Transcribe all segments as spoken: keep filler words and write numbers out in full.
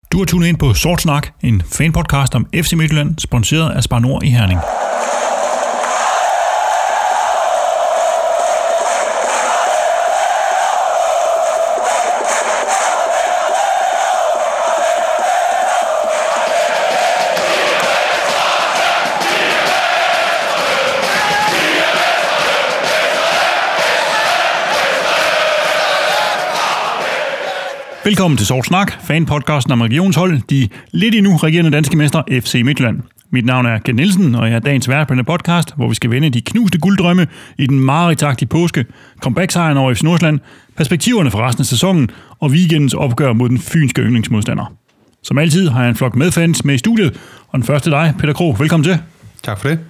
Du har tunet ind på Sort Snak, en fanpodcast om F C Midtjylland, sponsoreret af Spar Nord i Herning. Velkommen til Sort Snak, fanpodcasten om regionshold, de lidt endnu regerende danske mester F C Midtjylland. Mit navn er Ken Nielsen, og jeg er dagens vært på denne podcast, hvor vi skal vende de knuste gulddrømme i den mareridtagtige påske, comeback-sejren over F C Nordsjælland, perspektiverne for resten af sæsonen og weekendens opgør mod den fynske yndlingsmodstander. Som altid har jeg en flok medfans med i studiet, og den første er dig, Peter Krog. Velkommen til. Tak for det.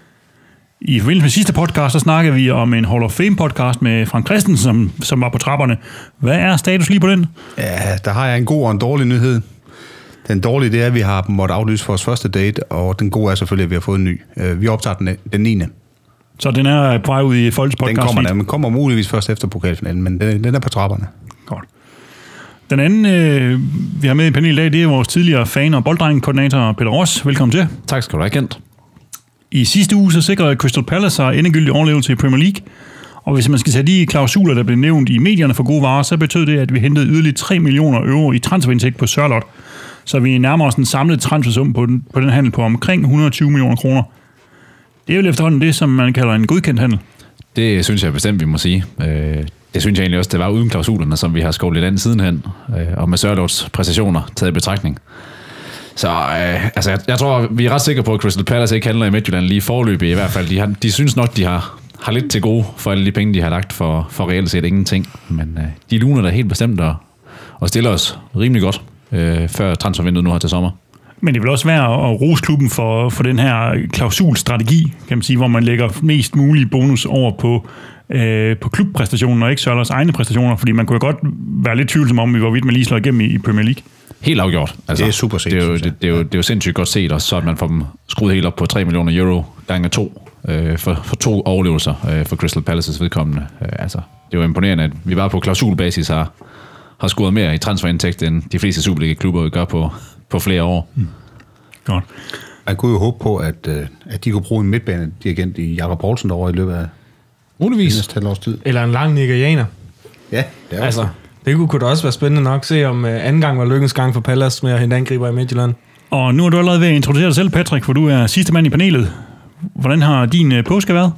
I forbindelse med sidste podcast, så snakkede vi om en Hall of Fame podcast med Frank Christensen, som, som var på trapperne. Hvad er status lige på den? Ja, der har jeg en god og en dårlig nyhed. Den dårlige, det er, at vi har måttet aflyse vores første date, og den gode er selvfølgelig, at vi har fået en ny. Vi optager den, den niende Så den er på vej ud i Folks podcast? Den kommer, den kommer muligvis først efter pokalfinalen, men den, den er på trapperne. Godt. Den anden, øh, vi har med i panelet i dag, det er vores tidligere fan- og bolddreng-koordinator Peter Ross. Velkommen til. Tak skal du have, Kent. I sidste uge så sikrede Crystal Palace sig endegyldig overlevelse i Premier League, og hvis man skal tage de klausuler, der blev nævnt i medierne for gode varer, så betød det, at vi hentede yderligere tre millioner euro i transferindtægt på Sørloth, så vi nærmer os en samlet transfersum på den, på den handel på omkring et hundrede og tyve millioner kroner. Det er jo efterhånden det, som man kalder en godkendt handel. Det synes jeg bestemt, vi må sige. Det synes jeg egentlig også, det var uden klausulerne, som vi har skovlet land sidenhen, og med Sørloths præstationer taget i betragtning. Så øh, altså, jeg, jeg tror, vi er ret sikre på, at Crystal Palace ikke handler i Midtjylland lige forløbig i hvert fald. De, har, de synes nok, de har, har lidt til gode for alle de penge, de har lagt for, for reelt set ingenting. Men øh, de luner der helt bestemt og, og stiller os rimelig godt, øh, før transfervinduet nu her til sommer. Men det vil også være at rose klubben for, for den her klausulstrategi, kan man sige, hvor man lægger mest mulig bonus over på, øh, på klubpræstationen og ikke Sørloths egne præstationer, fordi man kunne jo godt være lidt tvivlsom om, hvorvidt man lige slår igennem i, i Premier League. Helt afgjort. Altså, det er super set. Det er, jo, det, det, er jo, det er jo sindssygt godt set, og så at man får dem skruet helt op på tre millioner euro gange to øh, for, for to overlevelser øh, for Crystal Palaces vedkommende. Øh, altså, det er jo imponerende, at vi bare på klausulbasis har, har scoret mere i transferindtægt, end de fleste Superliga-klubber gør på, på flere år. Mm. Godt. Man kunne jo håbe på, at, at de kunne bruge en midtbanedirigent i Jakob Poulsen derovre i løbet af muligvis næste halvårs tid. Eller en lang nigerianer. Ja, det er altså. Det kunne, kunne da også være spændende nok at se, om uh, anden gang var lykkens gang for Palace med at hente angriber i Midtjylland. Og nu er du allerede ved at introducere dig selv, Patrick, for du er sidste mand i panelet. Hvordan har din uh, påske været?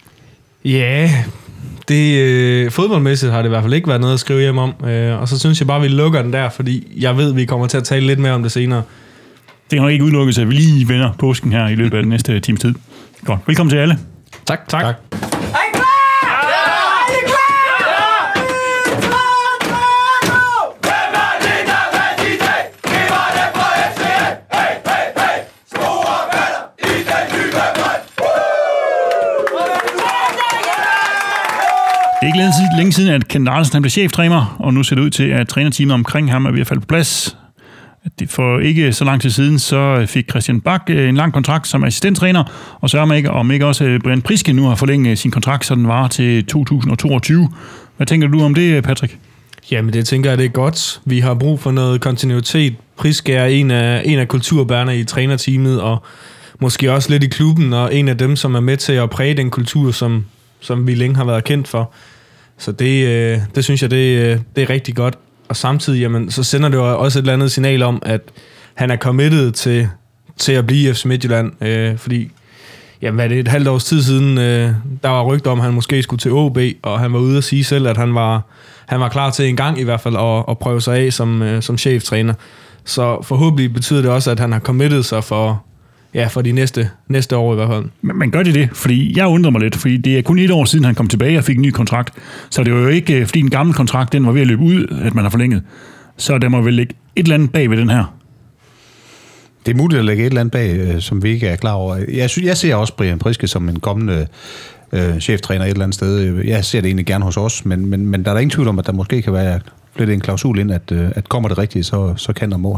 Ja, det uh, fodboldmæssigt har det i hvert fald ikke været noget at skrive hjem om. Uh, og så synes jeg bare, at vi lukker den der, fordi jeg ved, at vi kommer til at tale lidt mere om det senere. Det kan nok ikke udelukkes, at vi lige vender påsken her i løbet af den næste times tid. Godt. Velkommen til alle. Tak. Tak. tak. Det er ikke længe siden, at Kent Arnesen blev cheftræner, og nu ser det ud til, at trænerteamet omkring ham er ved at falde på plads. For ikke så lang tid siden, så fik Christian Bak en lang kontrakt som assistenttræner, og så om ikke, om ikke også Brian Priske nu har forlænget sin kontrakt, så den varer til to tusind og toogtyve. Hvad tænker du om det, Patrick? Jamen, det tænker jeg, det er godt. Vi har brug for noget kontinuitet. Priske er en af, en af kulturbærerne i trænerteamet, og måske også lidt i klubben, og en af dem, som er med til at præge den kultur, som, som vi længe har været kendt for. Så det, det synes jeg, det, det er rigtig godt. Og samtidig, jamen, så sender det jo også et eller andet signal om, at han er committed til, til at blive i F C Midtjylland. Øh, fordi, jamen, hvad er det, et halvt års tid siden, øh, der var rygter om, at han måske skulle til O B, og han var ude at sige selv, at han var, han var klar til en gang i hvert fald at, at prøve sig af som, øh, som cheftræner. Så forhåbentlig betyder det også, at han har committed sig for, ja, for de næste, næste år i hvert fald. Men, men gør det det? Fordi jeg undrer mig lidt, fordi det er kun et år siden, han kom tilbage og fik en ny kontrakt. Så det var jo ikke, fordi den gamle kontrakt, den var ved at løbe ud, at man har forlænget. Så der må vel ligge et eller andet bag ved den her. Det er muligt at lægge et eller andet bag, som vi ikke er klar over. Jeg, synes, jeg ser også Brian Priske som en kommende øh, cheftræner et eller andet sted. Jeg ser det egentlig gerne hos os, men, men, men der er der ingen tvivl om, at der måske kan være lidt en klausul ind, at, at kommer det rigtigt, så, så kan og må han.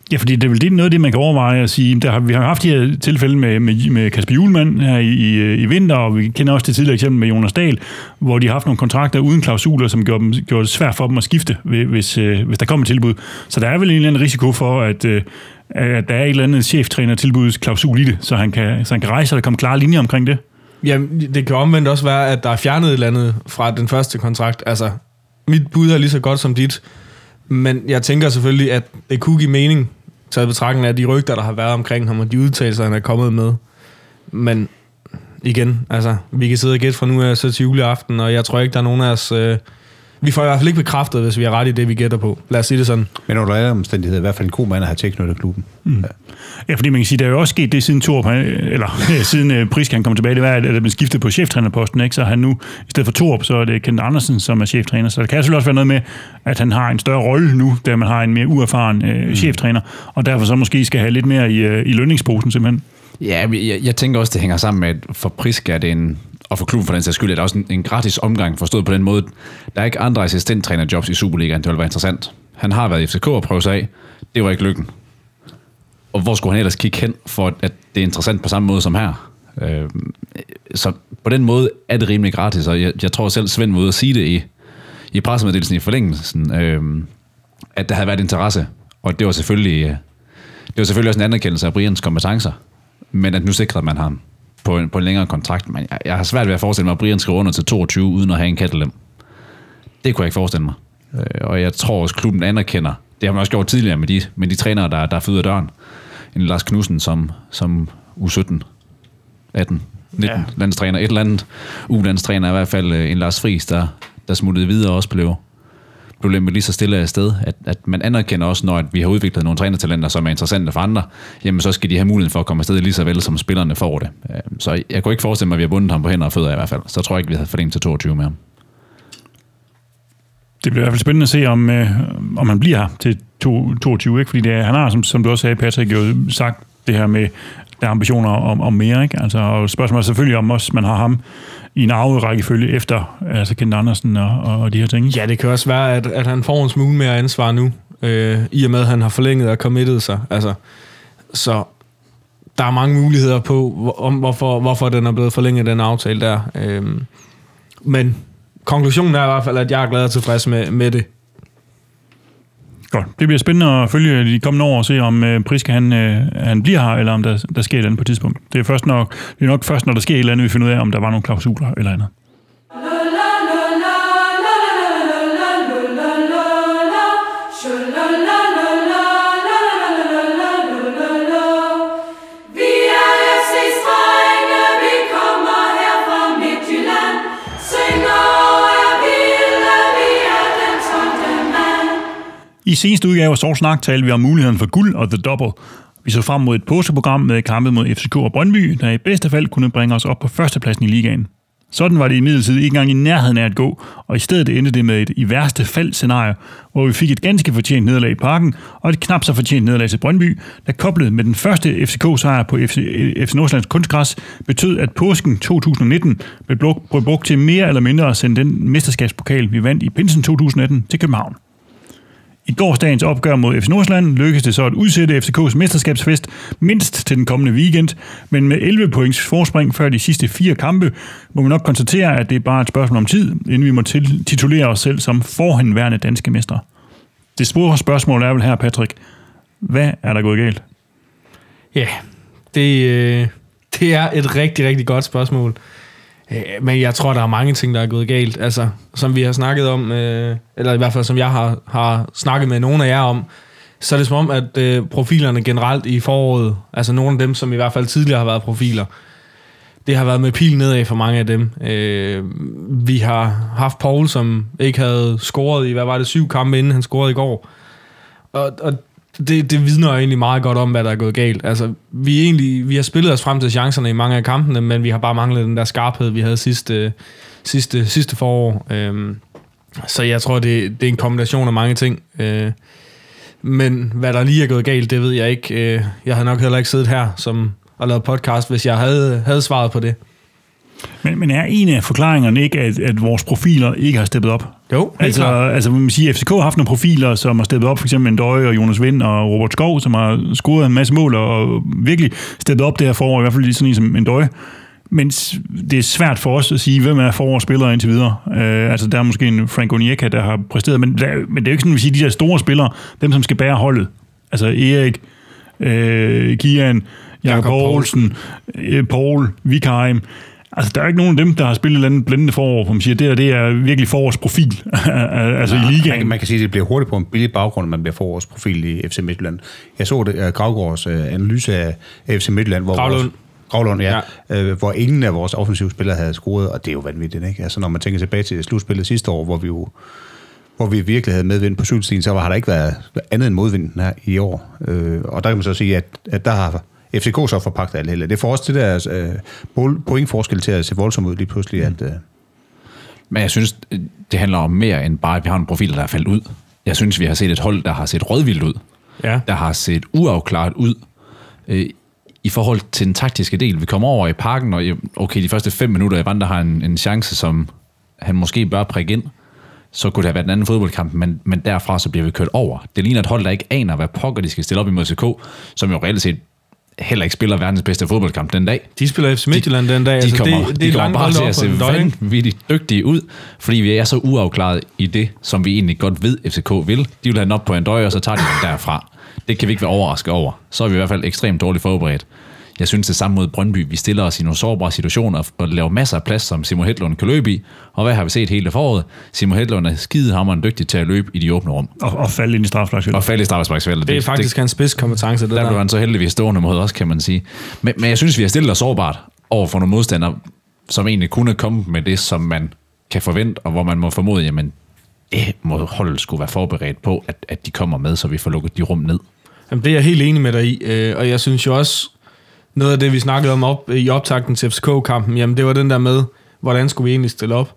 Ja, fordi det er vel det, noget af det, man kan overveje at sige. Der har, vi har haft de her tilfælde med, med, med Kasper Hjulmand her i, i, i vinter, og vi kender også det tidligere eksempel med Jonas Dahl, hvor de har haft nogle kontrakter uden klausuler, som gjorde, dem, gjorde det svært for dem at skifte, hvis, hvis der kommer et tilbud. Så der er vel en eller anden risiko for, at, at der er et eller andet cheftræner-tilbudsklausul i det, så han kan, så han kan rejse og der kommer klare linjer omkring det. Jamen, det kan omvendt også være, at der er fjernet et eller andet fra den første kontrakt. Altså, mit bud er lige så godt som dit, men jeg tænker selvfølgelig, at det kunne give mening, taget betragtning af de rygter, der har været omkring ham, og de udtalelser, han er kommet med. Men igen, altså, vi kan sidde og gætte fra nu af så til juleaften, og jeg tror ikke, der er nogen af os... Øh, vi får i hvert fald ikke bekræftet, hvis vi har ret i det, vi gætter på. Lad os sige det sådan. Men under alle omstændigheder, i hvert fald en god mand at have tilknyttet klubben. Mm. Ja. Ja, fordi man kan sige, der er jo også sket det siden Thorup, eller siden Priske han kom tilbage, det var, at man skiftede på cheftrænerposten, ikke? Så han nu, i stedet for Thorup, så er det Kent Andersen, som er cheftræner. Så det kan selvfølgelig også være noget med, at han har en større rolle nu, da man har en mere uerfaren øh, mm. cheftræner, og derfor så måske skal have lidt mere i, øh, i lønningsposen simpelthen. Ja, jeg, jeg tænker også, det hænger sammen med, at for Priske er det en, og for klubben for den sags skyld, er det også en, en gratis omgang, forstået på den måde. Der er ikke andre assistenttrænerjobs i Superligaen, det vil være interessant. Han har været i F C K og prøve sig af, det var ikke lykken. Og hvor skulle han ellers kigge hen, for at det er interessant på samme måde som her? Øh, så på den måde er det rimelig gratis, og jeg, jeg tror selv, Svend var ude at sige det i, i pressemeddelelsen i forlængelsen, øh, at der havde været interesse, og det var selvfølgelig, det var selvfølgelig også en anerkendelse af Brians kompetencer, men at nu sikrede man ham på en, på en længere kontrakt. Men jeg, jeg har svært ved at forestille mig, at Brian skriver under til toogtyve, uden at have en kattelem. Det kunne jeg ikke forestille mig. Øh, og jeg tror også, klubben anerkender, det har man også gjort tidligere med de, med de trænere, der, der er fået ud af døren. En Lars Knudsen som, som U sytten, atten, nitten ja. landstræner. Et eller andet U-landstræner, i hvert fald en Lars Friis, der, der smuttede videre og også blev, blev lempet lige så stille af sted. At, at man anerkender også, når at vi har udviklet nogle trænertalenter, som er interessante for andre, jamen så skal de have muligheden for at komme afsted lige så vel, som spillerne får det. Så jeg kunne ikke forestille mig, at vi har bundet ham på hænder og fødder i hvert fald. Så tror jeg ikke, vi havde forlænget til toogtyve med ham. Det bliver i hvert fald spændende at se, om, øh, om han bliver her til toogtyve, ikke? Fordi det er, han har, som, som du også sagde, Patrick, jo sagt det her med, der er ambitioner om, om mere, ikke? Altså, og spørgsmålet er selvfølgelig om også, man har ham i en arverækkefølge efter, altså Kent Andersen og, og de her ting. Ja, det kan også være, at, at han får en smule mere ansvar nu, øh, i og med, at han har forlænget og committet sig. Altså, så der er mange muligheder på, om hvorfor, hvorfor den er blevet forlænget, den aftale der. Øh, men konklusionen er i hvert fald, at jeg er glad og tilfreds med, med det. Godt. Det bliver spændende at følge de kommende år og se, om uh, Priske han, uh, han bliver her, eller om der, der sker et eller andet på et tidspunkt. Det er, først nok, det er nok først, når der sker et eller andet, vi finder ud af, om der var nogle klausuler eller andet. I seneste udgave af Sort Snak talte vi om muligheden for guld og The Double. Vi så frem mod et påskeprogram med kampe mod F C K og Brøndby, der i bedste fald kunne bringe os op på førstepladsen i ligaen. Sådan var det imidlertid ikke engang i nærheden af at gå, og i stedet endte det med et i værste fald scenarie, hvor vi fik et ganske fortjent nederlag i Parken, og et knap så fortjent nederlag til Brøndby, der koblet med den første F C K-sejr på F C Nordsjællands kunstgræs, betød, at påsken to tusind nitten blev brugt til mere eller mindre at sende den mesterskabspokal, vi vandt i pinsen to tusind atten, til København. I gårsdagens opgør mod F C Nordsjælland lykkedes det så at udsætte F C K's mesterskabsfest mindst til den kommende weekend, men med elleve points forspring før de sidste fire kampe, må vi nok konstatere, at det er bare et spørgsmål om tid, inden vi må titulere os selv som forhenværende danske mestre. Det store spørgsmål er vel her, Patrick. Hvad er der gået galt? Ja, det, øh, det er et rigtig, rigtig godt spørgsmål. Men jeg tror, der er mange ting, der er gået galt. Altså, som vi har snakket om, øh, eller i hvert fald som jeg har, har snakket med nogle af jer om, så er det som om, at øh, profilerne generelt i foråret, altså nogle af dem, som i hvert fald tidligere har været profiler, det har været med pil nedad for mange af dem. Øh, vi har haft Paul, som ikke havde scoret i, hvad var det, syv kampe, inden han scorede i går. Og, og det, det vidner jo egentlig meget godt om, hvad der er gået galt. Altså, vi, egentlig, vi har spillet os frem til chancerne i mange af kampene, men vi har bare manglet den der skarphed, vi havde sidste, sidste, sidste forår. Øhm, så jeg tror, det, det er en kombination af mange ting. Øh, men hvad der lige er gået galt, det ved jeg ikke. Øh, jeg havde nok heller ikke siddet her som, og lavet podcast, hvis jeg havde, havde svaret på det. Men, men er en af forklaringerne ikke, at, at vores profiler ikke har steppet op? Jo, altså, altså man siger, at F C K har haft nogle profiler, som har steppet op, for eksempel Ndøje og Jonas Vind og Robert Skov, som har scoret en masse mål og virkelig steppet op det her forår, i hvert fald sådan en som Ndøje. Men det er svært for os at sige, hvem er forårsspillere indtil videre. Øh, altså, der er måske en Frank Onyeka, der har præsteret, men, der, men det er jo ikke sådan, at vi siger, de der store spillere, dem som skal bære holdet. Altså Erik, øh, Kian, Jakob Poulsen, øh, Paul, Vikheim. Altså, der er ikke nogen af dem, der har spillet et eller andet blændende forår, hvor man siger, det der, det er virkelig forårsprofil. altså ja, i ligaen. Man, man kan sige, at det bliver hurtigt på en billig baggrund, at man bliver forårsprofil i F C Midtjylland. Jeg så det, uh, Gravgaards uh, analyse af F C Midtjylland, hvor Gravlund. Vores, Gravlund, ja, ja. Øh, hvor ingen af vores offensive spillere havde scoret, og det er jo vanvittigt, ikke? Altså, når man tænker tilbage til slutspillet sidste år, hvor vi jo hvor vi virkelig havde medvind på cykelstien, så har der ikke været andet end modvinden her i år. Øh, og der kan man så sige, at, at der har F C K så forpagtet alt hele. Det får også det der øh, pointforskel til at se voldsomt ud lige pludselig. Mm. At, øh... Men jeg synes, det handler om mere end bare, at vi har en profil, der er faldet ud. Jeg synes, vi har set et hold, der har set rødvildt ud. Ja. Der har set uafklaret ud. Øh, I forhold til den taktiske del. Vi kommer over i parken, og okay, de første fem minutter, Evander har en, en chance, som han måske bør prikke ind. Så kunne det have været en anden fodboldkamp, men, men derfra så bliver vi kørt over. Det ligner et hold, der ikke aner, hvad pokker de skal stille op imod F C K, som jo reelt set heller ikke spiller verdens bedste fodboldkamp den dag. De spiller F C Midtjylland den dag. De, altså, de kommer, det, de det kommer bare til at se vanvittigt dygtige ud, fordi vi er så uafklaret i det, som vi egentlig godt ved, F C K vil. De vil have den op på en døj, og så tager de den derfra. Det kan vi ikke være overrasket over. Så er vi i hvert fald ekstremt dårligt forberedt. Jeg synes det samme mod Brøndby. Vi stiller os i nogle sårbare situationer og laver masser af plads, som Simon Hedlund kan løbe i. Og hvad har vi set hele foråret? Simon Hedlund er skidehammerende dygtig til at løbe i de åbne rum. Og, og falde ind i straffesparksfeltet. Og falde i straffesparksfeltet. Det er faktisk det, hans spidskompetence. Der, der blev han så heldigvis stående mod os, kan man sige. Men, men jeg synes, vi har stillet os sårbart over for nogle modstandere, som egentlig kunne komme med det, som man kan forvente, og hvor man må formode, jamen, det må holdet skulle være forberedt på, at, at de kommer med, så vi får lukket de rum ned. Jamen, det er jeg helt enig med dig i, og jeg synes jo også, noget af det, vi snakkede om op, i optakten til F C K-kampen, jamen det var den der med, hvordan skulle vi egentlig stille op?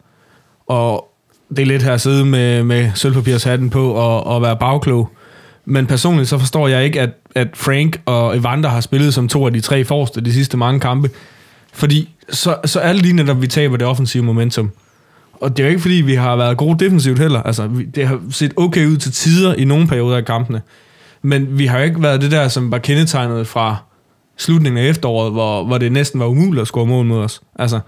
Og det er lidt her at sidde med, med sølvpapirshatten på og, og være bagklog. Men personligt så forstår jeg ikke, at, at Frank og Evander har spillet som to af de tre forreste de sidste mange kampe. Fordi så, så er det lige netop, vi taber det offensive momentum. Og det er jo ikke, fordi vi har været gode defensivt heller. Altså, det har set okay ud til tider i nogle perioder af kampene. Men vi har jo ikke været det der, som var kendetegnet fra slutningen af efteråret, hvor, hvor det næsten var umuligt at score mål mod os. Altså,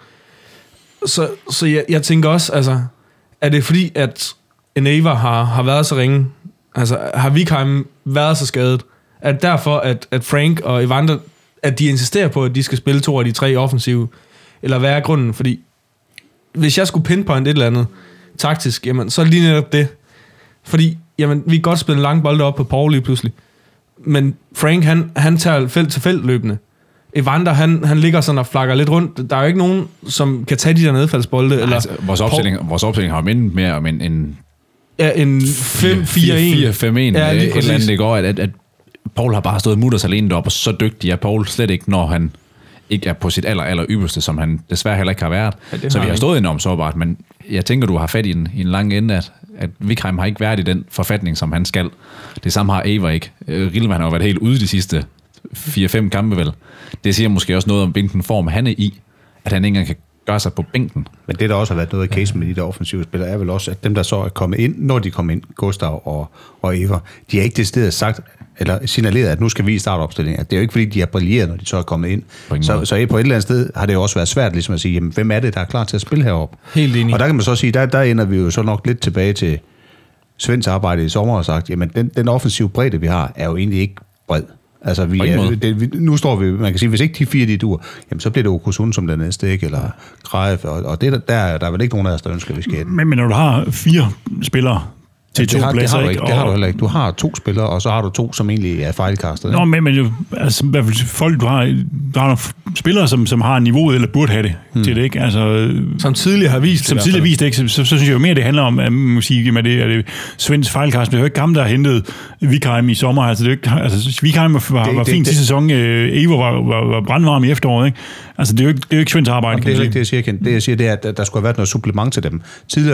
så så jeg, jeg tænker også, altså, er det fordi, at Eneva har, har været så ringe? Altså, har Vikheim været så skadet? Er det derfor, at, at Frank og Evander, at de insisterer på, at de skal spille to af de tre offensive? Eller hvad er grunden? Fordi hvis jeg skulle pinpoint et eller andet taktisk, jamen, så er det lige netop det. Fordi, jamen, vi kan godt spille lange bolde op på Paul lige pludselig. Men Frank, han, han tager felt til felt løbende. Evander, han, han ligger sådan og flakker lidt rundt. Der er jo ikke nogen, som kan tage de der nedfaldsbolde. Nej, eller altså, vores, opstilling, vores opstilling har mindet mere om en... en ja, en fem fire en. fire fem en. Ja, et eller andet, det går, at, at, at Paul har bare stået mutters alene deroppe, og så dygtig er Paul slet ikke, når han ikke er på sit aller, aller ypperste, som han desværre heller ikke har været. Ja, så har vi har stået enormt sårbart, men jeg tænker, du har fat i en, i en lang ende, at, at Vikheim har ikke været i den forfatning, som han skal. Det samme har Eva ikke. Rillman har jo været helt ude de sidste fire fem kampe, vel. Det siger måske også noget om, hvilken form han er i, at han ikke engang kan gøre sig på bænken. Men det, der også har været noget af casen med de der offensive spillere, er vel også, at dem, der så er kommet ind, når de kommer ind, Gustav og, og Eva, de har ikke det sted sagt, eller signaleret, at nu skal vi i startopstillingen. Det er jo ikke, fordi de har brilleret, når de så er kommet ind. Så, så på et eller andet sted har det jo også været svært ligesom at sige, jamen, hvem er det, der er klar til at spille heroppe? Helt enig. Og der kan man så sige, der, der ender vi jo så nok lidt tilbage til Svends arbejde i sommer og sagt, jamen den, den offensive bredde, vi har, er jo egentlig ikke bred. Altså, vi er, det, vi, nu står vi, man kan sige, hvis ikke de fire, de dur, jamen så bliver det Okusun som den næste, ikke? Eller Greif, og, og det, der, der er vel ikke nogen af os, der ønsker, vi skal have den. Men, men når du har fire spillere til ja, to har, pladser, det har du ikke? ikke, det har du heller ikke. Du har to spillere, og så har du to, som egentlig er fejlkastet. Nå, men, men jo, altså, i hvert fald folk, du har, du har nogle spillere, som, som har niveauet, eller burde have det hmm. til det, ikke? Altså, som tidligere har vist Som det, tidligere vist det, ikke? Så, så, så synes jeg jo mere, det handler om, at man må sige, at det er det Svends fejlkast. Det er jo ikke ham, der har hentet Vikheim i sommer. Altså, det er ikke, altså Vikheim var, var, var fint sidste sæson. Evo var, var, var brandvarm i efteråret, ikke? Altså, det er jo ikke, det er jo ikke Svends arbejde. Jamen, det er ikke det, jeg siger, Ken. Det, jeg siger, det er, at der skulle have været noget supplement til dem. Tidligere,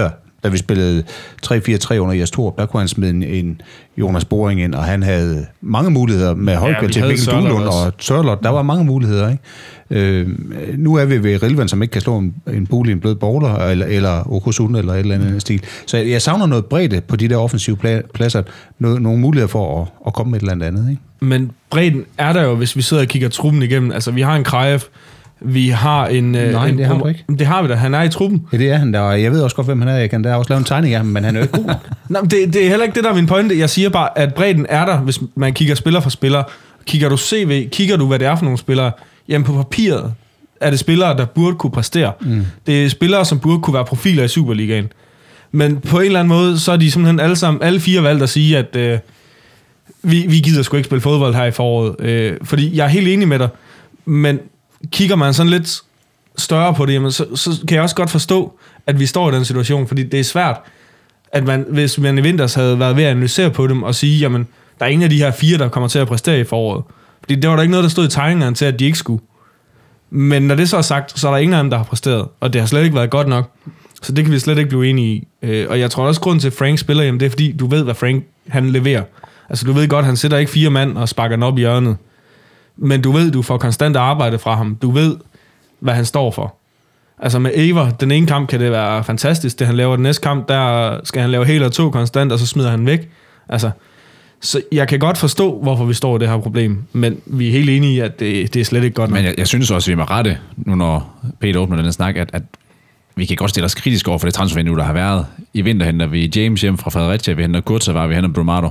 da vi spillede tre fire tre under Jes Torup, der kunne han smide en, en Jonas Boring ind, og han havde mange muligheder med højkvalitet, ja, Mikkel Duelund og Sørlot. Der var mange muligheder, ikke? Øh, nu er vi ved Rilvan, som ikke kan slå en, en bule i en blød bowler, eller, eller Okosunda, eller et eller andet mm. stil. Så jeg, jeg savner noget bredde på de der offensive pladser, noget, nogle muligheder for at, at komme med et eller andet, ikke? Men bredden er der jo, hvis vi sidder og kigger truppen igennem. Altså, vi har en Krajev, vi har en... Nej, en, det har vi ikke. Det har vi da. Han er i truppen. Ja, det er han der, og jeg ved også godt, hvem han er. Jeg kan da også lave en tegning af ham, men han er jo ikke god nok. Nej, det, det er heller ikke det, der er min pointe. Jeg siger bare, at bredden er der, hvis man kigger spiller for spiller. Kigger du C V, kigger du, hvad det er for nogle spillere, jamen på papiret er det spillere, der burde kunne præstere. Mm. Det er spillere, som burde kunne være profiler i Superligaen. Men på en eller anden måde, så er de simpelthen alle sammen, alle fire valgt at sige, at øh, vi, vi gider sgu ikke spille fodbold her i foråret. Øh, fordi jeg er helt enig med dig, men kigger man sådan lidt større på det, jamen, så, så kan jeg også godt forstå, at vi står i den situation, fordi det er svært, at man, hvis man i vinters havde været ved at analysere på dem og sige, jamen, der er ingen af de her fire, der kommer til at præstere i foråret. Fordi det var der ikke noget, der stod i tegningerne til, at de ikke skulle. Men når det så er sagt, så er der ingen af dem, der har præsteret, og det har slet ikke været godt nok. Så det kan vi slet ikke blive enige i. Og jeg tror også, grunden til, at Frank spiller, jamen, det er fordi, du ved, hvad Frank han leverer. Altså, du ved godt, han sætter ikke fire mand og sparker den op i hjørnet. Men du ved, du får konstant arbejde fra ham. Du ved, hvad han står for. Altså med Ever, den ene kamp kan det være fantastisk. Det han laver den næste kamp, der skal han lave helt og to konstant, og så smider han væk. Altså, så jeg kan godt forstå, hvorfor vi står i det her problem. Men vi er helt enige i, at det, det er slet ikke godt nok. Men jeg, jeg synes også, at vi må rette, nu når Peter åbner den snak, at, at vi kan godt stille os kritisk over for det transfervindue, der har været. I vinter henter vi James hjem fra Fredericia, vi henter Kurtzavar, vi henter Brumado.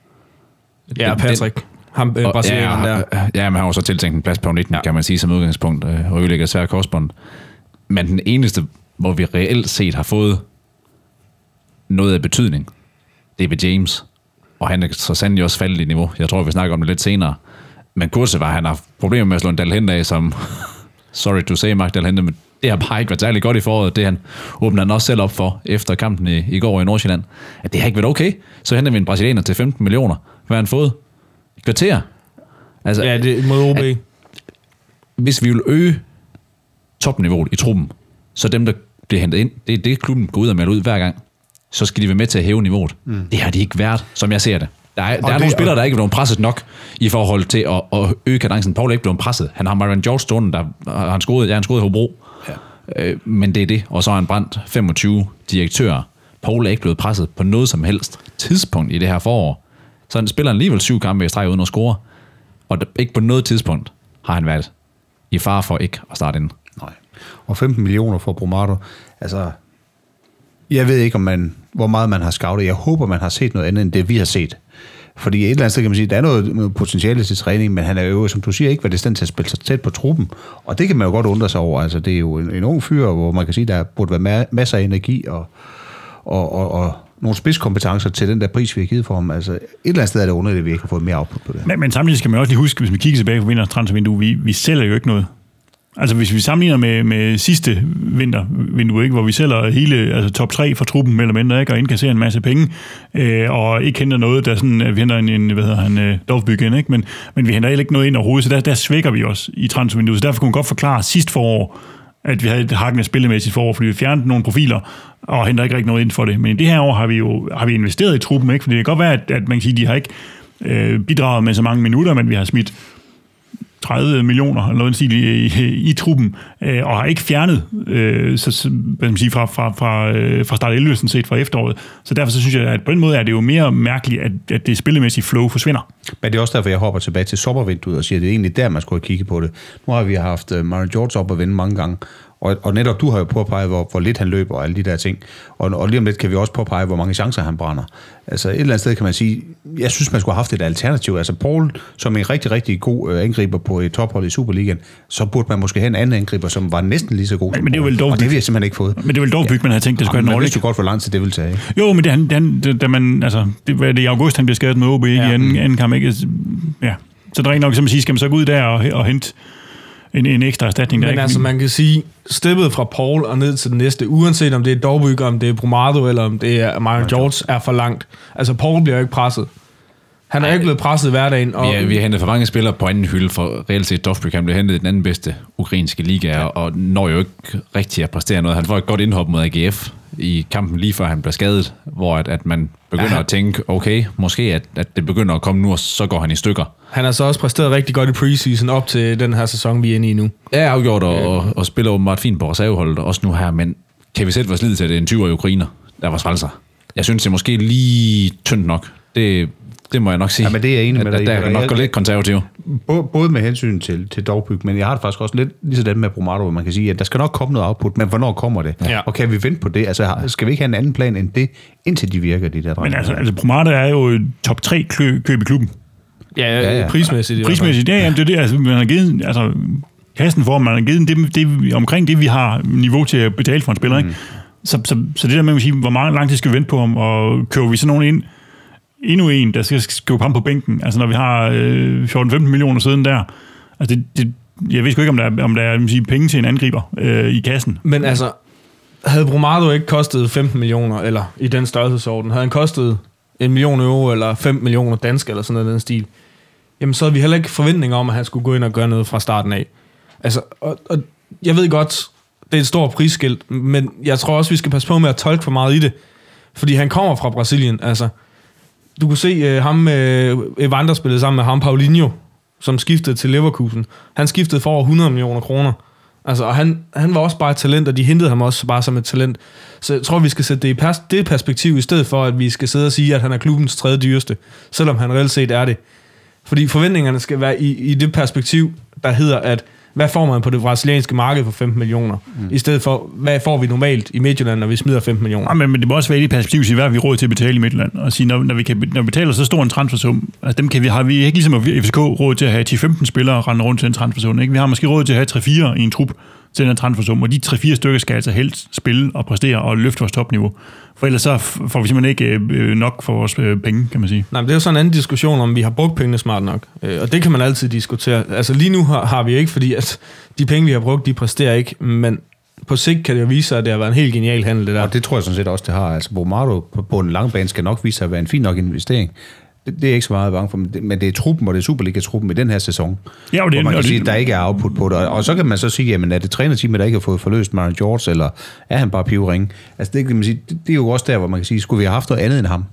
Ja, Patrick. Den, Ham, øh, og, ja, der. ja, men han har jo så tiltænkt en plads på nitten, ja. Kan man sige som udgangspunkt, og ødelægger svært korsbånd. Men den eneste, hvor vi reelt set har fået noget af betydning, det er ved James. Og han er så sandelig også faldet i niveau. Jeg tror, vi snakker om det lidt senere. Men Kurtzavar, han har problemer med at slå en Dalhente af, som, sorry to say, Mark Dalhente, men det har bare ikke været særlig godt i foråret. Det han åbner han også selv op for, efter kampen i, i går i Nordsjælland. At det har ikke været okay. Så henter vi en brasilianer til femten millioner. Hvad har han fået? Kvarter. Altså, ja, det er mod O B. At, hvis vi vil øge topniveauet i truppen, så dem, der bliver hentet ind, det er det, klubben går ud og melder ud hver gang, så skal de være med til at hæve niveauet. Mm. Det har de ikke været, som jeg ser det. Der er, der er det, nogle spillere, der ikke er blevet presset nok i forhold til at, at øge kadencen. Paul er ikke blevet presset. Han har Marion George stående, der har han skoet, ja, han skoet i Hobro. Ja. Øh, men det er det. Og så har han brændt femogtyve direktører. Paul er ikke blevet presset på noget som helst tidspunkt i det her forår. Så han spiller alligevel syv kampe i streg uden at score. Og ikke på noget tidspunkt har han været i fare for ikke at starte ind. Nej. Og femten millioner for Brumado. Altså, jeg ved ikke, om man, hvor meget man har scoutet. Jeg håber, man har set noget andet, end det vi har set. Fordi et eller andet sted kan man sige, der er noget, noget potentiale til træning, men han er jo, som du siger, ikke været i stand til at spille sig tæt på truppen. Og det kan man jo godt undre sig over. Altså, det er jo en, en ung fyr, hvor man kan sige, der burde være masser af energi og, og, og, og nogle spidskompetencer til den der pris, vi har givet for ham. Altså, et eller andet sted er det underligt, at vi ikke har fået mere output på det. Men, men samtidig skal man også lige huske, hvis vi kigger tilbage på vintertransfervinduet, vi, vi sælger jo ikke noget. Altså hvis vi sammenligner med, med sidste vintervindue, ikke, hvor vi sælger hele altså top tre for truppen mellem mindre, ikke, og indkasserer en masse penge, øh, og ikke henter noget, der sådan, at vi henter en, en hvad hedder han, øh, Dolfbyg ind, ikke, men, men vi henter heller ikke noget ind overhovedet, så der, der svækker vi os i transfervinduet. Så derfor kunne man godt forklare sidst forår, at vi havde et hakkende spillemæssigt forår, fordi vi fjernede nogle profiler, og henter ikke rigtig noget ind for det. Men i det her år har vi jo har vi investeret i truppen, ikke, fordi det kan godt være, at, at man kan sige, at de har ikke øh, bidraget med så mange minutter, men vi har smidt tredive millioner eller noget i, i, i truppen, øh, og har ikke fjernet øh, så, hvad man sige, fra, fra, fra, øh, fra start elleve set fra efteråret. Så derfor så synes jeg, at på den måde er det jo mere mærkeligt, at, at det spillemæssige flow forsvinder. Men det er også derfor, jeg hopper tilbage til sommervinduet og siger, at det er egentlig der, man skulle have kigget på det. Nu har vi haft uh, Mario George op og vende mange gange, og, og netop du har jo påpeget, hvor, hvor lidt han løber og alle de der ting. Og, og lige om lidt kan vi også påpege, hvor mange chancer han brænder. Altså et eller andet sted kan man sige, jeg synes, man skulle have haft et alternativ. Altså Paul, som en rigtig, rigtig god øh, angriber på et tophold i Superligaen, så burde man måske have en anden angriber, som var næsten lige så god. Men, men det er vel dog, og det har vi simpelthen ikke fået. Men det er vel dog byg, man havde tænkt, det skulle ja, have en rolle. Man vidste jo godt, hvor lang tid det ville tage. Jo, men det, han, han, da man, altså, det var det i august, han blev skadet med O B ja. i anden, anden kamp, ikke? Ja. Så der er ikke nok, som at sige, skal man så gå ud der og, og hente en, en ekstra erstatning der. Men ikke? altså, man kan sige, steppet fra Paul og ned til den næste, uanset om det er Dolbyg, om det er Brumado, eller om det er Mario George, er for langt. Altså, Paul bliver jo ikke presset. Han er Ej, ikke blevet presset i hverdagen. Og... Vi, vi har hentet for mange spillere på anden hylde, for reelt set Dolbyg, han blev hentet i den anden bedste ukrainske liga, ja. og når jo ikke rigtig at præstere noget. Han får et godt indhop mod A G F i kampen lige før han blev skadet, hvor at, at man begynder ja. at tænke, okay, måske at, at det begynder at komme nu, og så går han i stykker. Han har så også præsteret rigtig godt i preseason op til den her sæson, vi er inde i nu. Ja, afgjort, og, og, og spiller åbenbart fint på reserveholdet, også nu her, men kan vi sætte vores lid til, at det er en tyve-årig ukrainer, der var svalser? Jeg synes, det er måske lige tyndt nok. Det, det må jeg nok sige. Ja, men det er jeg enig med dig. Der kan nok gå lidt konservativ. Både med hensyn til, til dogbyg, men jeg har det faktisk også lidt ligesom det med Brumado, hvor man kan sige, at der skal nok komme noget output, men hvornår kommer det? Ja. Og kan vi vente på det? Altså, skal vi ikke have en anden plan end det, indtil de virker, de der drenge? Men altså, altså Brumado er jo top tre køb i klubben. Ja, ja, ja. prismæssigt. Prismæssigt, ja, jamen, det er det, altså, man har givet, altså, kassen for, man har givet det, det, omkring det, vi har niveau til at betale for en spiller, mm. ikke? Så, så, så det der med at sige, hvor meget lang tid skal vi vente på ham, og køber vi så nogen ind, endnu en, der skal skubbe ham på bænken, altså når vi har øh, fjorten femten millioner siden der, altså det, det, jeg ved sgu ikke, om der er, om der er sige, penge til en angriber øh, i kassen. Men altså, havde Brumado ikke kostet femten millioner, eller i den størrelsesorden, havde han kostet en million euro, eller fem millioner dansk, eller sådan noget den stil, jamen så havde vi heller ikke forventninger om, at han skulle gå ind og gøre noget fra starten af. Altså, og, og jeg ved godt, det er et stort prisskilt, men jeg tror også, vi skal passe på med at tolke for meget i det, fordi han kommer fra Brasilien, altså. Du kunne se uh, ham, uh, Evander spillede sammen med ham, Paulinho, som skiftede til Leverkusen. Han skiftede for over hundrede millioner kroner. Altså, og han, han var også bare et talent, og de hentede ham også bare som et talent. Så jeg tror, vi skal sætte det i pers- det perspektiv, i stedet for, at vi skal sidde og sige, at han er klubbens tredje dyreste, selvom han reelt set er det. Fordi forventningerne skal være i, i det perspektiv, der hedder, at hvad får man på det brasilianske marked for femten millioner? Mm. I stedet for, hvad får vi normalt i Midtjylland, når vi smider femten millioner? Ja, men, men det må også være i det perspektiv, at sige, hvad har vi råd til at betale i Midtjylland? Og sige, når, når, vi, kan, når vi betaler så stor en transfersum, altså dem kan vi, har vi ikke ligesom F C K råd til at have ti femten spillere rende rundt til en transfersum. Ikke? Vi har måske råd til at have tre fire i en trup til den transfersum, og de tre fire stykker skal altså helst spille og præstere og løfte vores topniveau. For ellers så får vi simpelthen ikke øh, nok for vores øh, penge, kan man sige. Nej, men det er jo sådan en anden diskussion, om vi har brugt pengene smart nok. Øh, og det kan man altid diskutere. Altså lige nu har, har vi ikke, fordi at de penge, vi har brugt, de præsterer ikke, men på sigt kan det jo vise sig, at det har været en helt genial handel, det der. Og det tror jeg sådan set også, det har. Altså Brumado på, på en lang bane skal nok vise sig at være en fin nok investering. Det, det er ikke så meget bange for, men det er truppen, og det er Superliga-truppen i den her sæson, ja, og det, hvor man kan og sige, det, at der ikke er output på det. Og så kan man så sige, jamen er det trænerteamet, der ikke har fået forløst Martin George, eller er han bare pivringe? Altså det kan man sige, det, det er jo også der, hvor man kan sige, skulle vi have haft noget andet end ham?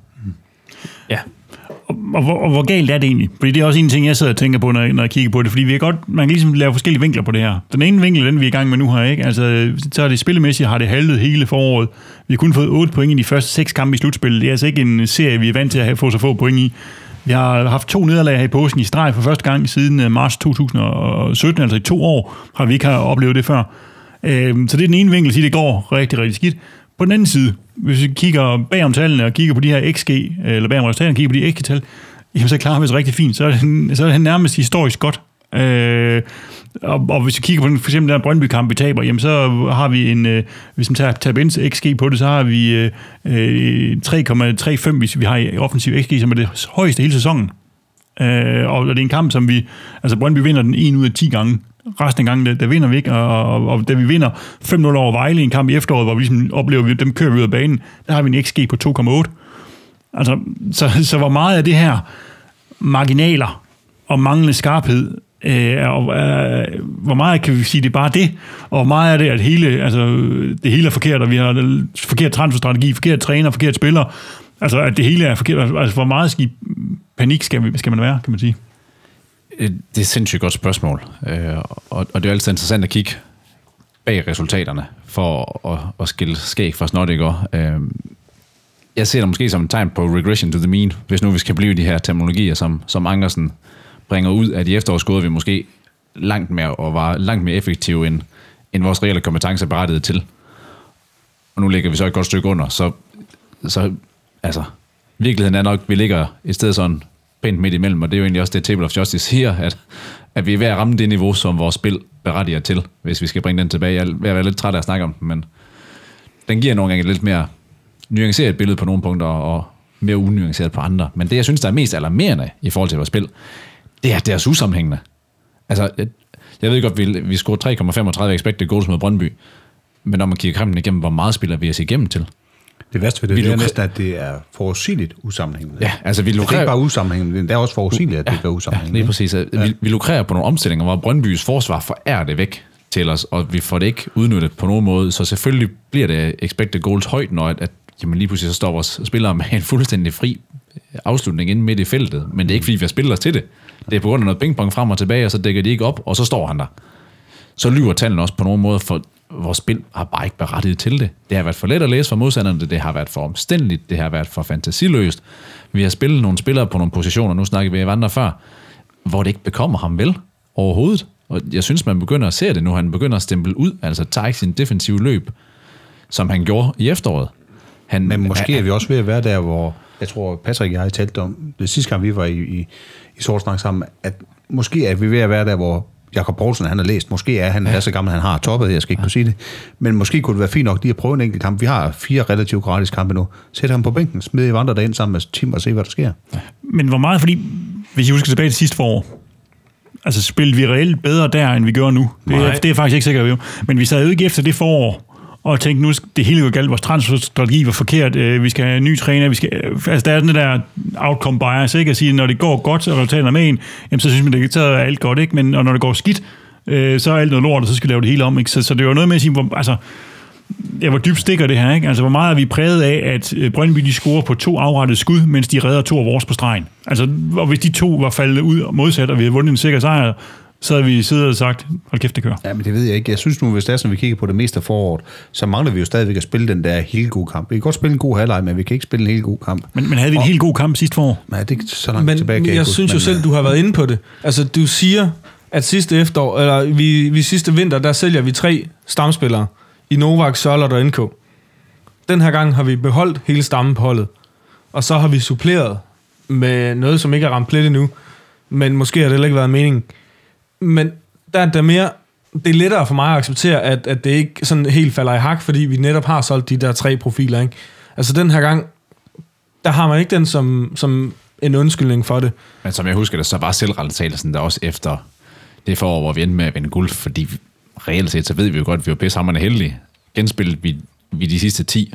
Ja. Og, og, hvor, og hvor galt er det egentlig? Fordi det er også en ting, jeg sidder og tænker på, når, når jeg kigger på det. Fordi vi er godt, man kan ligesom lave forskellige vinkler på det her. Den ene vinkel, den vi er i gang med nu her, ikke? Altså, så er det spillemæssigt, har det haltet hele foråret. Vi har kun fået otte point i de første seks kampe i slutspillet. Det er altså ikke en serie, vi er vant til at have, få så få point i. Vi har haft to nederlag her i påsken i streg for første gang siden marts to tusind og sytten, altså i to år har vi ikke oplevet det før. Så det er den ene vinkel, at sige, det går rigtig, rigtig skidt. På den anden side, hvis vi kigger bagom tallene og kigger på de her X G, eller bagom resultaterne og kigger på de X G-tal, jamen så klarer vi os rigtig fint. Så er det, så er det nærmest historisk godt. Øh, og, og hvis vi kigger på den, for eksempel den her Brøndby-kamp, vi taber, jamen så har vi en, øh, hvis man tager Tabens X G på det, så har vi øh, tre komma tre fem, hvis vi har i offensiv X G, som er det højeste hele sæsonen. Øh, og det er en kamp, som vi, altså Brøndby vinder den en ud af ti gange. Resten af gangen, der, der vinder vi ikke, og, og, og da vi vinder fem nul over Vejle i en kamp i efteråret, hvor vi ligesom oplever, at dem kører vi ud af banen, der har vi en X G på to komma otte. Altså, så, så hvor meget af det her marginaler og manglende skarphed, øh, og, øh, hvor meget kan vi sige, det er bare det, og hvor meget er det, at hele, altså, det hele er forkert, og vi har forkert transferstrategi, forkert træner, forkert spiller, altså at det hele er forkert, altså hvor meget skal, panik skal, vi, skal man være, kan man sige? Det er et sindssygt godt spørgsmål, og det er altid interessant at kigge bag resultaterne, for at, at skille skæg fra snot, ikke? Jeg ser det måske som et tegn på regression to the mean, hvis nu vi skal blive de her terminologier, som, som Ankersen bringer ud af de efterårsgåder, vi måske langt mere og var langt mere effektive, end, end vores reelle kompetencer berettiget til. Og nu ligger vi så et godt stykke under, så, så altså, virkeligheden er nok, vi ligger et sted sådan pænt midt imellem, og det er jo egentlig også det, Table of Justice siger, at, at vi er ved at ramme det niveau, som vores spil berettiger til, hvis vi skal bringe den tilbage. Jeg er ved at være lidt træt af at snakke om den, men den giver nogle gange et lidt mere nuanceret billede på nogle punkter, og mere unuanceret på andre. Men det, jeg synes, der er mest alarmerende i forhold til vores spil, det er deres usammenhængende. Altså, jeg, jeg ved godt, vi, vi scorede tre komma femogtredive expected goals mod Brøndby, men når man kigger kampen igennem, hvor meget spiller vi os igennem til? Det værste ved det, det er næsten, at det er forudsigeligt usammenhængende. Ja, altså vi lukrerer... Det er ikke bare usammenhængende, det er også forudsigeligt, at det er usammenhængende. Ja, lige præcis. Ja. Vi, vi lukrerer på nogle omstillinger, hvor Brøndbys forsvar forærer det væk til os, og vi får det ikke udnyttet på nogen måde, så selvfølgelig bliver det expected goals højt, når at, at jamen lige pludselig så står vores spillere med en fuldstændig fri afslutning inde midt i feltet, men det er ikke fordi, vi har spillet os til det. Det er på grund af noget pingpong frem og tilbage, og så dækker de ikke op, og så står han der. Så lyver tallene også på nogen måde, for vores spil har bare ikke berettiget til det. Det har været for let at læse for modstanderne, det har været for omstændeligt, det har været for fantasiløst. Vi har spillet nogle spillere på nogle positioner, nu snakker vi Evander før, hvor det ikke bekommer ham vel overhovedet. Og jeg synes, man begynder at se det nu. Han begynder at stemple ud, altså tager ikke sin defensive løb, som han gjorde i efteråret. Han, Men måske han, er vi også ved at være der, hvor jeg tror, Patrick og jeg talte om, det sidste gang vi var i, i, i Sortsnak sammen, at måske er vi ved at være der, hvor Jakob Poulsen, han har læst, måske er han ja. er så gammel, han har toppet, jeg skal ikke ja. kunne sige det, men måske kunne det være fint nok lige at prøve en enkelt kamp. Vi har fire relativt gratis kampe nu. Sæt ham på bænken, smid i vandre derind sammen med Tim og se, hvad der sker. Ja. Men hvor meget, fordi hvis I husker tilbage til sidste forår, altså spillede vi reelt bedre der, end vi gør nu. Det er, det er jeg faktisk ikke sikker på. Men vi sad jo ikke efter det forår, og tænkte, nu det hele går galt, vores transferstrategi var forkert, vi skal have en ny træner, vi skal, altså der er den der outcome bias, ikke? At sige, når det går godt, og resultaterne med en, jamen, så synes man, det er alt godt, ikke? Men og når det går skidt, øh, så er alt noget lort, og så skal vi lave det hele om, ikke? Så, så det var noget med at sige, hvor, altså, ja, hvor dybt stikker det her, ikke? Altså, hvor meget er vi præget af, at Brøndby, de scorer på to afrettede skud, mens de redder to af vores på stregen. Altså, og hvis de to var faldet ud og modsat, og vi havde vundet en sikker sejr, så havde vi siddet og sagt, hold kæft, det kører. Ja, men det ved jeg ikke. Jeg synes nu, hvis det er sådan, vi kigger på det meste af foråret, så mangler vi jo stadigvæk at spille den der helt gode kamp. Vi kan godt spille en god halvleg, men vi kan ikke spille en helt god kamp. Men, men havde vi en og, helt god kamp sidste forår? Nej, det er så langt men, tilbage. Men jeg, jeg synes men, jo selv, du har været inde på det. Altså, du siger, at sidste efterår, eller vi, vi sidste vinter, der sælger vi tre stamspillere i Novak, Sørloth og N K. Den her gang har vi beholdt hele stammen på holdet, og så har vi suppleret med noget, som ikke er ramt plet endnu, men måske har det heller ikke været meningen. Men der er der mere, det er lettere for mig at acceptere, at, at det ikke sådan helt falder i hak, fordi vi netop har solgt de der tre profiler, ikke? Altså den her gang, der har man ikke den som, som en undskyldning for det. Men som jeg husker det, så var selvrealitetsen der også efter det forår, hvor vi endte med at vinde guld, fordi reelt set, så ved vi jo godt, at vi var pissehamrende heldige. Genspillede vi, vi de sidste ti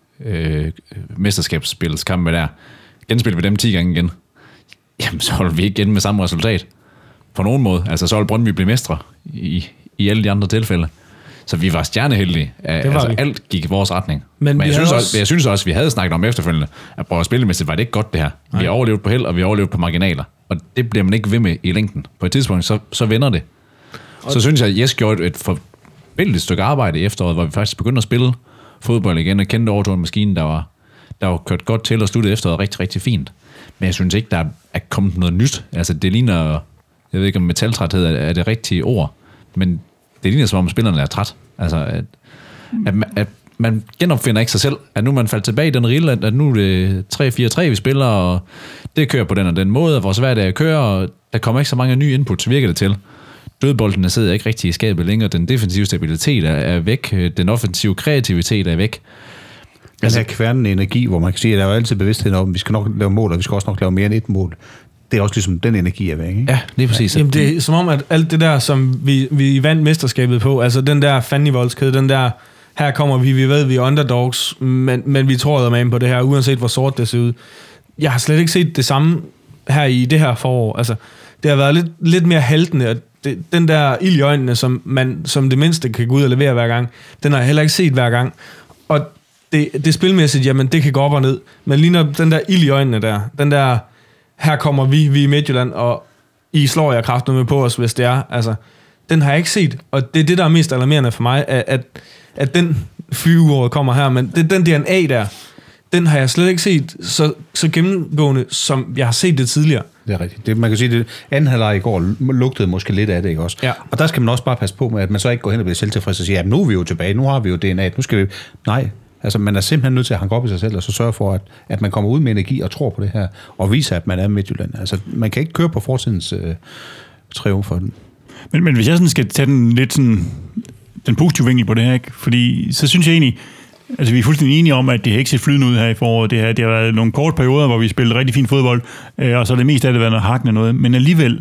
øh, mesterskabsspilskampe der. Genspillede vi dem ti gange igen. Jamen, så holdt vi ikke igen med samme resultat. På nogen måde. Altså, så ville Brøndby blive mestre i, i alle de andre tilfælde. Så vi var stjerneheldige. Altså, vi. Alt gik i vores retning. Men, Men jeg, synes også, også, jeg synes også, vi havde snakket om efterfølgende, at på spillemæssigt var det ikke godt det her. Nej. Vi har overlevet på held, og vi har overlevet på marginaler. Og det bliver man ikke ved med i længden. På et tidspunkt, så, så vender det. Så synes jeg, at Jes gjorde et forbilligt stykke arbejde i efteråret, hvor vi faktisk begyndte at spille fodbold igen, og kendte over til en maskine, der var, der var kørt godt til og sluttet efteråret rigtig, rigtig fint. Men jeg synes ikke, der er kommet noget nyt. Altså, det ligner... Jeg ved ikke, om metaltræthed er det rigtige ord, men det ligner som om spillerne er træt. Altså, at, at, at man genopfinder ikke sig selv. At nu man faldt tilbage i den rille, at nu er det tre fire tre, vi spiller, og det kører på den og den måde, og hvor svært det er at køre, og der kommer ikke så mange nye inputs, virker det til. Dødboldene sidder ikke rigtig i skabet længere, den defensive stabilitet er væk, den offensive kreativitet er væk. Den her kværnende energi, hvor man kan sige, at der er jo altid bevidsthed om, at vi skal nok lave mål, og vi skal også nok lave mere end et mål. Det er også ligesom, den energi er væk, ikke? Ja, lige præcis. Ja. Jamen, det er som om, at alt det der, som vi, vi vandt mesterskabet på, altså den der fandenivoldskæde, den der, her kommer vi, vi ved, vi er underdogs, men, men vi tror med på det her, uanset hvor sort det ser ud. Jeg har slet ikke set det samme her i det her forår. Altså, det har været lidt, lidt mere haltende, og det, den der ild i øjnene, som man som det mindste kan gå ud og levere hver gang, den har jeg heller ikke set hver gang. Og det, det spilmæssigt, jamen det kan gå op og ned, men lige når den der ild i øjnene der, den der, her kommer vi, vi i Midtjylland, og I slår jer kraftedeme på os, hvis det er. Altså, den har jeg ikke set, og det er det, der er mest alarmerende for mig, at, at, at den flyveord kommer her, men det, den D N A der, den har jeg slet ikke set så, så gennemgående, som jeg har set det tidligere. Det er rigtigt. Det, man kan sige, at anden halvleg i går lugtede måske lidt af det, ikke også? Ja. Og der skal man også bare passe på med, at man så ikke går hen og bliver selvtilfreds og siger, ja, nu er vi jo tilbage, nu har vi jo D N A, nu skal vi... Nej, altså man er simpelthen nødt til at hanke op i sig selv, og så sørge for, at, at man kommer ud med energi og tror på det her, og viser, at man er Midtjylland. Altså, man kan ikke køre på fortidens øh, triumf for den. Men, men hvis jeg sådan skal tage den lidt sådan, den positive vinkel på det her, ikke? Fordi så synes jeg egentlig, altså vi er fuldstændig enige om, at det har ikke set flydende ud her i foråret. Det har, det har været nogle korte perioder, hvor vi spillede rigtig fin fodbold, øh, og så er det mest af det været noget hakkende noget. Men alligevel,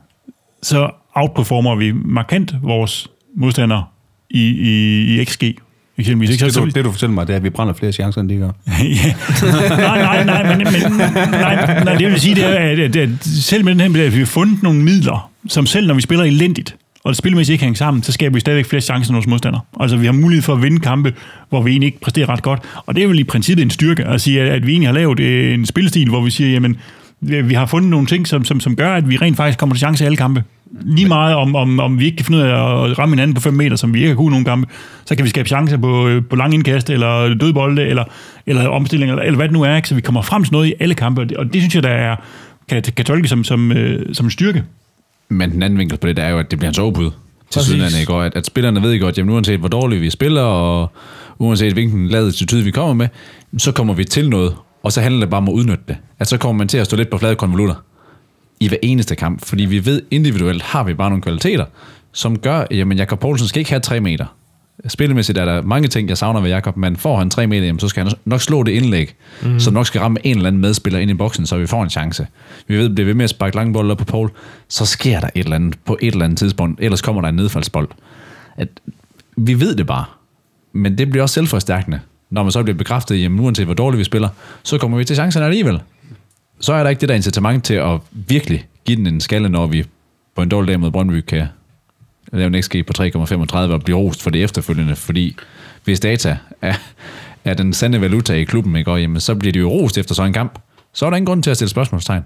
så outperformer vi markant vores modstandere i, i, i X G. Eksempelvis, ikke? Det, du, det du fortæller mig, det er, at vi brænder flere chancer, end de gør. Ja. nej, nej, nej, men, men nej, nej, det vil sige, det er, at, at, at selv med den her, at vi har fundet nogle midler, som selv når vi spiller elendigt, og det spilmæssigt ikke hænger sammen, så skaber vi stadigvæk flere chancer end vores modstandere. Altså, vi har mulighed for at vinde kampe, hvor vi egentlig ikke præsterer ret godt. Og det er vel i princippet en styrke at sige, at vi egentlig har lavet en spilstil, hvor vi siger, jamen, vi har fundet nogle ting, som, som, som gør, at vi rent faktisk kommer til chance i alle kampe. Lige meget om, om, om vi ikke kan finde ud af at ramme hinanden på fem meter, som vi ikke har kunnet nogle kampe, så kan vi skabe chancer på, på lang indkast, eller dødbolde, eller, eller omstillinger, eller, eller hvad det nu er, ikke? Så vi kommer frem til noget i alle kampe, og det, og det synes jeg, der er, kan, kan tolkes som, som, øh, som en styrke. Men den anden vinkel på det, der er jo, at det bliver en sovepude til sydlandet, ikke? Og at, at spillerne ved godt, jamen uanset hvor dårligt vi spiller, og uanset hvilken ladet attitude vi kommer med, så kommer vi til noget, og så handler det bare om at udnytte det. At så kommer man til at stå lidt på flade konvolutter i hver eneste kamp, fordi vi ved individuelt har vi bare nogle kvaliteter, som gør, jamen Jakob Poulsen skal ikke have tre meter. Spillemæssigt er der mange ting, jeg savner ved Jakob, men får han tre meter, jamen, så skal han nok slå det indlæg, mm. som nok skal ramme en eller anden medspiller ind i boksen, så vi får en chance. Vi ved, at bliver ved med at sparke lange bolde op på Poul, så sker der et eller andet på et eller andet tidspunkt, ellers kommer der en nedfaldsbold. At, vi ved det bare, men det bliver også selvforstærkende. Når man så bliver bekræftet, jamen uanset hvor dårligt vi spiller, så kommer vi til chancerne alligevel. Så er der ikke det der incitament til at virkelig give den en skalle, når vi på en dårlig dag mod Brøndby kan lave en X G på tre komma femogtredive og blive rost for det efterfølgende, fordi hvis data er, er den sande valuta i klubben, ikke, og jamen, så bliver det jo rost efter sådan en kamp. Så er der ingen grund til at stille spørgsmålstegn.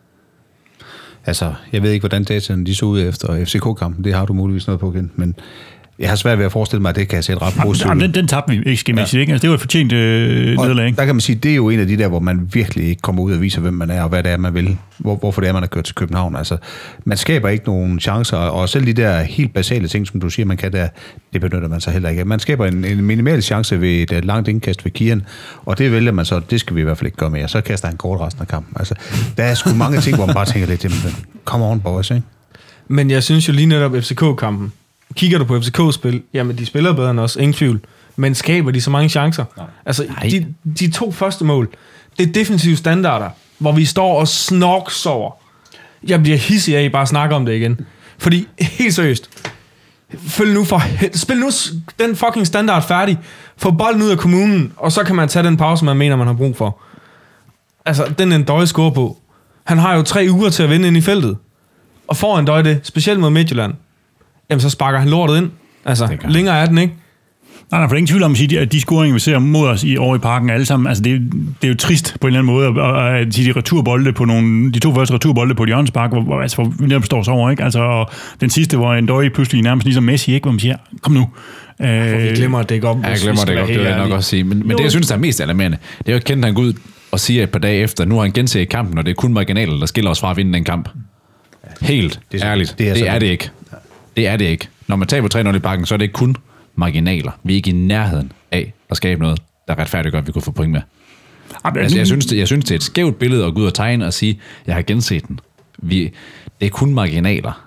Altså, jeg ved ikke, hvordan dataen de så ud efter F C K-kampen. Det har du muligvis noget på igen, men jeg har svært ved at forestille mig, at det kan sætte ret positivt. Den, den tabte vi ikke, skal man sige. Ikke? Altså, det var et fortjent øh, nederlag. Der kan man sige, det er jo en af de der, hvor man virkelig ikke kommer ud og viser, hvem man er, og hvad det er, man vil. Hvor, hvorfor det er, man har kørt til København. Altså, man skaber ikke nogen chancer, og selv de der helt basale ting, som du siger, man kan der, det benytter man sig heller ikke. Man skaber en, en minimal chance ved et langt indkast ved Kian, og det vælger man så, det skal vi i hvert fald ikke gøre mere. Så kaster han kort resten af kampen. Altså, der er sgu mange ting, hvor man bare tænker lidt, jamen, come on, boys, ikke? Men jeg synes jo lige netop F C K-kampen, kigger du på F C K-spil, jamen de spiller bedre end os, ingen tvivl. Men skaber de så mange chancer? Nej. Altså, de, de to første mål, det er defensive standarder, hvor vi står og snorks over. Jeg bliver hissig af, at I bare snakker om det igen. Fordi, helt seriøst, følg nu for, spil nu den fucking standard færdig, få bolden ud af kommunen, og så kan man tage den pause, man mener, man har brug for. Altså, den er en døje score på. Han har jo tre uger til at vinde ind i feltet. Og får en døje det, specielt mod Midtjylland, jamen så sparker han lortet ind. Altså, længere er den ikke. Nej, nej, for det er ingen tvivl om at sige, at de scoringer, vi ser mod os i, over i parken, alle sammen, altså det, det er jo trist på en eller anden måde, at, at de returbolde på nogle, de to første returbolde på et hjørnespark, hvor, hvor, altså, hvor vi netop står så over, ikke? Altså, og den sidste, hvor en døje pludselig nærmest ligesom Messi, ikke? Hvor man siger, kom nu. Ja, for vi glemmer at dække op. Ja, jeg glemmer at dække op, det vil jeg nok også sige. Men, men det, jeg synes, der er mest alarmerende, det er jo at kende han gå ud og sige et par dage efter, nu har han genset i kampen, og det er kun marginaler, der skiller os fra at vinde den kamp. Helt det er, ærligt. Det er, det er det ikke. Det er det ikke. Når man taber tre nul i bakken, så er det ikke kun marginaler. Vi er ikke i nærheden af at skabe noget, der retfærdiggør, at vi kunne få point med. Altså, jeg, synes, det, jeg synes, det er et skævt billede at gå ud og tegne og sige, jeg har genset den. Vi, det er kun marginaler.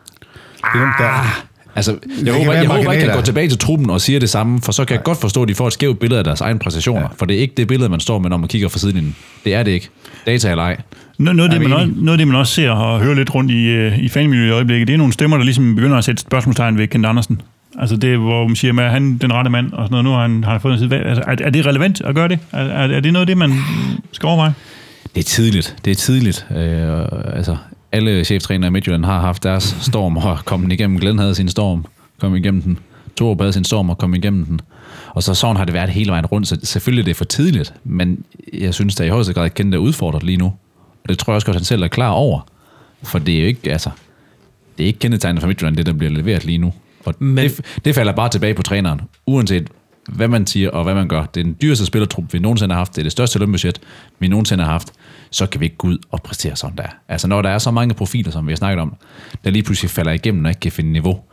Ah, altså, jeg håber, jeg håber ikke, at jeg går tilbage til truppen og siger det samme, for så kan Nej. jeg godt forstå, at de får et skævt billede af deres egne præstationer. Ja. For det er ikke det billede, man står med, når man kigger fra sidelinjen. Det er det ikke. Data eller ej. Noget af det, man også, noget af det, man også ser og hører lidt rundt i, i fanmiljøet i øjeblikket, det er nogle stemmer, der ligesom begynder at sætte spørgsmålstegn ved Kent Andersen. Altså det, hvor man siger, at han den rette mand, og sådan noget. Nu har han, har han fået en side. Altså, er, er det relevant at gøre det? Er, er, er det noget af det, man skal overveje? Det er tidligt. Det er tidligt. Øh, altså, alle cheftrænere i Midtjylland har haft deres storm, og kommet igennem. Glenn havde sin storm, kom igennem den. Torup havde sin storm, og kom igennem den. Og så sådan har det været hele vejen rundt, så selvfølgelig det er for tidligt, men jeg synes, at i højeste grad Kent er udfordret lige nu. Og det tror jeg også godt, han selv er klar over. For det er jo ikke, altså, det er ikke kendetegnet for Midtjylland, det der bliver leveret lige nu. Og men, det, det falder bare tilbage på træneren, uanset hvad man siger og hvad man gør. Det er den dyreste spillertrup, vi nogensinde har haft. Det er det største lønbudget, vi nogensinde har haft. Så kan vi ikke gå ud og præstere sådan der. Altså når der er så mange profiler, som vi har snakket om, der lige pludselig falder igennem og ikke kan finde niveau.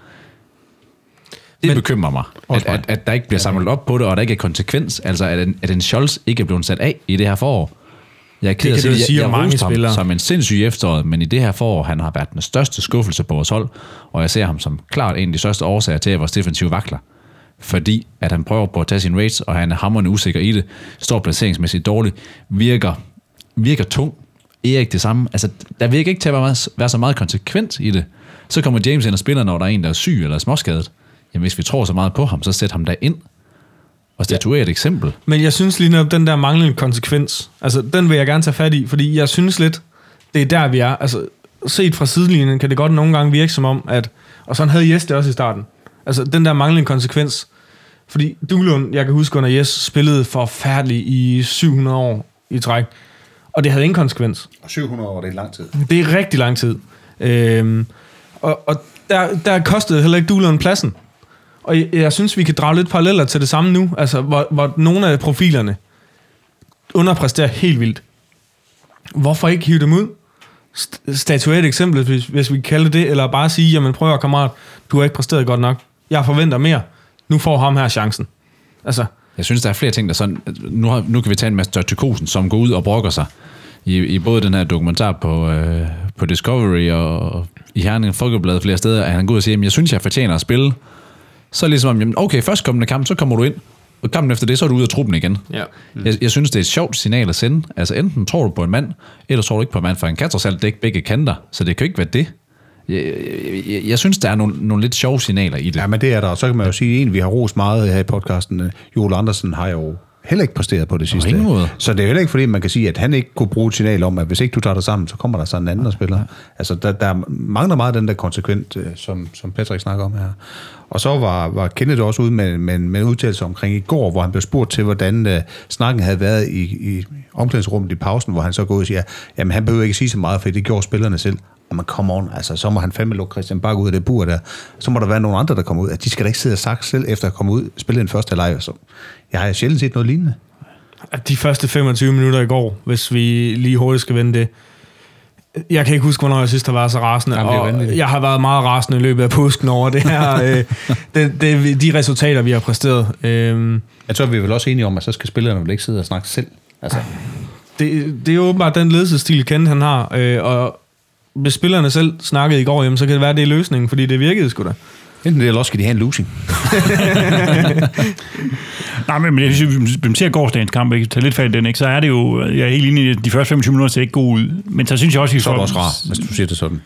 Det men, bekymrer mig, at, at, at der ikke bliver samlet op på det, og der ikke er konsekvens. Altså at en, at en Scholz ikke er blevet sat af i det her forår. Jeg er ked af at sige, jeg, jeg, jeg roste ham som en sindssyg efteråret, men i det her forår, han har været den største skuffelse på vores hold, og jeg ser ham som klart en af de største årsager til, at vores defensive vakler. Fordi at han prøver på at tage sin rates, og han er hamrende usikker i det, står placeringsmæssigt dårligt, virker, virker tung. Erik det samme. Altså, der virker ikke til at være, meget, være så meget konsekvent i det. Så kommer James ind og spiller, når der er en, der er syg eller er småskadet. Jamen, hvis vi tror så meget på ham, så sæt ham der ind og statuere et eksempel. Men jeg synes lige netop, den der manglende konsekvens, altså den vil jeg gerne tage fat i, fordi jeg synes lidt, det er der vi er. Altså, set fra sidelinjen kan det godt nogle gange virke som om, at, og sådan havde Jes det også i starten, altså den der manglende konsekvens, fordi Duelund, jeg kan huske, under Jes spillede forfærdeligt i syv hundrede år i træk, og det havde ingen konsekvens. Og syv hundrede år, det er lang tid. Det er rigtig lang tid. Øhm, og og der, der kostede heller ikke Duelund pladsen. Og jeg, jeg synes, vi kan drage lidt paralleller til det samme nu, altså hvor, hvor nogle af profilerne underpresterer helt vildt. Hvorfor ikke hive dem ud? Statuere et eksempel, hvis, hvis vi kalder det, eller bare sige, jamen prøv at kammerat, du har ikke præsteret godt nok. Jeg forventer mere. Nu får ham her chancen. Altså, jeg synes, der er flere ting, der sådan... Nu, har, nu kan vi tage en masse Tørtikosen, som går ud og brokker sig i, i både den her dokumentar på, øh, på Discovery og i Herning Folkebladet flere steder, at han går ud og siger, jamen, jeg synes, jeg fortjener at spille. Så er det ligesom, jamen, okay, først kommende kamp, så kommer du ind, og kampen efter det, så er du ude af truppen igen. ja. Mm. Jeg, jeg synes, det er et sjovt signal at sende. Altså, enten tror du på en mand, eller tror du ikke på en mand, for han kan trods alt dække begge kanter, så det kan jo ikke være det. Jeg, jeg, jeg, jeg synes, der er nogle, nogle lidt sjove signaler i det. Ja, men det er der. Så kan man jo sige, en vi har rost meget her i podcasten, Joel Andersen har jo heller ikke præsteret på det sidste. Så det er heller ikke fordi, man kan sige, at han ikke kunne bruge et signal om, at hvis ikke du tager dig sammen, så kommer der sådan en anden spiller. Ja. Altså, der, der mangler meget den der konsekvent, som, som Patrick snakker om her. Og så var, var Kenneth også ude med, med, med en udtalelse omkring i går, hvor han blev spurgt til, hvordan uh, snakken havde været i, i omklædningsrummet i pausen, hvor han så går ud og siger, jamen han behøver ikke sige så meget, for det gjorde spillerne selv. Og man kommer on, altså så må han fandme lukke Christian Bak ud af det bur der. Så må der være nogle andre, der kommer ud. At de skal da ikke sidde og sagt selv, efter at komme ud, spille den første halvleg. Så jeg har sjældent set noget lignende. De første femogtyve minutter i går, hvis vi lige hurtigt skal vende det. Jeg kan ikke huske, hvornår jeg sidst har været så rasende. Jamen, og jeg har været meget rasende i løbet af påsken over det her. øh, det, det, de resultater, vi har præsteret. Øh, jeg tror, vi er vel også enige om, at så skal spillerne vel ikke sidde og snakke selv. Altså. Det, det er jo åbenbart den ledelsesstil, Kent han har. Øh, og hvis spillerne selv snakkede i går, jamen, så kan det være, det er løsningen, fordi det virkede sgu da. Enten det, eller også skal de have en losing. Nej, men jeg synes, hvis vi ser gårdsdagens kamp, ikke, tage lidt fat i den, ikke, så er det jo, jeg er helt enig i, de første femogtyve minutter ser ikke gode ud. Men så synes jeg også, vi får... Så er det også rart, hvis du siger det sådan.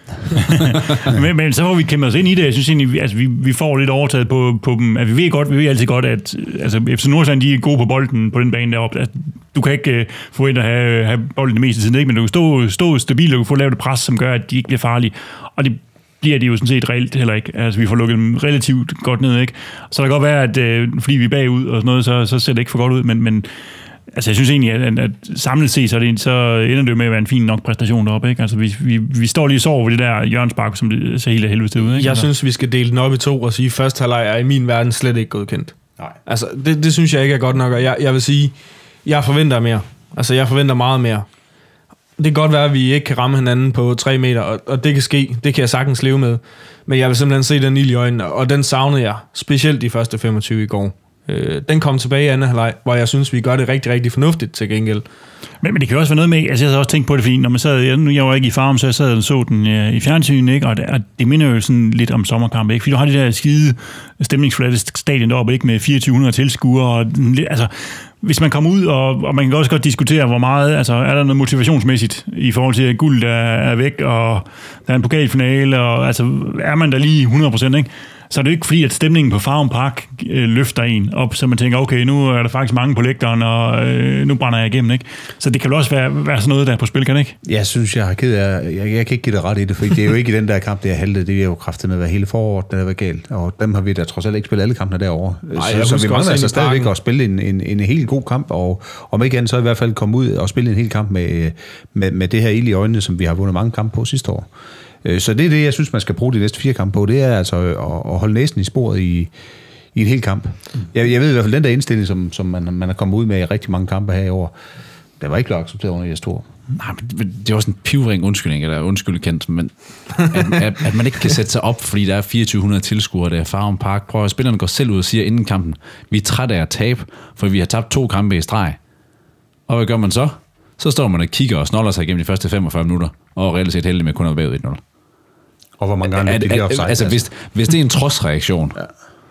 men, men så får vi kæmpe os ind i det. Jeg synes egentlig, altså, vi, vi får lidt overtaget på, på dem. Altså, vi ved godt, vi ved altid godt, at altså, F C Nordsjælland, de er gode på bolden på den bane deroppe. Altså, du kan ikke uh, forvente at have, have bolden det meste tid, ikke? Men du kan stå, stå stabilt og du kan få lavet et pres, som gør, at de ikke bliver farlige. Og det bliver de jo sådan set reelt heller ikke. Altså, vi får lukket dem relativt godt ned, ikke? Så der kan godt være, at øh, fordi vi er bagud og sådan noget, så, så ser det ikke for godt ud, men, men altså, jeg synes egentlig, at, at samlet set, så, det, så ender det jo med at være en fin nok præstation deroppe, ikke? Altså, vi, vi, vi står lige og sover ved det der hjørnespark, som det ser helt af helvede ud, ikke? Jeg altså. synes, vi skal dele den op i to og sige, at første halvleg er i min verden slet ikke godkendt. Nej. Altså, det, det synes jeg ikke er godt nok, og jeg, jeg vil sige, jeg forventer mere. Altså, jeg forventer meget mere. Det kan godt være, at vi ikke kan ramme hinanden på tre meter, og, og det kan ske. Det kan jeg sagtens leve med. Men jeg vil simpelthen se den ild i øjnene, og den savnede jeg, specielt de første femogtyve i går. Øh, den kom tilbage i anden halvleg, hvor jeg synes, vi gør det rigtig, rigtig fornuftigt til gengæld. Men, men det kan også være noget med, altså jeg havde også tænkt på det, fordi når man sad, jeg, nu jeg var ikke i farm, så jeg sad og så den øh, i fjernsynet, ikke? Og det, og det minder jo sådan lidt om sommerkamp, ikke? Fordi du har det der skide stemningsfulde stadion deroppe, ikke? Med fireogtyve hundrede tilskuere, og altså, hvis man kommer ud, og, og man kan også godt diskutere, hvor meget, altså er der noget motivationsmæssigt i forhold til, at guld der er væk, og der er en pokalfinale, og altså er man der lige hundrede procent, ikke? Så er det ikke fordi, at stemningen på Farum Park øh, løfter en op, så man tænker, okay, nu er der faktisk mange på lægteren, og øh, nu brænder jeg igennem, ikke? Så det kan vel også være, være sådan noget, der er på spil, kan det ikke? Jeg synes, jeg har ked af, jeg, jeg kan ikke give det ret i det, for det er jo ikke i den der kamp, det er halvdet, det er jo kraftigt med at være hele foråret, der har været galt, og dem har vi da trods alt ikke spillet alle kampene derovre. Nej, så, så vi mangler altså stadigvæk at spille en, en, en helt god kamp, og om ikke andet, så i hvert fald komme ud og spille en hel kamp med, med, med det her ild i øjnene, som vi har vundet mange kampe på sidste år. Så det er det, jeg synes, man skal bruge de næste fire kampe på. Det er altså at holde næsen i sporet i, i en hel kamp. Jeg, jeg ved i hvert fald, den der indstilling, som, som man, man er kommet ud med i rigtig mange kampe her i år, det var ikke blevet accepteret under Jes Thor. Nej, men det er også en pivring undskyldning, eller undskyldkendt, men at, at, at man ikke kan sætte sig op, fordi der er fireogtyve hundrede tilskuere, der er Farum Park. Prøv at spillerne går selv ud og siger inden kampen, vi er trætte af at tabe, for vi har tabt to kampe i streg. Og hvad gør man så? Så står man og kigger og snoller sig igennem de første femogfyrre minutter, og reelt set heldig med kun at være bagud et nul. Og hvor mange gange at, det at, offside, altså, hvis, hvis det er en trodsreaktion, ja.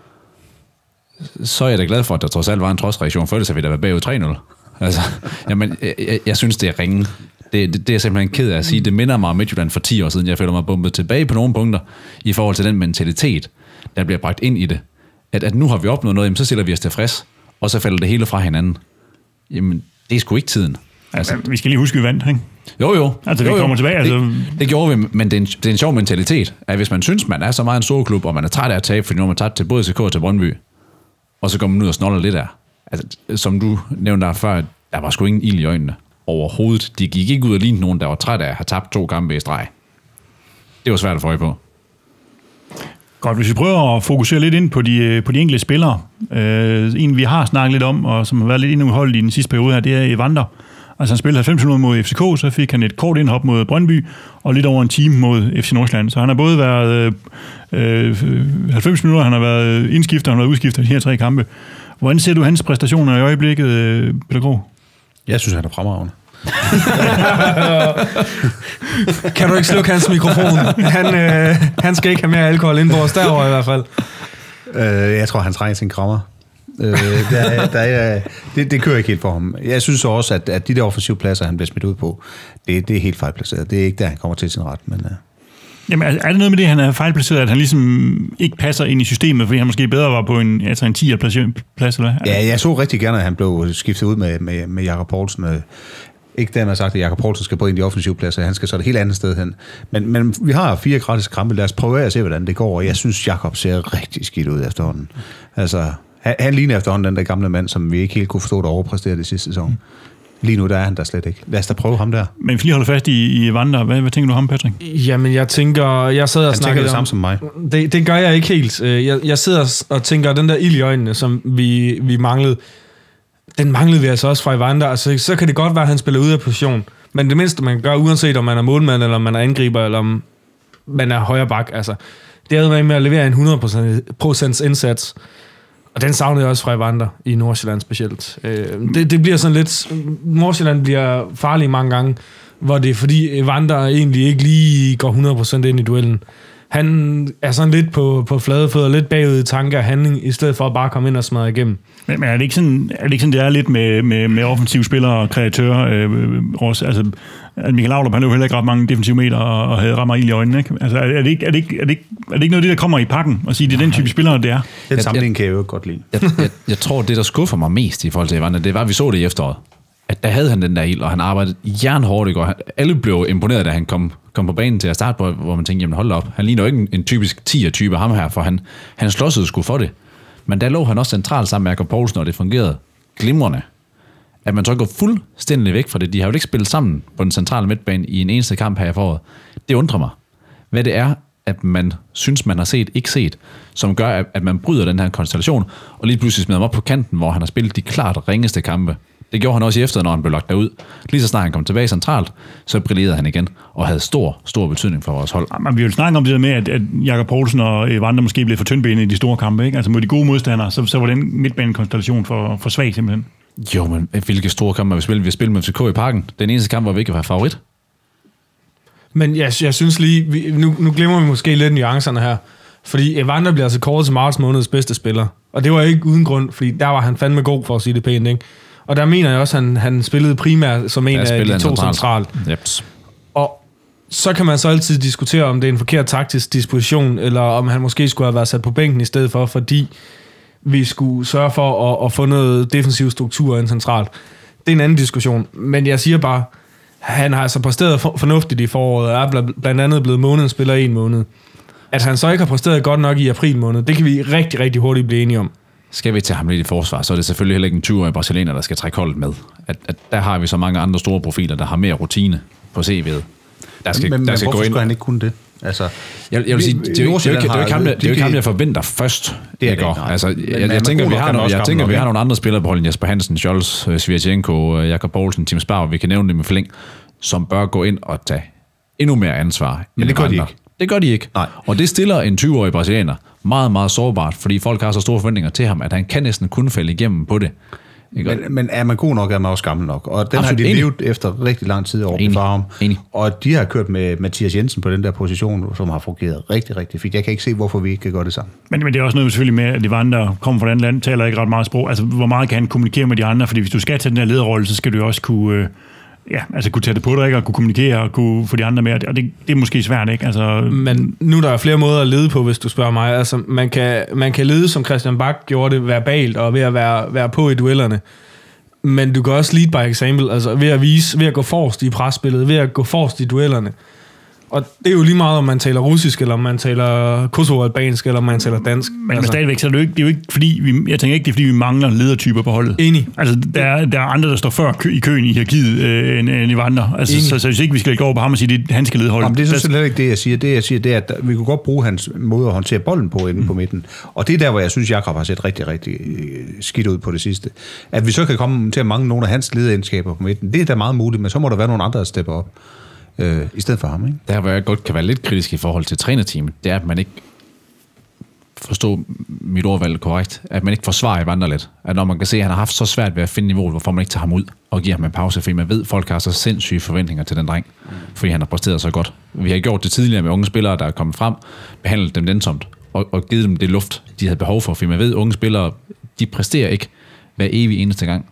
Så er jeg da glad for, at der trods alt var en trodsreaktion, for ellers har vi da været bagud tre nul. Altså, jamen, jeg, jeg, jeg synes, det er ringe. Det, det, det er jeg simpelthen ked af at sige. Det minder mig om Midtjylland for ti år siden. Jeg føler mig bumpet tilbage på nogle punkter, i forhold til den mentalitet, der bliver bragt ind i det. At, at nu har vi opnået noget, jamen, så stiller vi os tilfreds, og så falder det hele fra hinanden. Jamen, det er sgu ikke tiden. Altså, vi skal lige huske, at vi vandt, ikke? Jo, jo. Altså, vi jo, jo. kommer tilbage. Altså... Det, det gjorde vi, men det er, en, det er en sjov mentalitet, at hvis man synes, man er så meget en stor klub, og man er træt af at tabe, fordi nu har man tabt til både C K og til Brøndby, og så går man ud og snoller lidt der. Altså, som du nævnte der før, der var sgu ingen ild i øjnene overhovedet. De gik ikke ud og lignede nogen, der var træt af at have tabt to kampe i streg. Det var svært at få øje på. Godt, hvis vi prøver at fokusere lidt ind på de, på de enkelte spillere. Øh, en, vi har snakket lidt om, og som har været lidt indholdt i den sidste periode her, det er Evander. Altså han spillede halvfems minutter mod F C K, så fik han et kort indhop mod Brøndby, og lidt over en time mod F C Nordsjælland. Så han har både været øh, halvfems minutter, han har været indskifter, han har været udskifter i de her tre kampe. Hvordan ser du hans præstationer i øjeblikket, Peter Krog? Jeg synes, han er fremragende. Kan du ikke slukke hans mikrofon? Han, øh, han skal ikke have mere alkohol ind på os derovre i hvert fald. Øh, jeg tror, han trænger sin krammer. øh, der er, der er, det, det kører ikke helt for ham. Jeg synes også, at, at de der offensive pladser, han bliver smidt ud på, det, det er helt fejlplaceret. Det er ikke der, han kommer til sin ret. Men, uh... Jamen, er det noget med det, han er fejlplaceret, at han ligesom ikke passer ind i systemet, fordi han måske bedre var på en, altså en tier-plads, eller hvad? Ja, jeg så rigtig gerne, at han blev skiftet ud med, med, med Jakob Poulsen. Ikke dermed sagt, at Jakob Poulsen skal på en af de offensive pladser, han skal så et helt andet sted hen. Men, men vi har fire gratis kampe, lad os prøve at se, hvordan det går, og jeg synes, Jakob ser rigtig skidt ud efterhånden. Altså, han, han ligner efterhånden den der gamle mand, som vi ikke helt kunne forstå, der overpræsterede det sidste sæson. Lige nu, der er han der slet ikke. Lad os da prøve ham der. Men hvis vi lige holder fast i, i Evander, hvad, hvad tænker du om ham, Patrick? Jamen, jeg tænker, jeg sidder og han snakker det om... samme som mig. Det, det gør jeg ikke helt. Jeg, jeg sidder og tænker, den der ild i øjnene, som vi, vi manglede, den manglede vi altså også fra Evander. Altså, så kan det godt være, at han spiller ud af position. Men det mindste, man gør, uanset om man er målmand, eller om man er angriber, eller om man er højre bak, altså, det er med at levere en hundrede procent indsats. Og den savnede jeg også fra Evander i Nordsjælland specielt. Det, det bliver sådan lidt... Nordsjælland bliver farlig mange gange, hvor det er fordi Evander egentlig ikke lige går hundrede procent ind i duellen. Han er sådan lidt på, på flade fødder, lidt bagud i tanke og handling, i stedet for at bare komme ind og smadre igennem. Men, men er, det ikke sådan, er det ikke sådan, det er lidt med, med, med offensive spillere og kreatører? Øh, også, altså, Michael Laudrup, han har jo heller ikke ret mange defensive meter og, og havde rammer ild i øjnene, ikke? Altså, er, er, det ikke, er, det ikke, er, det ikke, er det ikke noget af det, der kommer i pakken og sige, det er den type spillere, det er? Den sammenligning kan jeg jo godt lide. Jeg, jeg, jeg tror, det der skuffer mig mest i forhold til Evander, det var, at vi så det i efteråret. At der havde han den der ild, og han arbejdede jernhårdt i går. Alle blev imponeret, da han kom, kom på banen til at starte på, hvor man tænkte, jamen hold op. Han ligner jo ikke en, en typisk tier-type ham her, for han, han slåsede sgu for det. Men der lå han også centralt sammen med Jakob Poulsen, og det fungerede glimrende. At man så går fuldstændig væk fra det. De har jo ikke spillet sammen på den centrale midtbane i en eneste kamp her i foråret. Det undrer mig. Hvad det er, at man synes, man har set, ikke set, som gør, at man bryder den her konstellation, og lige pludselig smider ham op på kanten, hvor han har spillet de klart ringeste kampe. Det gjorde han også i efter, når han blev lagt derud. Lige så snart han kom tilbage centralt, så brillerede han igen, og havde stor, stor betydning for vores hold. Man vil jo snakke om det der med, at, at Jakob Poulsen og Evander måske blev for tyndbenet i de store kampe, ikke? Altså mod de gode modstandere, så, så var den midtbanekonstellation for, for svag simpelthen. Jo, men hvilke store kampe har vi spillet? Vi har spillet med F C K i Parken. Den eneste kamp, hvor vi ikke var favorit. Men jeg, jeg synes lige, vi, nu, nu glemmer vi måske lidt nuancerne her, fordi Evander bliver altså kåret til marts måneds bedste spiller. Og det var ikke uden grund, fordi der var han fandme god, for at sige det pænt, ikke? Og der mener jeg også, at han, han spillede primært som en af de to centralt. Yep. Og så kan man så altid diskutere, om det er en forkert taktisk disposition, eller om han måske skulle have været sat på bænken i stedet for, fordi vi skulle sørge for at, at få noget defensiv struktur ind centralt. Det er en anden diskussion. Men jeg siger bare, han har altså præsteret fornuftigt i foråret, og er blandt andet blevet månedens spiller i en måned. At han så ikke har præsteret godt nok i april måned, det kan vi rigtig, rigtig hurtigt blive enige om. Skal vi tage ham lidt i forsvar, så er det selvfølgelig heller ikke en tyve-årig brasilianer, der skal trække holdet med. At, at der har vi så mange andre store profiler, der har mere rutine på C V'et. Der skal, men der skal hvorfor gå ind. skulle han ikke kunne det? Altså, jeg, jeg vil sige, det er jo ikke, det er jo ikke ham, der, det er jo ikke ham, jeg forventer først. Det er det ikke. Altså, jeg, jeg, jeg tænker, vi har, nogle, jeg tænker, vi har nogle andre spillere på holdet. Jesper Hansen, Scholz, Svirchenko, Jakob Poulsen, Tim Sparv, vi kan nævne dem i flæng, som bør gå ind og tage endnu mere ansvar. Men det gør de ikke. Det gør de ikke. Nej. Og det stiller en tyve-årig brasilianer meget, meget sårbart, fordi folk har så store forventninger til ham, at han kan næsten kun falde igennem på det. Men, men er man god nok, er man også gammel nok. Og den Absolut, har de enig. levet efter rigtig lang tid over Enig. for ham. Enig. Og de har kørt med Mathias Jensen på den der position, som har fungeret rigtig, rigtig fint. Jeg kan ikke se, hvorfor vi ikke kan gøre det sammen. Men, men det er også noget selvfølgelig med, at de andre, der kommer fra et andet land, taler ikke ret meget sprog. Altså, hvor meget kan han kommunikere med de andre? Fordi hvis du skal tage den her lederrolle, så skal du også kunne... Øh Ja, altså kunne tage det på dig, ikke? Og kunne kommunikere og kunne få de andre med, og det, det er måske svært, ikke? Altså, men nu der er flere måder at lede på, hvis du spørger mig. Altså, man kan, man kan lede, som Christian Bak gjorde det, verbalt og ved at være, være på i duellerne. Men du kan også lead by example, altså ved at vise, ved at gå forrest i presspillet, ved at gå forrest i duellerne. Og det er jo lige meget, om man taler russisk, eller om man taler kosovo-albansk, eller om man taler dansk. Men, altså. men stadigvæk, så er det jo ikke, det er jo ikke fordi, vi, jeg tænker ikke, det er fordi, vi mangler ledertyper på holdet. Enig. Altså, der er, der er andre, der står før kø, i køen i hierarkiet, øh, end, end i vandre. Altså, så, så hvis ikke vi skal gå over på ham og sige, at han skal lede holdet. Jamen, det er så slet ikke det, jeg siger. Det, jeg siger, det er, at vi kunne godt bruge hans måde at håndtere bolden på inde mm. på midten. Og det er der, hvor jeg synes, Jakob har set rigtig, rigtig skidt ud på det sidste. At vi så kan komme til at mangle nogle af hans lederegenskaber på midten, det er da meget muligt, men så må der være nogle andre, der stepper op. Øh, i stedet for ham, ikke? Der, hvor jeg godt kan være lidt kritisk i forhold til trænerteamet, det er, at man ikke forstår mit ordvalg korrekt, at man ikke forsvarer Evander lidt. At når man kan se, at han har haft så svært ved at finde niveauet, hvorfor man ikke tager ham ud og giver ham en pause, fordi man ved, at folk har så sindssyge forventninger til den dreng, fordi han har præsteret så godt. Vi har gjort det tidligere med unge spillere, der er kommet frem, behandlet dem nænsomt og, og givet dem det luft, de havde behov for, fordi man ved, at unge spillere, de præsterer ikke hver evig eneste gang.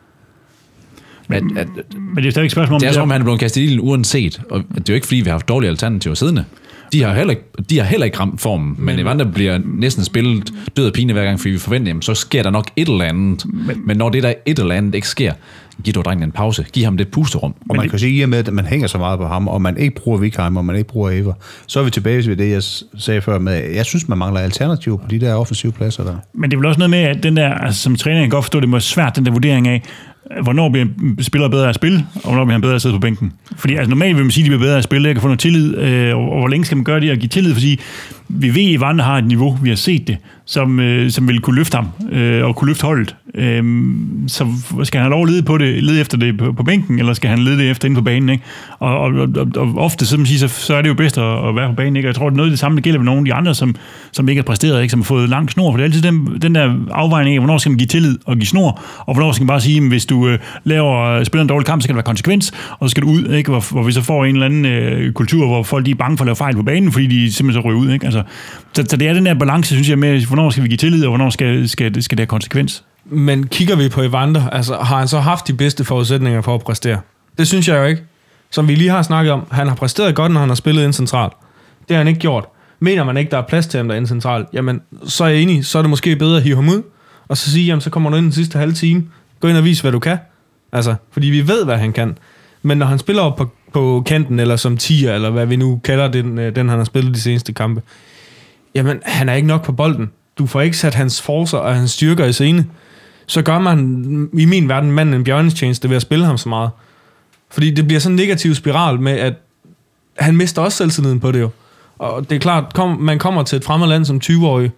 Men, at, men det er stadig et spørgsmål om... Det er som om, han er blevet kastet i ilden uanset. Og det er jo ikke, fordi vi har haft dårlige alternativer siddende. De har heller ikke, de har heller ikke ramt formen, men Evander bliver næsten spillet død og pine hver gang, fordi vi forventer, jamen, så sker der nok et eller andet. Men, men når det der et eller andet ikke sker, giv dog drengen en pause. Giv ham det pusterum. Og man kan sige, i og med, at man hænger så meget på ham, og man ikke bruger Vikheim, og man ikke bruger Eva, så er vi tilbage ved det, jeg sagde før med, jeg synes, man mangler alternativer på de der offensive pladser der. Men det er vel også noget med, at den der, altså, som træner, jeg kan godt forstå, det må være svært, den der vurdering af, hvornår bliver spillere bedre at spille, og hvornår bliver han bedre at sidde på bænken. Fordi altså, normalt vil man sige, at de bliver bedre at spille, jeg kan få noget tillid, øh, og, og hvor længe skal man gøre det og give tillid, fordi vi ved, at Evander har et niveau, vi har set det, som, øh, som vil kunne løfte ham, øh, og kunne løfte holdet. Øh, så skal han have lov at lede på det, lede efter det på, på bænken, eller skal han lede det efter inde på banen, ikke? Og, og, og, og ofte, som man siger, så, så er det jo bedst at, at være på banen, ikke? Og jeg tror, det er noget af det samme, der gælder med nogle af de andre, som, som ikke har præsteret, ikke? Som har fået lang snor, for det er altid den, den der afvejning af, hvornår skal man give tillid og give snor, og hvornår skal man bare sige, at hvis du øh, laver, spiller en dårlig kamp, så skal det være konsekvens, og så skal du ud, ikke? Hvor, hvor vi så får en eller anden øh, kultur, hvor folk de er bange for at lave fejl på banen, fordi de simpelthen så ryger ud, ikke? Altså, så, så det er den der balance, synes jeg, med, hvornår skal vi give tillid, og hvornår skal, skal, skal det have konsekvens. Men kigger vi på Evander, altså har han så haft de bedste forudsætninger for at præstere? Det synes jeg jo ikke. Som vi lige har snakket om, han har præsteret godt, når han har spillet ind centralt. Det har han ikke gjort. Mener man ikke, der er plads til ham derinde centralt, jamen så er jeg enig, så er det måske bedre at hive ham ud, og så sige, jamen så kommer du ind den sidste halve time, gå ind og vis, hvad du kan. Altså, fordi vi ved, hvad han kan. Men når han spiller op på, på kanten, eller som tier, eller hvad vi nu kalder den, den han har spillet de seneste kampe, jamen han er ikke nok på bolden. Du får ikke sat hans forcer og hans styrker i scene. Så gør man i min verden manden en bjørnestjeneste ved at spille ham så meget. Fordi det bliver sådan en negativ spiral med, at han mister også selvtilliden på det jo. Og det er klart, kom, man kommer til et fremmed land som tyve-årig,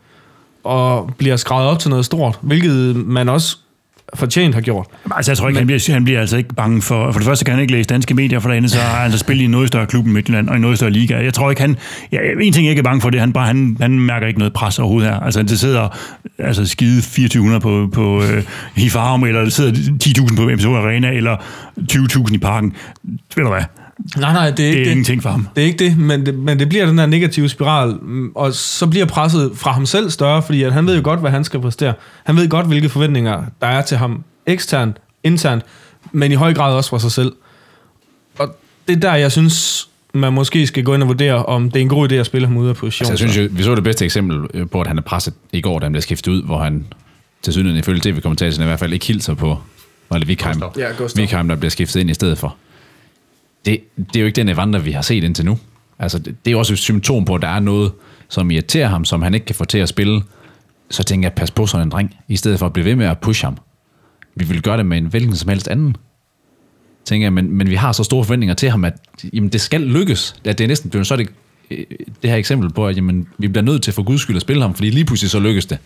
og bliver skrevet op til noget stort, hvilket man også fortjent har gjort. Altså, jeg tror ikke, men, han, bliver, han bliver altså ikke bange for... For det første kan han ikke læse danske medier, for det andet så har han så spillet i en noget større klub i Midtjylland og i en noget større liga. Jeg tror ikke, han... Ja, en ting, jeg ikke er bange for, det han bare han, han mærker ikke noget pres overhovedet her. Altså, han sidder altså, skide fireogtyve hundrede på, på uh, H I F Arum, eller der sidder ti tusind på M S O Arena, eller tyve tusind i parken. Ved du hvad? Nej, nej, det er, det er ikke ingenting for ham. Det er ikke det men, det, men det bliver den der negative spiral, og så bliver presset fra ham selv større, fordi at han ved jo godt, hvad han skal præstere. Han ved godt, hvilke forventninger der er til ham eksternt, internt, men i høj grad også fra sig selv. Og det er der, jeg synes, man måske skal gå ind og vurdere, om det er en god idé at spille ham ud af position. Altså, jeg synes jo, vi så det bedste eksempel på, at han er presset i går, da han blev skiftet ud, hvor han til syden ifølge T V-kommentatoren i hvert fald ikke hilser på Valle Vikheim. Ja, Vikheim, der bliver skiftet ind i stedet for. Det, det er jo ikke den Evander, vi har set indtil nu. Altså, det, det er også et symptom på, at der er noget, som irriterer ham, som han ikke kan få til at spille. Så tænker jeg, pas på sådan en dreng, i stedet for at blive ved med at pushe ham. Vi vil gøre det med en hvilken som helst anden. Tænker jeg, men, men vi har så store forventninger til ham, at jamen, det skal lykkes. At det er næsten blevet så det, det her eksempel på, at jamen, vi bliver nødt til for guds skyld at spille ham, fordi lige pludselig så lykkes det.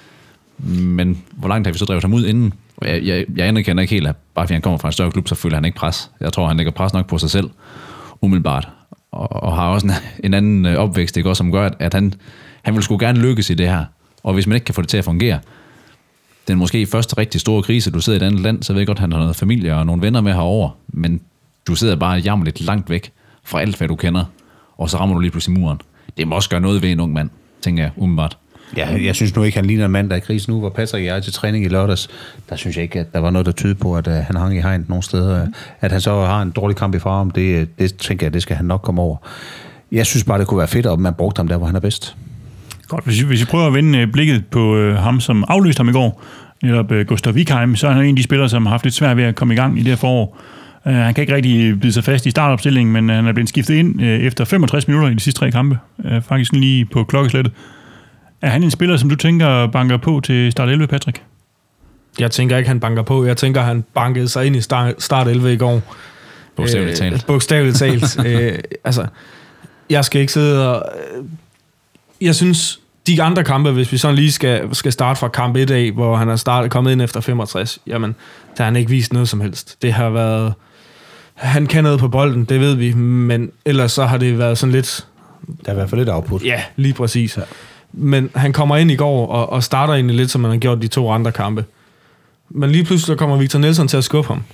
Men hvor langt har vi så drevet ham ud inden? Jeg, jeg, jeg anerkender ikke helt, at bare fordi han kommer fra en større klub, så føler han ikke pres. Jeg tror, han lægger pres nok på sig selv, umiddelbart. Og, og har også en, en anden opvækst, ikke, også, som gør, at han, han vil sgu gerne lykkes i det her. Og hvis man ikke kan få det til at fungere, den måske første rigtig store krise, du sidder i et andet land, så ved jeg godt, at han har noget familie og nogle venner med herover, men du sidder bare jammerligt langt væk fra alt, hvad du kender, og så rammer du lige pludselig muren. Det må også gøre noget ved en ung mand, tænker jeg umiddelbart. Ja, jeg synes nu ikke, han ligner en mand, der er i krise nu, hvor Patrick og jeg til træning i lørdags, der synes jeg ikke, at der var noget, der tyder på, at uh, han hang i hegnet nogle steder. At han så har en dårlig kamp i farm, det, det tænker jeg, det skal han nok komme over. Jeg synes bare, det kunne være fedt, at man brugte ham der, hvor han er bedst. Godt, hvis vi, hvis vi prøver at vende blikket på øh, ham, som afløste ham i går, netop uh, Gustav Wikheim, så er han en af de spillere, som har haft lidt svært ved at komme i gang i det her forår. Uh, han kan ikke rigtig bide sig fast i startopstillingen, men uh, han er blevet skiftet ind uh, efter femogtres minutter i de sidste tre kampe. Uh, faktisk lige på klokkeslættet. Er han en spiller, som du tænker banker på til start elleve, Patrick? Jeg tænker ikke, han banker på. Jeg tænker, han bankede sig ind i start, start elleve i går. Bogstaveligt talt. Øh, bogstaveligt talt. øh, altså, jeg skal ikke sidde og... Jeg synes, de andre kampe, hvis vi sådan lige skal, skal starte fra kamp et af, hvor han er startet, kommet ind efter femogtres, jamen, der har han ikke vist noget som helst. Det har været... Han kan noget på bolden, det ved vi, men ellers så har det været sådan lidt... Der er i hvert fald lidt output. Ja, lige præcis. Ja. Men han kommer ind i går og, og starter egentlig lidt, som han har gjort de to andre kampe. Men lige pludselig så kommer Victor Nelsson til at skubbe ham.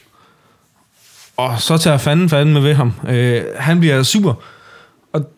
Og så tager fanden fanden med ved ham. Øh, han bliver super. Og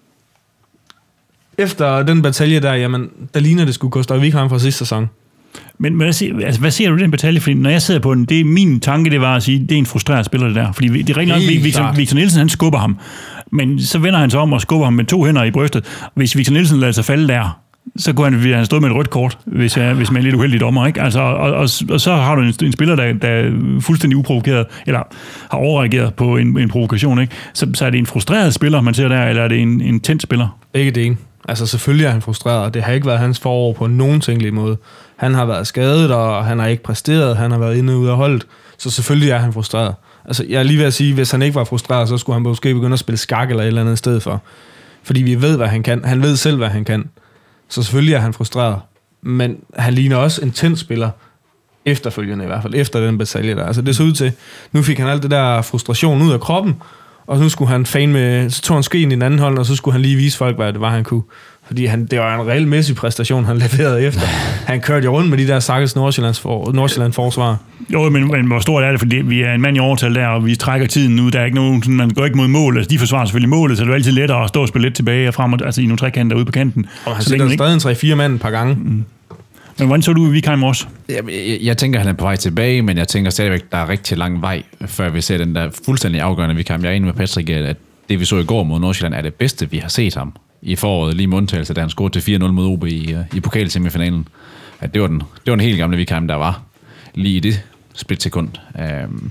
efter den batalje der, jamen, der ligner det skulle Gustav Wikheim fra sidste sæson. Men hvad ser, altså, hvad ser du i den batalje? Fordi når jeg sidder på den, det er min tanke, det var at sige, det er en frustreret spiller, det der. Fordi det er rigtig nok, Victor, Victor Nielsen, han skubber ham. Men så vender han sig om og skubber ham med to hænder i brystet. Hvis Victor Nielsen lader sig falde der, så kunne han, han stå med et rødt kort, hvis, jeg, hvis man er lidt uheldig dommer, ikke? Altså, og, og, og så har du en, en spiller, der, der er fuldstændig uprovokeret, eller har overreageret på en, en provokation, ikke? Så, så er det en frustreret spiller, man ser der, eller er det en, en tændt spiller? Ikke det ene. Altså selvfølgelig er han frustreret, det har ikke været hans forår på nogen tænkelig måde. Han har været skadet, og han har ikke præsteret, han har været inde og ude af holdet, så selvfølgelig er han frustreret. Altså jeg er lige ved at sige, hvis han ikke var frustreret, så skulle han måske begynde at spille skak eller et eller andet sted for. Fordi vi ved, hvad han kan. Han ved selv, hvad han kan. Så selvfølgelig er han frustreret. Men han ligner også en tændt spiller, efterfølgende i hvert fald, efter den batalje der. Altså det så ud til, nu fik han alt det der frustration ud af kroppen, og nu skulle han fan med, så tog han skeen i den anden hånd, og så skulle han lige vise folk, hvad det var, han kunne. Fordi han, det var en reel mæssig præstation, han leverede efter. Han kørte jo rundt med de der stakkels Nordsjællands for, Nordsjælland forsvar. Jo, men, men hvor stort er det, fordi vi er en mand i overtal der, og vi trækker tiden ud. Der er ikke nogen, sådan, man går ikke mod mål. Altså, de forsvarer selvfølgelig målet, så det er altid lettere at stå og spille lidt tilbage og frem, altså i nogle trekanter ude på kanten. Og han sætter stadig en tre-fire mand et par gange. Mm. Men hvordan så du Wikheim også? Jeg, jeg, jeg tænker, han er på vej tilbage, men jeg tænker stadigvæk, der er rigtig lang vej, før vi ser den der fuldstændig afgørende Wikheim. Jeg er enig med Patrick, at det vi så i går mod Nordsjælland er det bedste, vi har set ham i foråret, lige med undtagelse, da han scorede til fire nul mod O B i, i pokalsemifinalen. At det var den, det var den helt gamle Wikheim, der var lige i det splitsekund. Um,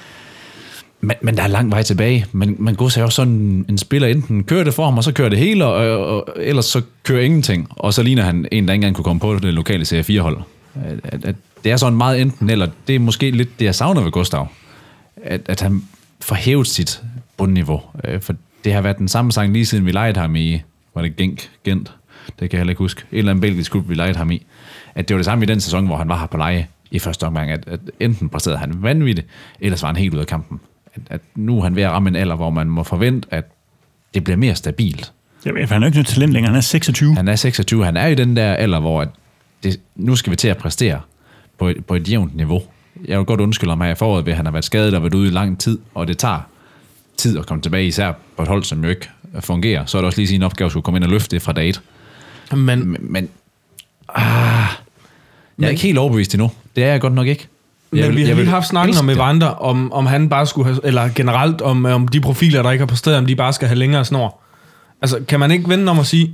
men, men der er lang vej tilbage. Man, man går sig også sådan en spiller, enten kører det for ham, og så kører det hele, og, og ellers så kører ingenting. Og så ligner han en, der ikke engang kunne komme på det lokale C fire hold. At, at, at det er sådan meget enten, eller det er måske lidt det, jeg savner ved Gustav. At, at han får hævet sit bundniveau. For det har været den samme sang lige siden vi lejede ham i, var det Genk, Gent? Det kan jeg heller ikke huske. En eller anden belgisk klub, vi lejede ham i. At det var det samme i den sæson, hvor han var her på leje i første omgang. At, at enten præsterede han vanvittigt, ellers var han helt ude af kampen. At, at nu er han ved at ramme en alder, hvor man må forvente, at det bliver mere stabilt. Jamen, han er ikke noget talent længere. Han er seksogtyve. Han er seksogtyve. Han er i den der alder, hvor at det, nu skal vi til at præstere på et, på et jævnt niveau. Jeg vil godt undskylde om her i foråret, ved at han har været skadet og været ude i lang tid, og det tager tid at komme tilbage, især på et hold, som jo ikke fungerer. Så er det også lige sin opgave at skulle komme ind og løfte det fra dag et. Men, men, men ah, jeg er men, ikke helt overbevist endnu. Det er jeg godt nok ikke. Men jeg vil, vi har lige haft snakken om Evander, om, om han bare skulle have, eller generelt om, om de profiler, der ikke har præsteret, om de bare skal have længere snor. Altså, kan man ikke vende om at sige,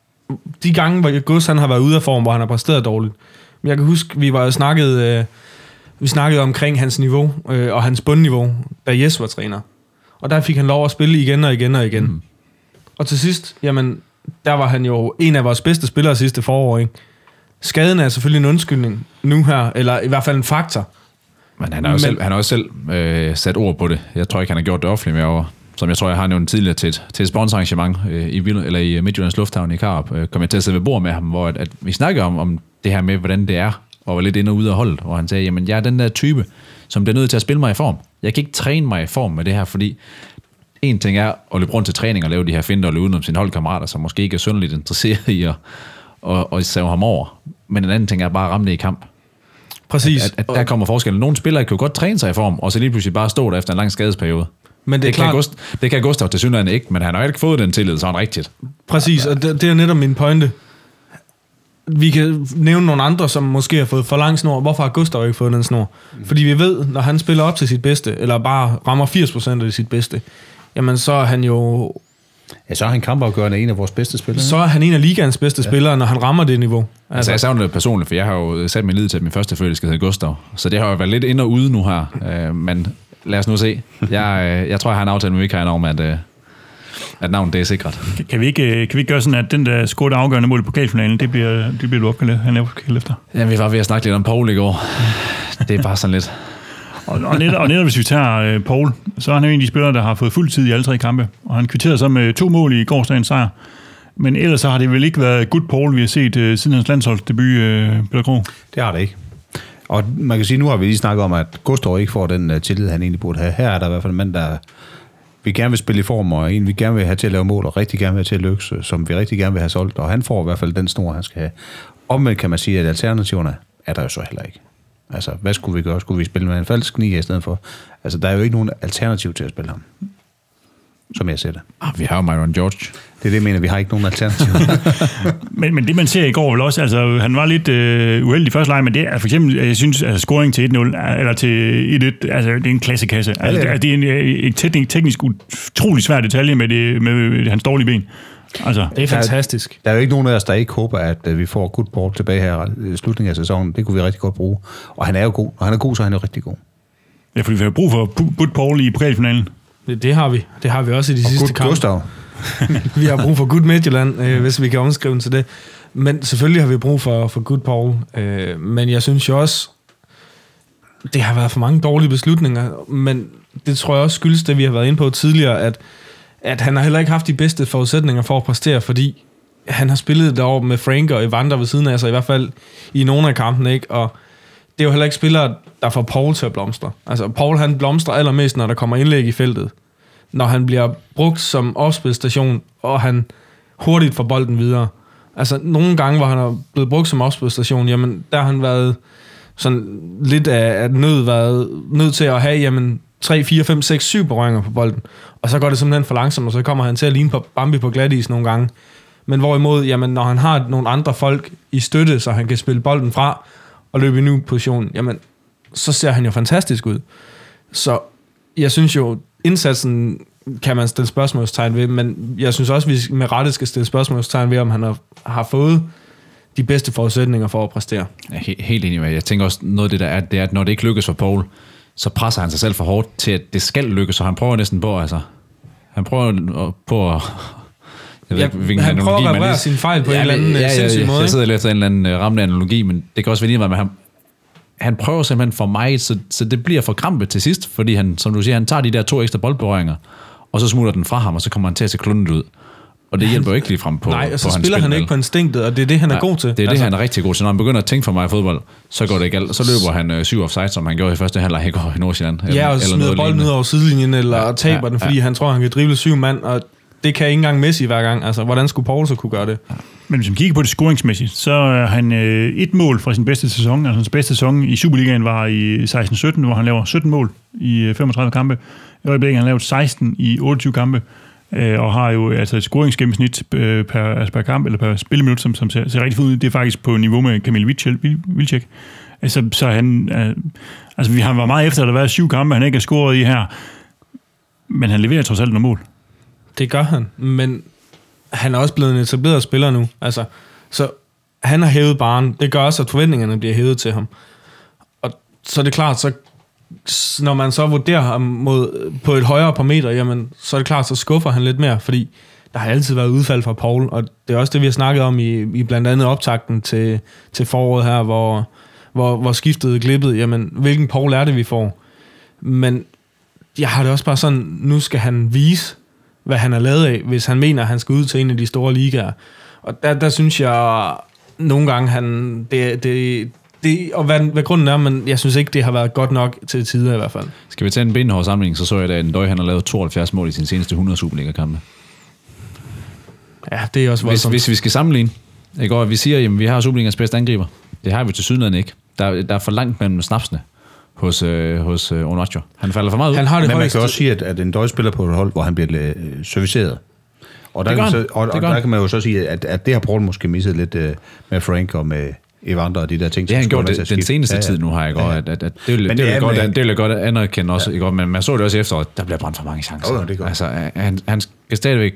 de gange, hvor Gus han har været ude af form, hvor han har præsteret dårligt. Men jeg kan huske, vi var snakket, øh, vi snakkede omkring hans niveau, øh, og hans bundniveau, da Jes var træner. Og der fik han lov at spille igen og igen og igen. Mm. Og til sidst, jamen, der var han jo en af vores bedste spillere sidste forår, ikke? Skaden er selvfølgelig en undskyldning nu her, eller i hvert fald en faktor. Men han har jo selv, han har også selv øh, sat ord på det. Jeg tror ikke, han har gjort det offentligt med over, som jeg tror, jeg har nævnt tidligere til et, til et sponsorarrangement øh, i, eller i Midtjyllands Lufthavn i Karup. Øh, kom jeg til at sidde ved bord med ham, hvor at, at vi snakker om, om det her med, hvordan det er, og var lidt inde og ude af holdet, hvor han sagde, jamen jeg er den der type, som bliver nødt til at spille mig i form. Jeg kan ikke træne mig i form med det her, fordi en ting er at løbe rundt til træning og lave de her finter og løbe udenom sine holdkammerater, som måske ikke er synderligt interesseret i at, at, at save ham over. Men en anden ting er bare at ramme det i kamp. Præcis. At, at, at der kommer forskellen. Nogle spillere kan jo godt træne sig i form, og så lige pludselig bare stå der efter en lang skadesperiode. Men det, det, kan Gust, det kan Gustav til synligheden ikke, men han har ikke fået den tillid sådan rigtigt. Præcis, og det, det er netop min pointe. Vi kan nævne nogle andre, som måske har fået for lang snor. Hvorfor har Gustav ikke fået den snor? Mm. Fordi vi ved, når han spiller op til sit bedste, eller bare rammer firs procent af sit bedste, jamen så er han jo Ja, så er han kampafgørende en af vores bedste spillere. Så er han en af ligaens bedste ja. spillere, når han rammer det niveau. Altså, altså jeg savner det personligt, for jeg har jo sat min lid til, at min første fødte skal hedde Gustav. Så det har jo været lidt ind og ude nu her. Øh, men lad os nu se. Jeg, jeg tror, jeg har en aftale med Mikael om, at, at navnet det er sikret. Kan vi ikke, kan vi ikke gøre sådan, at den der scorede afgørende mål i pokalfinalen, det bliver, det bliver du opkaldt, han er opkaldt efter? Ja, vi var ved at snakke lidt om Paul i går. Det er bare sådan lidt... Og, og, netop, og netop hvis vi tager uh, Paul, så er han jo en af de spillere, der har fået fuld tid i alle tre kampe. Og han kvitterede så med to mål i gårsdagens sejr. Men ellers så har det vel ikke været good Paul, vi har set uh, siden hans landsholdsdebut, uh, Peter Krog. Det har det ikke. Og man kan sige, nu har vi lige snakket om, at Gustav ikke får den uh, tillid, han egentlig burde have. Her er der i hvert fald en mand, der vi gerne vil spille i form, og en vi gerne vil have til at lave mål, og rigtig gerne vil have til at lykkes, som vi rigtig gerne vil have solgt. Og han får i hvert fald den snor, han skal have. Omvendt kan man sige, at alternativerne er der jo så heller ikke. Altså, hvad skulle vi gøre? Skulle vi spille med en falsk ni i stedet for? Altså, der er jo ikke nogen alternativ til at spille ham, som jeg ser det. Ah, vi har jo Myron George. Det er det, jeg mener, vi har ikke nogen alternativ. men, men det, man ser i går vel også, altså, han var lidt øh, uheldig i første leg, men det er for eksempel, jeg synes, altså, scoring til et nul, eller til et et, altså, det er en klassekasse. Altså, ja, det er en, en teknisk, teknisk utrolig svær detalje med, det, med hans dårlige ben. Altså, det er fantastisk. Der er, der er jo ikke nogen af os, der ikke håber, at vi får good ball tilbage her i slutningen af sæsonen. Det kunne vi rigtig godt bruge. Og han er jo god. Når han er god, så er han jo rigtig god. Ja, fordi vi har brug for good Paul i pokalfinalen. Det, det har vi. Det har vi også i de og sidste kampe. Gustav. Vi har brug for good Midtjylland, øh, hvis vi kan omskrive til det. Men selvfølgelig har vi brug for, for good Paul. Øh, men jeg synes jo også, det har været for mange dårlige beslutninger. Men det tror jeg også skyldes det, vi har været inde på tidligere, at at han har heller ikke haft de bedste forudsætninger for at præstere, fordi han har spillet derovre med Frank og Evander ved siden af sig, i hvert fald i nogle af kampene, ikke? Og det er jo heller ikke spillere, der får Paul til at blomstre. Altså, Paul han blomstrer allermest, når der kommer indlæg i feltet. Når han bliver brugt som opspilstation, og han hurtigt får bolden videre. Altså, nogle gange, hvor han er blevet brugt som opspilstation, jamen, der har han været sådan lidt af, af nød, været nødt til at have, jamen, tre, fire, fem, seks, syv berøringer på bolden. Og så går det simpelthen for langsomt, og så kommer han til at ligne på Bambi på glatis nogle gange. Men hvorimod, jamen, når han har nogle andre folk i støtte, så han kan spille bolden fra og løbe i ny position, jamen, så ser han jo fantastisk ud. Så jeg synes jo, indsatsen kan man stille spørgsmålstegn ved, men jeg synes også, vi med rette skal stille spørgsmålstegn ved, om han har, har fået de bedste forudsætninger for at præstere. Jeg er he- helt enig med. Jeg tænker også, noget af det der er, det er, at når det ikke lykkes for Paul, så presser han sig selv for hårdt til, at det skal lykkes, så han prøver næsten på, altså, han prøver på at, jeg ved ja, ikke, hvilken han analogi, prøver at reparere lige, sin fejl på ja, en eller anden ja, ja, sindssyg ja, måde. Jeg sidder lidt efter en eller anden rammende analogi, men det kan også være lige meget, han, han prøver simpelthen for meget, så, så det bliver for krampet til sidst, fordi han, som du siger, han tager de der to ekstra boldberøringer, og så smutter den fra ham, og så kommer han til at se klundet ud. Og det hjælper jo ikke lige frem på. Nej, og så på spiller han ikke på instinktet, og det er det, han er ja, god til. Det er altså, det, han er rigtig god til. Når han begynder at tænke for mig i fodbold, så går det ikke alt. Så løber han øh, syv offside, som han gjorde i første halvleg i går i Nordsjælland. Ja, og smider bolden ned over sidelinjen, eller ja, taber ja, den, fordi ja. han tror, han kan drible syv mand, og det kan ikke engang Messi hver gang. Altså, hvordan skulle Paul så kunne gøre det? Ja. Men hvis man kigger på det scoringsmæssigt, så er han øh, et mål fra sin bedste sæson. Altså hans bedste sæson i Superligaen var i seksten sytten, hvor han laver sytten mål i femogtredive kampe. I øjeblikket har han lavet seksten i otteogtyve kampe. Og har jo altså et scoringsgennemsnit per, altså per kamp, eller per spilleminut, som, som ser, ser rigtig ud. Det er faktisk på niveau med Kamil Vilcek. Altså, så han, altså, vi har været meget efter, at der har været syv kampe, han ikke har scoret i her. Men han leverer trods alt nogle mål. Det gør han, men han er også blevet en etableret spiller nu. Altså, så han har hævet barren. Det gør også, at forventningerne bliver hævet til ham. Og så er det klart, så når man så vurderer ham mod, på et højere parameter, jamen, så er det klart, så skuffer han lidt mere, fordi der har altid været udfald fra Paul, og det er også det, vi har snakket om i, i blandt andet optakten til, til foråret her, hvor, hvor, hvor skiftet glippet, jamen, hvilken Paul er det, vi får? Men jeg har det også bare sådan, nu skal han vise, hvad han er lavet af, hvis han mener, at han skal ud til en af de store ligaer. Og der, der synes jeg, nogle gange, han, det, det, det, og hvad, hvad grunden er, men jeg synes ikke, det har været godt nok til tider i hvert fald. Skal vi tage en benhård sammenligning, så så jeg da, at Ndøj, han har lavet tooghalvfjerds mål i sin seneste hundrede Superliga-kampe. Ja, det er også voldsomt. Hvis, hvis vi skal sammenligne, ikke, og vi siger, at vi har Superligas bedste angriber. Det har vi til sydenlandet ikke. Der, der er for langt mellem snapsene hos, øh, hos øh, Onacho. Han falder for meget ud. Han har det Men man kan også sige, at, at en Ndøj spiller på et hold, hvor han bliver øh, serviceret. Og der, kan, så, og, og der kan man jo så sige, at, at det har Paul måske misset lidt øh, med Frank og med Evander og de der ting. Det har han gjort det, den seneste ja, ja. tid nu, har jeg godt. Ja, ja. At, at, at det vil jeg godt, an, godt anerkende også. Ja. Ikke? Men man så det også efter, at der bliver brændt for mange chancer. Oh, det altså, han, han skal stadigvæk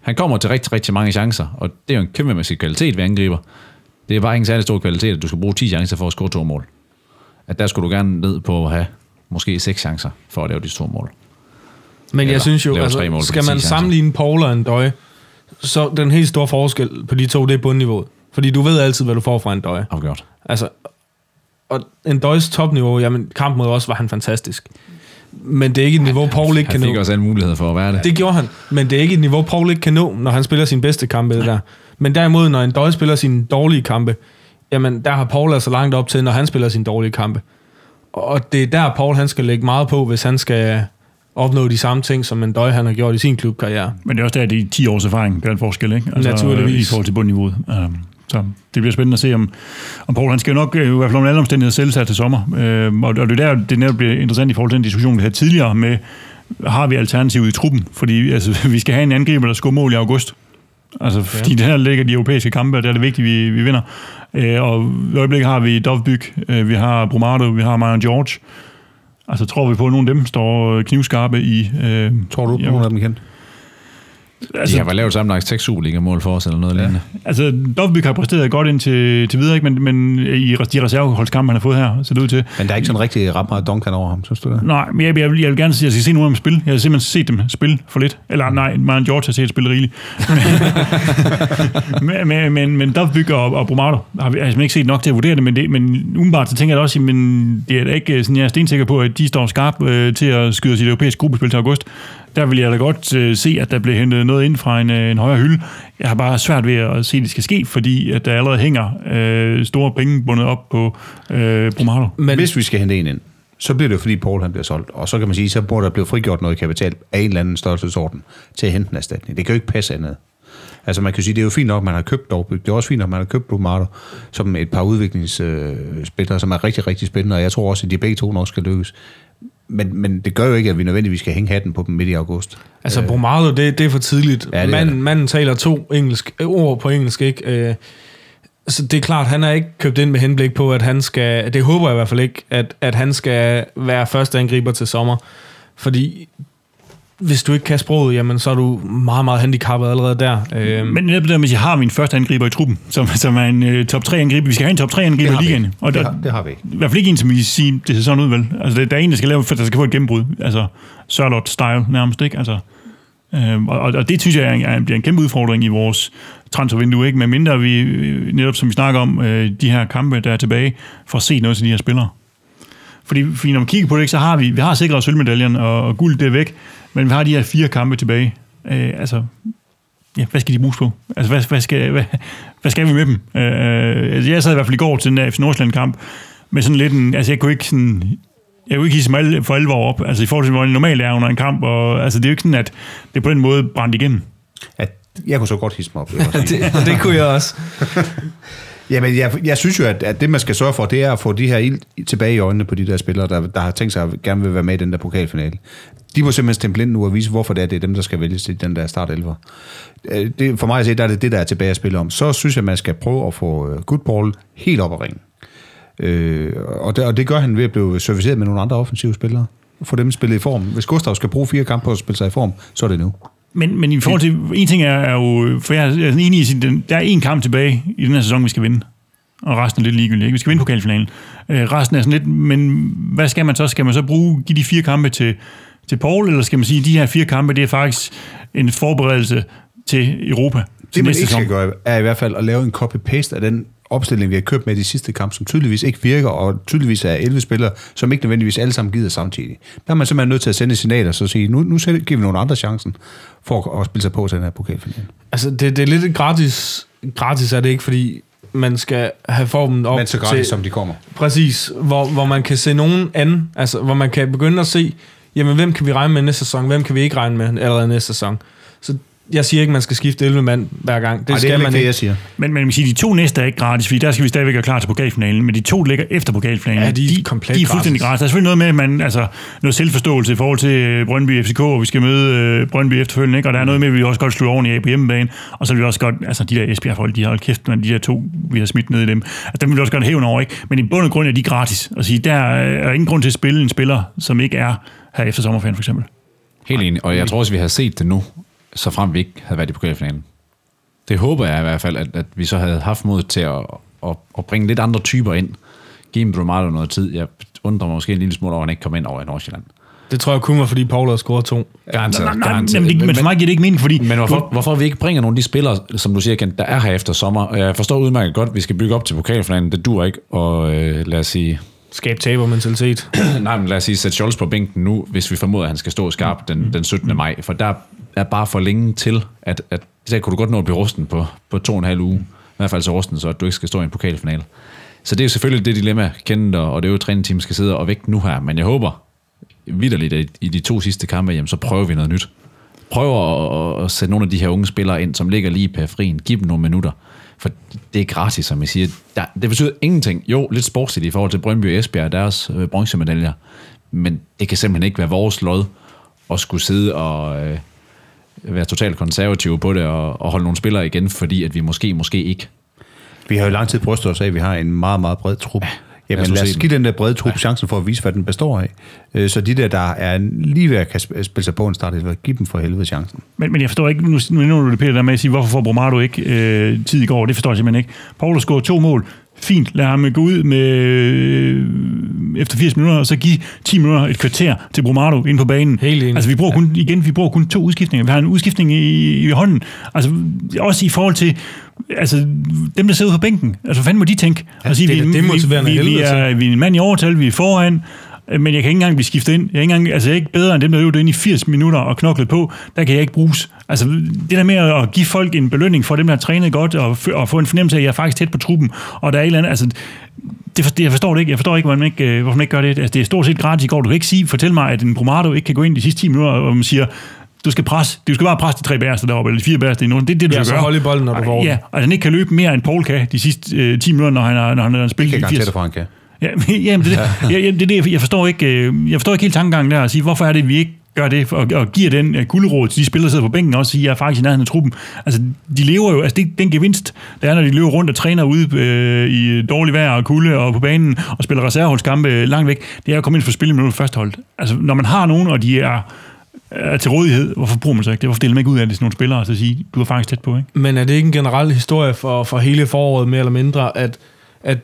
Han kommer til rigtig, rigtig mange chancer, og det er jo en kæmpemæssig kvalitet ved angriber. Det er bare ikke en særlig stor kvalitet, at du skal bruge ti chancer for at score to mål. At der skulle du gerne ned på at have måske seks chancer for at lave de to mål. Men Eller jeg synes jo, altså, mål skal man sammenligne Paul og Ndøje, så den helt store forskel på de to, det er bundniveauet. Fordi du ved altid, hvad du får fra Ndøje. Afgjort. Altså, og Ndøjes topniveau, jamen kamp mod os var han fantastisk. Men det er ikke et niveau, Paul ikke kan nå. Han fik også alle muligheder for at være det. Det gjorde han, men det er ikke et niveau, Paul ikke kan nå, når han spiller sin bedste kampe der. Men derimod, når Ndøje spiller sine dårlige kampe, jamen der har Paul altså langt op til, når han spiller sine dårlige kampe. Og det er der, Paul han skal lægge meget på, hvis han skal opnå de samme ting, som Ndøje han har gjort i sin klubkarriere. Men det er også der, det er ti års erfaring, gør en forskel, ikke? Altså, naturligvis. I forhold til bundniveauet. Um, så det bliver spændende at se, om, om Paul han skal jo nok, i hvert fald om alle omstændigheder, selv sig til sommer. Uh, og det er der, det netop bliver interessant i forhold til den diskussion, vi havde tidligere med, har vi alternativet i truppen? Fordi altså, vi skal have en angriber, der scorer mål i august. Altså, fordi ja. Det her ligger de europæiske kampe, og det er det vigtigt, vi, vi vinder. Uh, og i øjeblikket har vi Dovbyk, uh, vi har Brumado, vi har Marion George. Altså, tror vi på, at nogle af dem står knivskarpe i... Øh, tror du, nogle af dem igen? Altså, de har vel lavet sammenlagt seks Superliga-mål for os, eller noget ja. lignende. Altså, Dovbyk har præsteret godt ind til, til videre, ikke? Men, men i de reserveholdskampe, han har fået her, så det ud til... Men der er ikke sådan rigtig ret meget Duncan over ham, synes du det? Nej, men jeg, jeg, jeg vil gerne sige, at jeg skal se nogle af dem spille. Jeg har simpelthen set dem spille for lidt. Eller nej, Marion George har set spille rigeligt. men, men, men, men Dovbyk og, og Brumado har vi altså ikke set nok til at vurdere det, men, det, men umiddelbart så tænker jeg også, men det er da ikke sådan, jeg er stensikker på, at de står skarp øh, til at skyde sit europæiske gruppespil til august. Der vil jeg da godt øh, se, at der bliver hentet noget ind fra en, øh, en højere hylde. Jeg har bare svært ved at se, at det skal ske, fordi at der allerede hænger øh, store penge bundet op på øh, Brumado. Men hvis vi skal hente en ind, så bliver det jo, fordi Paul han bliver solgt. Og så kan man sige, så må der blive frigjort noget kapital af en eller anden størrelsesorden til at hente en erstatning. Det kan jo ikke passe andet. Altså man kan sige, det er jo fint nok, at man har købt Dovbyk. Det er også fint nok, at man har købt Brumado som et par udviklingsspillere, som er rigtig, rigtig spændende. Og jeg tror også, at de begge to nok skal lykkes. Men, men det gør jo ikke, at vi nødvendigvis skal hænge hatten på dem midt i august. Altså Brumado, det, det er for tidligt. Ja, manden, manden taler to engelsk, ord på engelsk, ikke? Øh, så det er klart, han er ikke købt ind med henblik på, at han skal, det håber jeg i hvert fald ikke, at, at han skal være første angriber til sommer. Fordi hvis du ikke kan sproget, jamen så er du meget, meget handicappet allerede der. Øh, Men netop der, hvis jeg har min første angriber i truppen, som, som er en uh, top tre angriber, vi skal have en top tre angriber i ligaen. Og det, der, har, det har vi ikke. I hvert fald ikke en, som vi siger, det ser sådan ud, vel? Altså, der er en, der skal lave, for der skal få et gennembrud. Altså, Sørloth-style nærmest, ikke? Altså, øh, og, og det synes jeg er en, bliver en kæmpe udfordring i vores transfervindue, ikke? Med mindre vi, netop som vi snakker om, øh, de her kampe, der er tilbage, for at se noget til de her spillere. Fordi, fordi når man kigger på det, så har vi, vi har sikret sølvmedaljen, og, og guld, det er væk, men vi har de her fire kampe tilbage. Øh, altså, ja, hvad skal de bruges på? Altså, hvad, hvad, skal, hvad, hvad skal vi med dem? Øh, jeg sad i hvert fald i går til den der F C Nordsjælland-kamp, med sådan lidt en, altså jeg kunne ikke sådan, jeg kunne ikke hisse mig for alvor op, altså i forhold til, hvor det normalt er under en kamp, og altså det er jo ikke sådan, at det er på den måde brændt igennem. At jeg kunne så godt hisse mig op. det, det kunne jeg også. Jamen, jeg, jeg synes jo, at, at det, man skal sørge for, det er at få de her ild tilbage i øjnene på de der spillere, der, der har tænkt sig at gerne vil være med i den der pokalfinale. De må simpelthen stemple ind nu og vise, hvorfor det er, det er dem, der skal vælges til den der startelver. Det, for mig at se, der er det det, der er tilbage at spille om. Så synes jeg, man skal prøve at få uh, Good Paul helt op at ringe. Øh, og, det, og det gør han ved at blive serviceret med nogle andre offensive spillere. Få dem spillet i form. Hvis Gustav skal bruge fire kampe på at spille sig i form, så er det nu. Men, men i forhold til, en ting er, er jo, for jeg er enig i, at der er en kamp tilbage i den her sæson, vi skal vinde. Og resten er lidt ligegyldigt. Vi skal vinde pokalfinalen. Øh, resten er sådan lidt, men hvad skal man så? Skal man så bruge, give de fire kampe til, til Paul, eller skal man sige, at de her fire kampe, det er faktisk en forberedelse til Europa? Til det man ikke skal gøre, er i hvert fald at lave en copy-paste af den opstilling, vi har købt med de sidste kamp, som tydeligvis ikke virker, og tydeligvis er elleve spillere, som ikke nødvendigvis alle sammen gider samtidig. Der er man simpelthen nødt til at sende signaler, så sige, nu, nu giver vi nogle andre chancen for at spille sig på til den her pokalfinale. Altså, det, det er lidt gratis. Gratis er det ikke, fordi man skal have formen op. Men så gratis, til, som de kommer. Præcis, hvor, hvor man kan se nogen anden, altså hvor man kan begynde at se, jamen hvem kan vi regne med næste sæson, hvem kan vi ikke regne med allerede næste sæson. Så jeg siger ikke, man skal skifte elleve mand hver gang. Det, Ej, det skal man ikke, det, jeg siger. Men, men man siger, de to næste er ikke gratis, fordi der skal vi stadigvæk være klar til pokalfinalen, men de to ligger efter pokalfinalen. Ja, de er, de, komplet de er fuldstændig gratis. Der er selvfølgelig noget med, at man, altså, noget selvforståelse i forhold til Brøndby F C K, og vi skal møde uh, Brøndby efterfølgende, ikke? Og der er noget med, at vi også godt slår ordentligt af på hjemmebane, og så vil vi også godt, altså de der Esbjerg-folk, de har holdt kæft, men de der to, vi har smidt ned i dem, altså, dem vil vi også godt hævne over, ikke? Men i bund og grund er de gratis. Og sige, der er ingen grund til at spille en spiller, som ikke er her efter sommerferien, for eksempel. Helt enig, og jeg tror også, vi har set det nu. så frem vi ikke havde været i pokalfinalen. Det håber jeg i hvert fald, at, at vi så havde haft mod til at, at, at bringe lidt andre typer ind. Give Brumado noget tid. Jeg undrer mig måske en lille smule over, at han ikke kom ind over i Nordsjælland. Det tror jeg kun var, fordi Paul havde scoret to. Garanteret. Nej, nej, nej, men, men for mig giver det ikke mening, fordi... Men hvorfor, hvorfor vi ikke bringer nogle af de spillere, som du siger, Kent, der er her efter sommer? Jeg forstår udmærket godt, at vi skal bygge op til pokalfinalen. Det dur ikke. Og øh, lad os sige... Skab taber-mentalitet. Nej, men lad os sige, sæt Scholz på bænken nu, hvis vi formoder, at han skal stå skarp den, den syttende maj. For der er bare for længe til, at, at der kunne du godt nå at blive rusten på, på to og en halv uge. I hvert fald så rusten, så at du ikke skal stå i en pokalfinale. Så det er jo selvfølgelig det dilemma, Kent, og det er jo, at træningsteamet skal sidde og væk nu her. Men jeg håber vitterligt, at i de to sidste kampe, jamen, så prøver vi noget nyt. Prøver at, at sætte nogle af de her unge spillere ind, som ligger lige i periferien. Giv dem nogle minutter. For det er gratis, som jeg siger. Der, det betyder ingenting. Jo, lidt sportsligt i forhold til Brøndby og Esbjerg og deres øh, bronzemedaljer. Men det kan simpelthen ikke være vores lod at skulle sidde og øh, være totalt konservative på det og, og holde nogle spillere igen, fordi at vi måske, måske ikke. Vi har jo lang tid brystet os af, at vi har en meget, meget bred trup. Ja. Jamen lad os give den der brede trup ja. chancen for at vise, hvad den består af. Så de der, der er lige ved at kan spille sig på en start, giv dem for helvede chancen. Men, men jeg forstår ikke, nu, nu er du det der med at sige, hvorfor får Brumado ikke øh, tid i går? Det forstår jeg simpelthen ikke. Paul scorer to mål. Fint, lad ham gå ud med øh, efter firs minutter, og så give ti minutter et kvarter til Brumado ind på banen. Helt enig. Altså vi bruger kun, igen, vi bruger kun to udskiftninger. Vi har en udskiftning i, i hånden. Altså også i forhold til altså, dem, der sidder ude på bænken. Altså hvad fanden må de tænke? Ja, sige, det, vi, det er vi, vi, vi, er, vi er en mand i overtal, vi er foran, men jeg kan ikke engang blive skiftet ind. Jeg er ikke, engang, altså, jeg er ikke bedre end dem, der øvede ind i firs minutter og knoklet på. Der kan jeg ikke bruges. Altså, det der med at give folk en belønning for dem, der har trænet godt, og, f- og få en fornemmelse af, at jeg er faktisk tæt på truppen, og der er et eller andet, altså, det for, jeg forstår det ikke. Jeg forstår ikke, hvorfor man ikke, hvorfor man ikke gør det. Altså, det er stort set gratis i går. Du kan ikke sige, fortæl mig, at en Brumado ikke kan gå ind de sidste ti minutter, og man siger, du skal presse, du skal bare presse de tre bærste deroppe, eller de fire bærste i nogen. Det er det, du ja, skal gøre. Ja, så holde i bolden, når du får. Ja, og han ikke kan løbe mere, end Paul kan de sidste øh, ti minutter, når han har, når han har spillet i firs. Jeg kan garantere for, han kan. Ja, jamen, det, det, ja, det, det, jeg forstår ikke, jeg forstår ikke helt tankegangen der at sige, hvorfor er det, vi ikke gør det, og, og giver den uh, guldråd til de spillere, der sidder på bænken, og også siger, at jeg er faktisk i nærheden af truppen. Altså, de lever jo, altså det, den gevinst, der er, når de løber rundt og træner ude øh, i dårlig vejr og kulde og på banen, og spiller reserveholdskampe langt væk, det er at komme ind for spillet med første hold. Altså, når man har nogen, og de er, er til rådighed, hvorfor bruger man så ikke det? Hvorfor deler man ikke ud af det, sådan nogle spillere, og så sige, du er faktisk tæt på, ikke? Men er det ikke en generel historie for, for hele foråret, mere eller mindre, at, at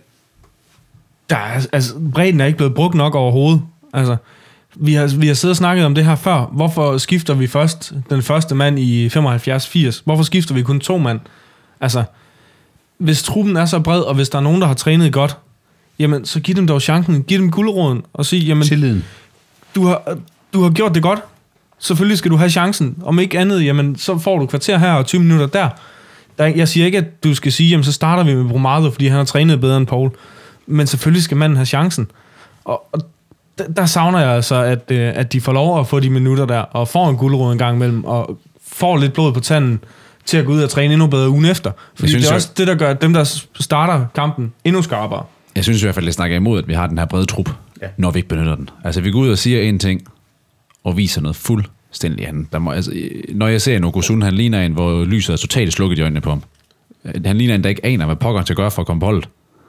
der er, altså, bredden er ikke blevet brugt nok overhovedet. Altså, vi har, vi har siddet og snakket om det her før. Hvorfor skifter vi først den første mand i femoghalvfjerds firs? Hvorfor skifter vi kun to mand? Altså, hvis truppen er så bred, og hvis der er nogen, der har trænet godt, jamen, så giv dem dog chancen. Giv dem guldråden og sig, jamen, tilliden. Du har, du har gjort det godt. Selvfølgelig skal du have chancen. Om ikke andet, jamen, så får du kvarter her og tyve minutter der. der jeg siger ikke, at du skal sige, jamen, så starter vi med Brumado, fordi han har trænet bedre end Paul. Men selvfølgelig skal manden have chancen. Og, og der, der savner jeg altså, at, at de får lov at få de minutter der, og får en guldråd en gang imellem, og får lidt blod på tanden til at gå ud og træne endnu bedre ugen efter. Fordi det er også det, der gør dem, der starter kampen, endnu skarpere. Jeg synes i hvert fald, det snakker imod, at vi har den her brede trup, ja. Når vi ikke benytter den. Altså, vi går ud og siger en ting, og viser noget fuldstændig andet. Der må, altså, når jeg ser Nogusun, han ligner en, hvor lyset er totalt slukket i øjnene på ham. Han ligner en, der ikke aner, hvad pokker til at gøre for at komme på holdet.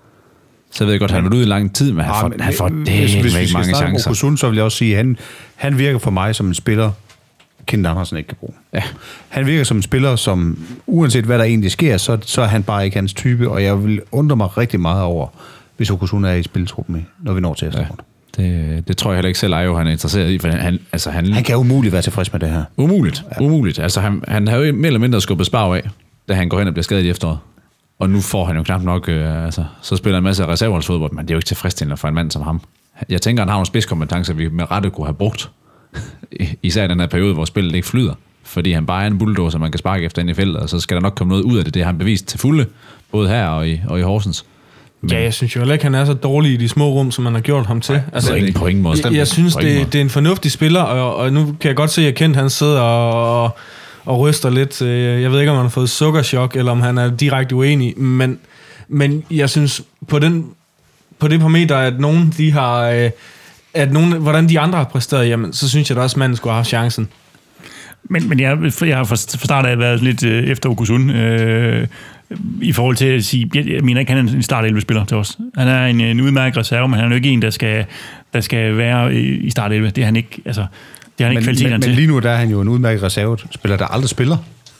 Så ved jeg godt, at han har været ude i lang tid, men han får, ja, han får det hvis, hvis ikke mange chancer. Nogusun, så vil jeg også sige, at han, han virker for mig som en spiller, Kent Andersen ikke kan bruge. Ja. Han virker som en spiller, som uanset hvad der egentlig sker, så, så er han bare ikke hans type, og jeg vil undre mig rigtig meget over, hvis Nogusun er i spilletruppen, når vi når til efterhånden. Ja. Det, det tror jeg heller ikke selv, Ajo, han er interesseret i, for han, altså han... Han kan umuligt være tilfreds med det her. Umuligt, ja. umuligt. Altså han, han har jo mere eller mindre skubbet Sparv af, da han går hen og bliver skadet i efteråret. Og nu får han jo knap nok, øh, altså, så spiller han en masse reserveholdsfodbold, men det er jo ikke tilfredsstillende for en mand som ham. Jeg tænker, han har nogle spidskompetencer, vi med rette kunne have brugt, især i den her periode, hvor spillet ikke flyder, fordi han bare er en bulldozer, man kan sparke efter ind i feltet, og så skal der nok komme noget ud af det. Det har han bevist til fulde, både her og i, og i Horsens. Men ja, jeg synes jo heller ikke, han er så dårlig i de små rum, som man har gjort ham til. Altså, ikke på ingen måde. Jeg, jeg synes, det, det er en fornuftig spiller, og, og nu kan jeg godt se, at Kent, han sidder og, og, og ryster lidt. Jeg ved ikke, om han har fået sukkerchok, eller om han er direkte uenig, men, men jeg synes, på, den, på det parameter, at nogen, de har, at nogen, hvordan de andre har præsteret, jamen, så synes jeg da også, at manden skulle have haft chancen. Men, men jeg, jeg har fra start af været lidt øh, efter Nogusun, øh, i forhold til at sige, jeg, jeg mener ikke, han er en start elleve-spiller til os. Han er en, en udmærket reserve, men han er jo ikke en, der skal, der skal være i start elleve. Det er han ikke, altså, det Det har han ikke kvaliteterne men, til. Men lige nu der er han jo en udmærket reservespiller, der aldrig spiller.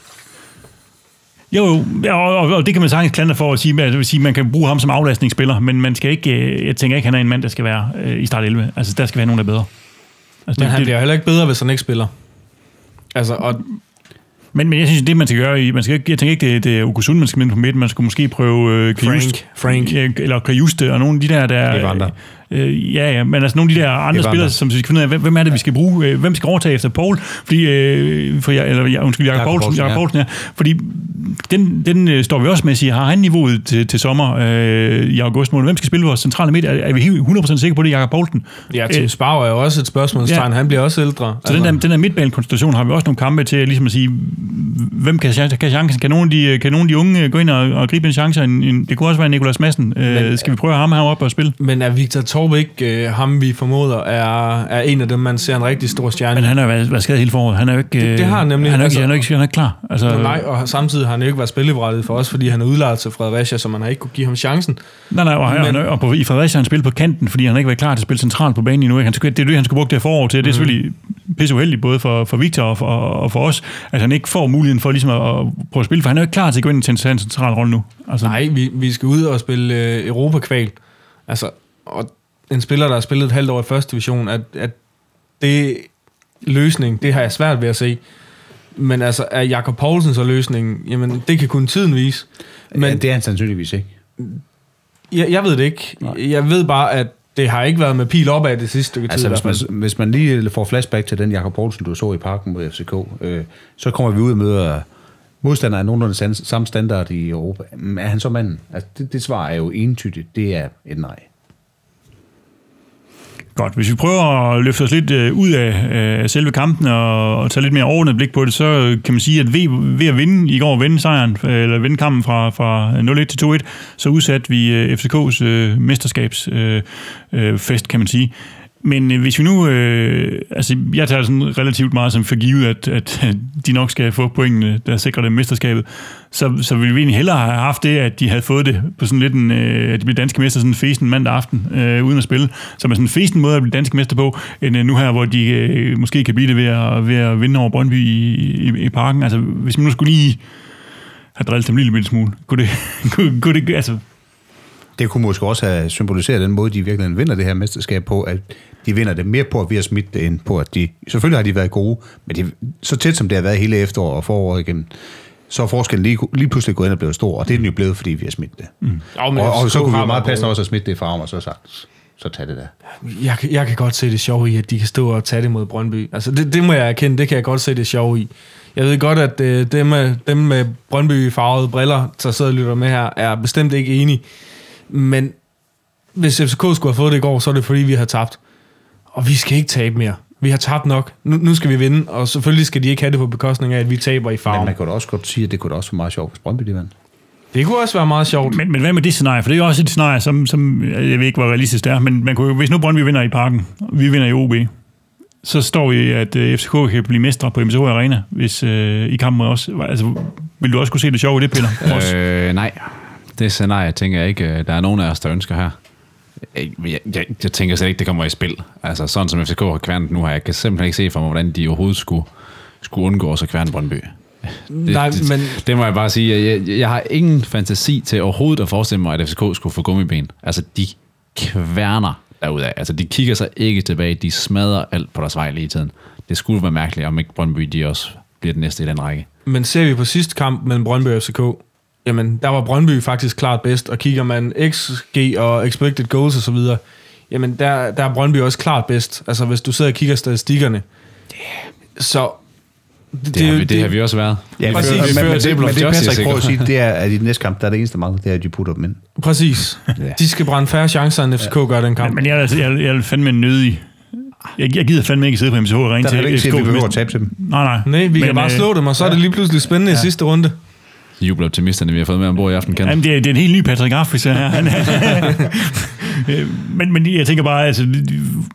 Jo, jo, og, og, og det kan man sagtens klandre for at sige, at, at sige, man kan bruge ham som aflastningsspiller, men man skal ikke, jeg tænker ikke, han er en mand, der skal være øh, i start elleve. Altså, der skal være nogen, der er bedre. Altså, men det, han det, bliver heller ikke bedre, hvis han ikke spiller. Altså, og... Men, men jeg synes, det man skal gøre, man skal ikke, jeg tænker ikke, det, det er Okusund, man skal minde på midten, man skulle måske prøve øh, Frank, Frank. eller Kajuste, og nogle af de der, der øh, ja, ja, men altså nogle af de der andre Evander. spillere, som vi skal finde ud af, hvem, hvem er det, vi skal bruge, hvem skal overtage efter Poul, fordi, øh, for, eller, ja, undskyld, Jakob Poulsen, Jakob Poulsen, ja, fordi den, den øh, står vi også med at sige, har han niveauet til, til sommer øh, i august måned, hvem skal spille vores centrale midt, er, er vi hundrede procent sikre på det, Jakob Poulsen? Ja, Tim Sparv er jo også et spørgsmålstegn, ja. Han bliver også ældre. Så altså. den der, den der midtbanekonstellation har vi også nogle kampe til, ligesom at sige, hvem kan, kan chancen, kan nogle af de, kan nogle af de unge gå ind og, og gribe en chance, en, en, det kunne også være Nicolas Madsen, øh, skal vi prøve at have ham heroppe og spille? Men er Victor Torp ikke øh, ham, vi formoder, er, er en af dem, man ser en rigtig stor stjerne? Men han har været, været skadet hele foråret. Han er jo ikke, det, det har han nemlig. Han er, altså, ikke, han er ikke, han er ikke klar. Altså, nej, og samtidig har han jo ikke været spilleberettiget for os, fordi han er udlejet til Fredericia, så man har ikke kunne give ham chancen. Nej, nej, og, men, og, og på, i Fredericia har han spillet på kanten, fordi han ikke været klar til at spille centralt på banen endnu. Han skulle, det er det, han skulle bruge det forår til. Det er selvfølgelig pisse uheldigt, både for, for Victor og for, og for os, at han ikke får muligheden for ligesom at, at prøve at spille, for han er jo ikke klar til at gå ind til en central rolle nu. Altså, nej, vi, vi skal ud og spille øh, Europa-kval. Altså, og en spiller, der har spillet et halvt år i første division, at, at det løsning, det har jeg svært ved at se. Men altså, er Jakob Poulsen så løsningen? Jamen, det kan kun tiden vise. Men ja, det er han sandsynligvis ikke. Jeg, jeg ved det ikke. Nej. Jeg ved bare, at det har ikke været med pil opad det sidste stykke altså, tid. Hvis man, hvis man lige får flashback til den Jakob Poulsen, du så i Parken mod F C K, øh, så kommer vi ud og møder modstandere af nogenlunde samme standard i Europa. Er han så manden? Altså, det, det svar er jo entydigt. Det er et nej. Godt. Hvis vi prøver at løfte os lidt øh, ud af øh, selve kampen og, og tage lidt mere overordnet blik på det, så kan man sige, at ved, ved at vinde i går, vinde sejren, eller vinde kampen fra, fra nul et til to et, så udsatte vi øh, F C K's øh, mesterskabsfest, øh, øh, fest, kan man sige. Men øh, hvis vi nu, øh, altså jeg tager sådan relativt meget som for givet, at, at de nok skal få pointene, der sikrer dem mesterskabet, så, så ville vi egentlig hellere have haft det, at de havde fået det på sådan lidt en, øh, at de blev danske mester sådan en festen mandag aften, øh, uden at spille, som er sådan en festen måde at blive danske mester på, end øh, nu her, hvor de øh, måske kan blive det ved at, ved at vinde over Brøndby i, i, i parken. Altså hvis man nu skulle lige have drillet dem en lille smule, kunne det, kunne, kunne det, altså... Det kunne måske også have symboliseret den måde, de virkelig vinder det her mesterskab på, at de vinder det mere på, at vi har smidt det, end på, at de... Selvfølgelig har de været gode, men de, så tæt som det har været hele efteråret og foråret igennem, så er forskellen lige, lige pludselig gået ind og blevet stor, og det er den jo blevet, fordi vi har smidt det. Mm. Jo, og, og så kunne vi jo meget passende også have smidt det fra og så sagt, så tag det der. Jeg, jeg kan godt se det sjove i, at de kan stå og tage det mod Brøndby. Altså det, det må jeg erkende, det kan jeg godt se det sjove i. Jeg ved godt, at øh, dem, med, dem med Brøndby-farvede briller, der sidder og lytter med her, er bestemt ikke enige. Men hvis F C K skulle have fået det i går, så er det fordi, vi har tabt. Og vi skal ikke tabe mere. Vi har tabt nok. Nu, nu skal vi vinde, og selvfølgelig skal de ikke have det på bekostning af, at vi taber i farven. Men man kunne da også godt sige, at det kunne da også være meget sjovt, hvis Brøndby de vandt. Det kunne også være meget sjovt. Men, men hvad med det scenarie? For det er jo også et scenarie, som, som jeg ved ikke, hvor realistisk det er, men man kunne jo, hvis nu Brøndby vinder i parken, og vi vinder i O B, så står vi, at uh, F C K kan blive mestre på M C H Arena, hvis uh, i kampen mod os. Altså, vil du også kunne se det sjove i det, Peter? Øh, nej. Det scenarie, tænker jeg ikke, der er nogen af os, der ønsker her. Jeg, jeg, jeg tænker slet ikke, det kommer i spil. Altså sådan som F C K har kværnet nu her, jeg kan simpelthen ikke se for mig, hvordan de overhovedet skulle, skulle undgå at kværne Brøndby. Det, Nej, det, men... det må jeg bare sige. Jeg, jeg, jeg har ingen fantasi til overhovedet at forestille mig, at F C K skulle få gummiben. Altså, de kværner derudad. Altså, de kigger sig ikke tilbage. De smadrer alt på deres vej lige i tiden. Det skulle være mærkeligt, om ikke Brøndby de også bliver den næste i den række. Men ser vi på sidste kamp mellem Brøndby og F C K, jamen, der var Brøndby faktisk klart bedst, og kigger man X G og expected goals og så videre, jamen, der, der er Brøndby også klart bedst. Altså, hvis du sidder og kigger statistikkerne. Yeah. Så... Det, det, har vi, det, det har vi også været. Ja, vi præcis. Fører, vi men, fører men, det, men det passer ikke på at sige, det er, at i den næste kamp, der er det eneste mangel, det er, at de putter dem ind. Præcis. Ja. De skal brænde færre chancer, end F C K ja. gør den kamp. Men, men jeg, er, jeg, jeg er fandme nødig. Jeg, jeg gider fandme ikke sidde på M C H og ringe til F C K. Der er det ikke til, at vi behøver at tabe til dem. Nej, nej. Nej, vi men, kan bare slå dem, og så ja. er det lige pludselig spændende ja. i sidste runde. Jubeloptimisterne, vi har fået med ombord i aften, kan. Jamen, det er, det er en helt ny Patrick Affis her. men, men jeg tænker bare, altså,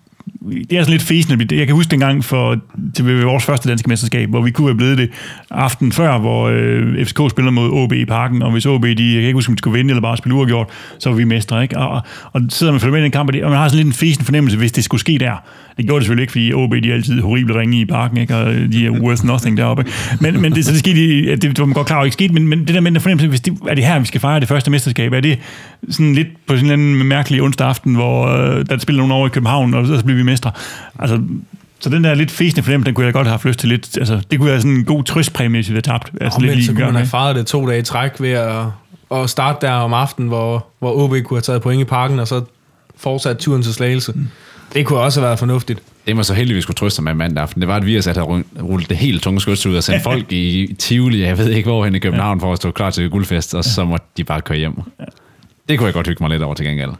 det er sådan lidt fæsende. Jeg kan huske dengang for, til vores første danske mesterskab, hvor vi kunne have blevet det aften før, hvor øh, F C K spiller mod O B i Parken, og hvis O B, de, jeg kan ikke huske, om de skulle vinde eller bare spille uafgjort, så var vi mestre, ikke? Og, og sidder man følger med i den kamp, og, det, og man har sådan lidt en fæsende fornemmelse, hvis det skulle ske der. Det gjorde det selvfølgelig ikke, fordi O B, de er altid horrible ringe i Parken, ikke? Og de er worth nothing deroppe. Men, men det, så det skete, det, det var man godt klar over, ikke skete, men, men det der med den fornemmelse, hvis det, er det her, vi skal fejre det første mesterskab, er det sådan lidt på sådan en mærkelig onsdag aften, hvor øh, der spiller nogen over i København, og så bliver vi mestre. Altså, så den der lidt fæsende fornemmelse, den kunne jeg godt have haft lyst til lidt. Altså, det kunne være sådan en god trøstpræmie, hvis vi havde tabt. Altså, og lidt men så kunne man have ikke? fejret det to dage i træk ved at, at starte der om aftenen, hvor, hvor O B kunne have taget point i Parken, og så fortsat turen til Slagelse. Mm. Det kunne også have været fornuftigt. Det var så heldigt, vi skulle trøste med mandag aften. Det var, at vi havde rullet det helt tunge skuds ud og sendt folk i Tivoli, jeg ved ikke hvor hen i København, for at stå klar til guldfest, og så måtte de bare køre hjem. Det kunne jeg godt hygge mig lidt over til gengæld.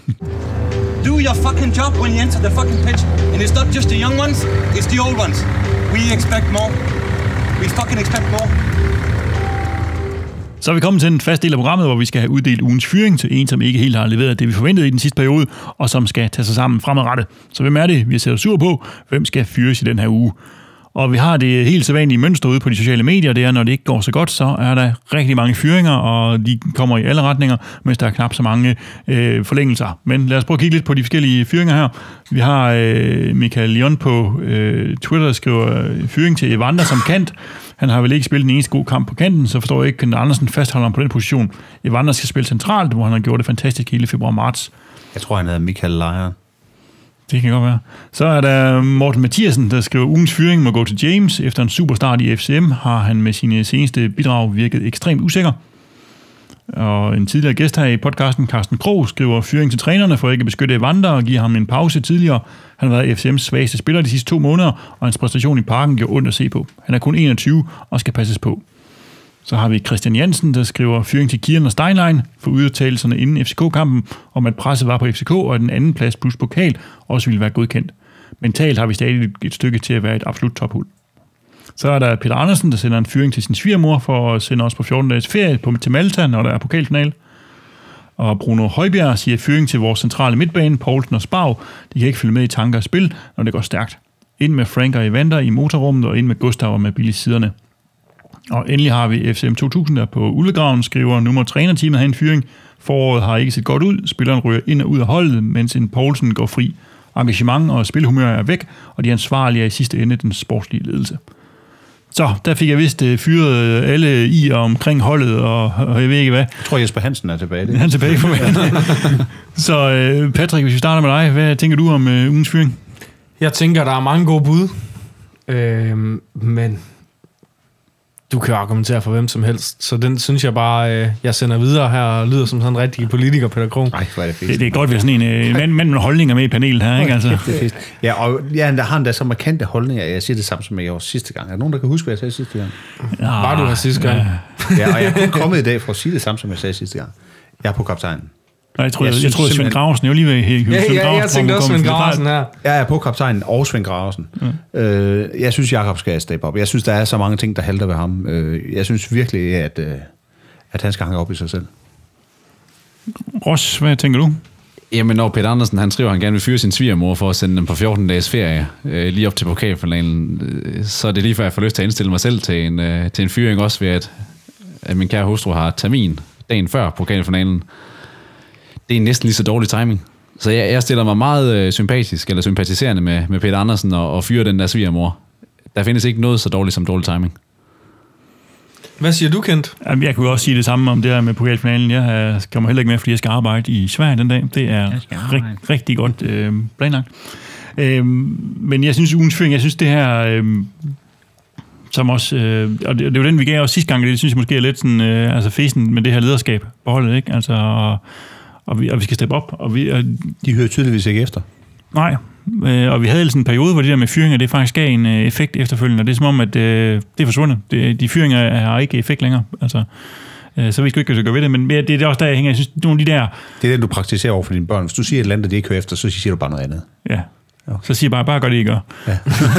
Do your fucking job when you enter the fucking pitch. And it's not just the young ones, it's the old ones. We expect more. We fucking expect more. Så er vi kommet til en fast del af programmet, hvor vi skal have uddelt ugens fyring til en, som ikke helt har leveret det, vi forventede i den sidste periode, og som skal tage sig sammen fremadrettet. Så hvem er det, vi sætter sur på? Hvem skal fyres i den her uge? Og vi har det helt sædvanlige mønster ude på de sociale medier, det er, når det ikke går så godt, så er der rigtig mange fyringer, og de kommer i alle retninger, mens der er knap så mange øh, forlængelser. Men lad os prøve at kigge lidt på de forskellige fyringer her. Vi har øh, Michael Leon på øh, Twitter, der skriver øh, fyring til Evander som kant. Han har vel ikke spillet den eneste gode kamp på kanten, så forstår jeg ikke, at Andersen fastholder ham på den position. Evander skal spille centralt, hvor han har gjort det fantastisk hele februar-marts. Jeg tror, han hedder Michael Leon. Det kan godt være. Så er der Morten Mathiasen, der skriver, ugens fyring må gå til James. Efter en superstart i F C M har han med sine seneste bidrag virket ekstremt usikker. Og en tidligere gæst her i podcasten, Carsten Krog, skriver fyring til trænerne for ikke at beskytte Evander og give ham en pause tidligere. Han har været F C M's svageste spiller de sidste to måneder, og hans præstation i Parken gjorde ondt at se på. Han er kun enogtyve og skal passes på. Så har vi Christian Jensen, der skriver fyring til Kieran og Steinlein for udtalelserne inden F C K-kampen, om at presset var på F C K, og at den anden plads plus pokal også ville være godkendt. Mentalt har vi stadig et stykke til at være et absolut tophold. Så er der Peter Andersen, der sender en fyring til sin svigermor for at sende os på fjorten dages ferie på, til Malta, når der er pokalfinal. Og Bruno Højbjerg siger fyring til vores centrale midtbane, Poulsen og Spav. De kan ikke følge med i tanker og spil, når det går stærkt. Ind med Frank og Evander i motorrummet, og ind med Gustav og med Billy siderne. Og endelig har vi F C M to tusind, der på Ulvegraven skriver, nu må trænerteamet have en fyring. Foråret har ikke set godt ud. Spilleren ryger ind og ud af holdet, mens en Poulsen går fri. Engagement og spilhumør er væk, og de ansvarlige er i sidste ende den sportslige ledelse. Så der fik jeg vist fyret alle i og omkring holdet, og, og jeg ved ikke hvad. Jeg tror, Jesper Hansen er tilbage. Det. Han er tilbage for mig. Så Patrick, hvis vi starter med dig, hvad tænker du om uh, ugens fyring? Jeg tænker, der er mange gode bud, øh, men du kan argumentere for hvem som helst, så den synes jeg bare, øh, jeg sender videre her, og lyder som sådan en rigtig politikerpædagog. Nej, hvor er det fedt. Det, det er godt, vi har sådan en øh, mand, mand med holdninger med i panelet her, ikke? Altså. Det er fedt. Ja, og ja, der har han da så markante holdninger. Jeg siger det samme som jeg gjorde sidste gang. Er der nogen, der kan huske, hvad jeg sagde sidste gang? Ja, Var du her sidste gang? Ja. Ja, og jeg er kun kommet i dag for at sige det samme, som jeg sagde sidste gang. Jeg er på kaptajnen. Nej, jeg troede, Jeg jeg, jeg synes troede Svend simpelthen- Graversen, jeg var lige ved at Ja, ja, jeg tænkte også Svend Graversen her. Jeg er på kaptajnen og Svend Graversen. Mm. Øh, jeg synes, Jakob skal steppe op. Jeg synes, der er så mange ting, der halter ved ham. Øh, jeg synes virkelig, at, øh, at han skal hænge op i sig selv. Ross, hvad tænker du? Jamen, når Peter Andersen, han skriver, at han gerne vil fyre sin svigermor for at sende dem på fjorten dages ferie, øh, lige op til pokalfinalen, øh, så er det lige før, jeg får lyst til at indstille mig selv til en, øh, til en fyring også ved, at, at min kære hustru har termin dagen før pokalfinalen. Det er næsten lige så dårlig timing. Så jeg, jeg stiller mig meget øh, sympatisk, eller sympatiserende med, med Peter Andersen og, og fyre den der svigermor. Der findes ikke noget så dårligt som dårlig timing. Hvad siger du, Kent? Jamen, jeg kunne også sige det samme om det her med pokalfinalen. Jeg kommer heller ikke med, fordi jeg skal arbejde i Sverige den dag. Det er rig, rigtig godt øh, planlagt. Øh, men jeg synes, ugens fyring, jeg synes det her, øh, som også, øh, og det, det var den, vi gav også sidste gang, det synes jeg måske er lidt sådan, øh, altså fesen med det her lederskab på holdet, ikke? Altså, og, og, vi, og vi skal steppe op. Og vi, og, De hører tydeligvis ikke efter. nej, øh, og vi havde sådan en periode, hvor det der med fyringer, det faktisk gav en øh, effekt efterfølgende, og det er som om, at øh, det er forsvundet. Det, de fyringer har ikke effekt længere, altså. Øh, så vi skal ikke gøre ved det, men det, det er også der, jeg hænger. Jeg synes, nogle af de der... Det er det, du praktiserer over for dine børn. Hvis du siger et eller andet, det ikke hører efter, så siger du bare noget andet. Ja, okay. Så siger jeg bare, bare gør det, I gør. Ja.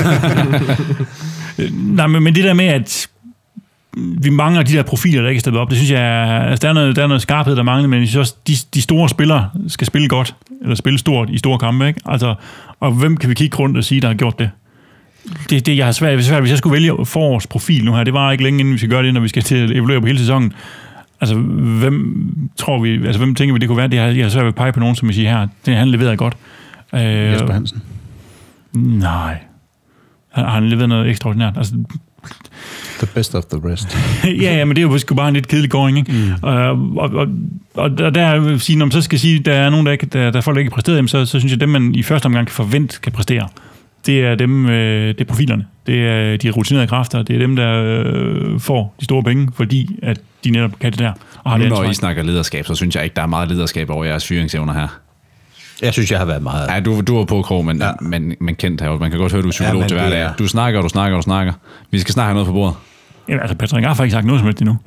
Nej, men, men det der med, at vi mangler de der profiler, der ikke er steppet op, det synes jeg, altså der er noget, der er noget skarphed, der mangler, men jeg synes også, de, de store spillere skal spille godt, eller spille stort i store kampe, ikke? Altså, Og hvem kan vi kigge rundt og sige, der har gjort det? Det, det jeg har svært, svært, hvis jeg skulle vælge forårsprofil nu her, det var ikke længe inden vi skal gøre det, når vi skal til at evaluere på hele sæsonen. Altså, hvem tror vi, altså hvem tænker vi, det kunne være? Det har, jeg har svært ved at pege på nogen, som vi siger her, det han leverede godt. Øh, Jesper Hansen? Nej. Har han leveret noget ekstraordinært? Altså, the best of the rest. ja, ja, men det er jo sgu bare en lidt kedelig going, ikke? Mm. Og, og, og, og der vil sige, når man så skal sige, der er nogen, der, ikke, der, der er folk, der ikke præsterer, så, så synes jeg, at dem, man i første omgang kan forvente, kan præstere, det er dem, øh, det er profilerne. Det er de rutinerede kræfter. Det er dem, der øh, får de store penge, fordi at de netop kan det der. Og har nu, det når I snakker lederskab, så synes jeg ikke, der er meget lederskab over jeres fyringsevner her. Jeg synes, jeg har været meget... Ja, du, du er på krog, men, ja. men, men kendt her. Man kan godt høre, du er psykolog ja, til hver dag. Du snakker, og du snakker, og du snakker. Vi skal snakke noget på bordet. Ja, altså, Patrick har faktisk sagt noget som helst endnu.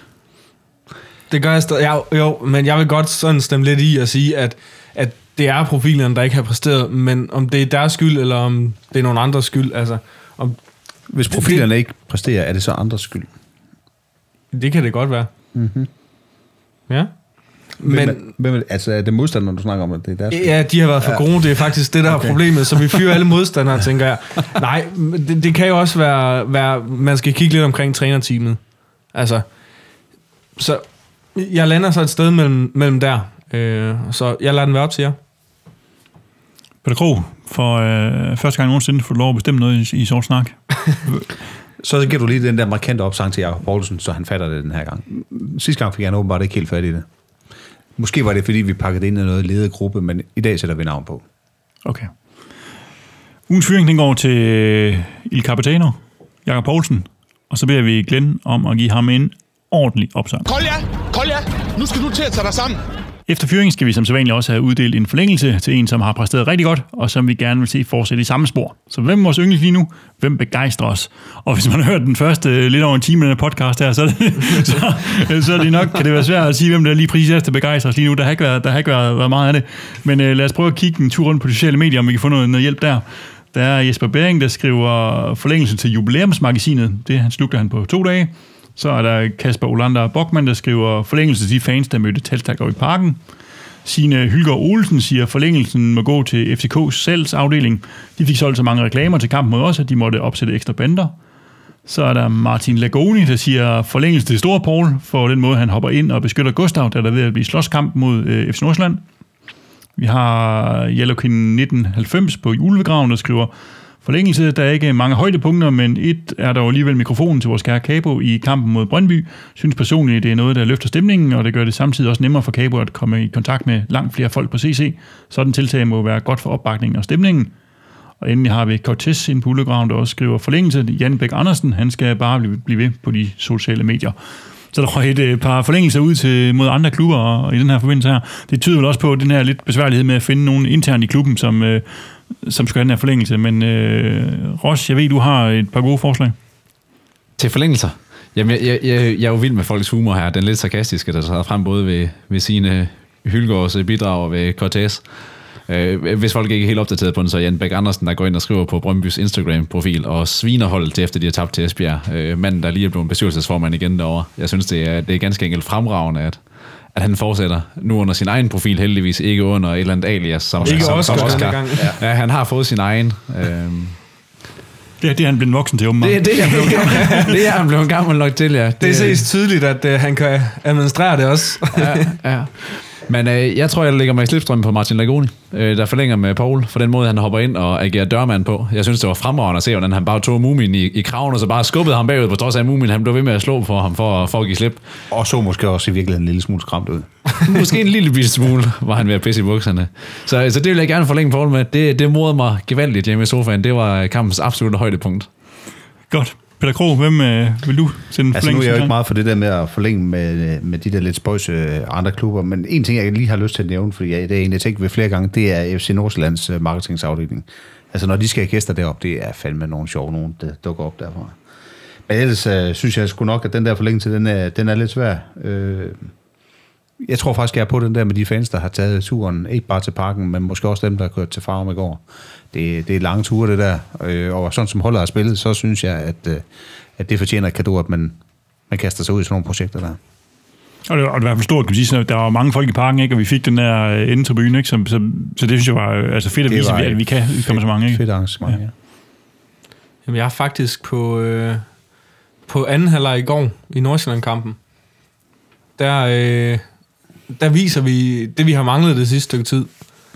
Det gør jeg stadig. Ja, jo, men jeg vil godt sådan stemme lidt i at sige, at, at det er profilerne, der ikke har præsteret, men om det er deres skyld, eller om det er nogen andres skyld, altså... Om Hvis profilerne det, ikke præsterer, er det så andres skyld? Det kan det godt være. Mm-hmm. Ja. Men, hvem, hvem, altså er det modstanderne, du snakker om, at det er deres skyld? Ja, de har været for gode. Det er faktisk det, der okay. er problemet. Så vi fyrer alle modstandere, tænker jeg. Nej, det, det kan jo også være, være... Man skal kigge lidt omkring trænerteamet. Altså... Så jeg lander så et sted mellem, mellem der. Øh, så jeg lader den være op til jer. Peter Krog, for øh, første gang nogensinde får du lov at bestemme noget i, i Sort Snak. Så giver du lige den der markante opsang til Jakob Poulsen, så han fatter det den her gang. Sidste gang fik han åbenbart ikke helt fat i det. Måske var det, fordi vi pakkede ind i noget ledergruppe, men i dag sætter vi navn på. Okay. Ugens fyring, den går til Il Capitano, Jakob Poulsen, og så beder vi Glenn om at give ham en ordentlig opsang. Kolja, Kolja, nu skal du til at tage dig sammen. Efter fyringen skal vi som sædvanligt også have uddelt en forlængelse til en, som har præsteret rigtig godt, og som vi gerne vil se fortsætte i samme spor. Så hvem er vores yndlings lige nu? Hvem begejstrer os? Og hvis man har hørt den første lidt over en time af den podcast her, så, er det, så, så er det nok, kan det være svært at sige, hvem der lige præcis er, der begejstrer os lige nu. Der har ikke været, der har ikke været, været meget af det. Men uh, lad os prøve at kigge en tur rundt på de sociale medier, om vi kan få noget, noget hjælp der. Der er Jesper Bering, der skriver forlængelse til jubilæumsmagasinet. Det han slugte han på to dage. Så er der Kasper Olander Bockmann, der skriver forlængelse til de fans, der mødte Talstag i parken. Signe Hylgaard Olsen siger, forlængelsen må gå til F C K's salgsafdeling. De fik solgt så mange reklamer til kampen mod os, at de måtte opsætte ekstra bander. Så er der Martin Lagoni, der siger forlængelse til Store Paul, for den måde, han hopper ind og beskytter Gustav, der er der ved at blive slåskamp mod øh, F C Nordsjælland. Vi har Jallokin nitten halvfems på Julegraven, der skriver, forlængelse, der er ikke mange højdepunkter, men et er der jo alligevel mikrofonen til vores kære Cabo i kampen mod Brøndby. Synes personligt, det er noget, der løfter stemningen, og det gør det samtidig også nemmere for Cabo at komme i kontakt med langt flere folk på C C. Sådan tiltag må være godt for opbakningen og stemningen. Og endelig har vi Cortez inde på Ulegraven, der også skriver forlængelse. Jan Bæk Andersen, han skal bare blive ved på de sociale medier. Så der er et par forlængelser ud til, mod andre klubber og i den her forbindelse her. Det tyder vel også på den her lidt besværlighed med at finde nogen internt i klubben, som, øh, som skal have den her forlængelse. Men øh, Ross, jeg ved, du har et par gode forslag. Til forlængelser? Jamen, jeg, jeg, jeg, jeg er jo vild med folks humor her. Den lidt sarkastiske, der træder frem både ved, ved sine Hylgaards bidrag og ved Cortez. Øh, hvis folk ikke er helt opdateret på den, så er Jan Bæk Andersen, der går ind og skriver på Brøndbys Instagram-profil og sviner holdet til, efter de har tabt til Esbjerg. Øh, manden, der lige er blevet bestyrelsesformand igen derovre. Jeg synes, det er, det er ganske enkelt fremragende, at, at han fortsætter nu under sin egen profil, heldigvis ikke under et eller andet alias. Som, ikke som, Oscar, som Oscar. Gang. Ja. Ja, han har fået sin egen... Øh, Det er det, han blevet voksen til, åbenbart. Det, det, er blevet gammel, det er han blevet gammel nok til, ja. Det, det ses tydeligt, at uh, han kan administrere det også. ja, ja. Men øh, jeg tror, jeg lægger mig i slipstrømmen på Martin Lagoni, øh, der forlænger med Paul, for den måde, han hopper ind og agerer dørmand på. Jeg synes, det var fremragende at se, hvordan han bare tog Mumin i, i kraven, og så bare skubbede ham bagud, på trods af at Mumin, han blev ved med at slå for ham for, for at give slip. Og så måske også i virkeligheden en lille smule skræmt ud. Måske en lille bitte smule var han ved at pisse i bukserne. Så, så det vil jeg gerne forlænge Paul med. Det, det morede mig gevaldigt hjemme i sofaen. Det var kampens absolutte højdepunkt. Godt. Peter Krog, hvem øh, vil du sende altså, nu er jeg jo ikke meget for det der med at forlænge med, med de der lidt spøjse andre klubber, men en ting, jeg lige har lyst til at nævne, fordi jeg, det er en, jeg tænker ved flere gange, det er F C Nordsjællands marketingsafdeling. Altså, når de skal have gæster derop, det er fandme nogle sjove nogen, der dukker op derfra. Men ellers uh, synes jeg sgu nok, at den der forlængelse, den er, den er lidt svær. Uh, jeg tror faktisk, jeg er på den der med de fans, der har taget turen, ikke bare til parken, men måske også dem, der har kørt til Farum i går. Det, det er lange ture, det der. Og sådan som holdet har spillet, så synes jeg, at, at det fortjener et cadeau, at man, man kaster sig ud i sådan nogle projekter der. Og det var, og det var i hvert fald stort, kan man sige, så der var mange folk i parken, ikke? Og vi fik den der endetribune, ikke? Så, så, så det synes jeg var altså fedt at vise, at vi kan komme så mange. Ikke? Fedt arrangement, ja. Ja. Jamen, jeg er faktisk på, øh, på anden halvleg i går i Nordsjælland-kampen. Der, øh, der viser vi det, vi har manglet det sidste stykke tid.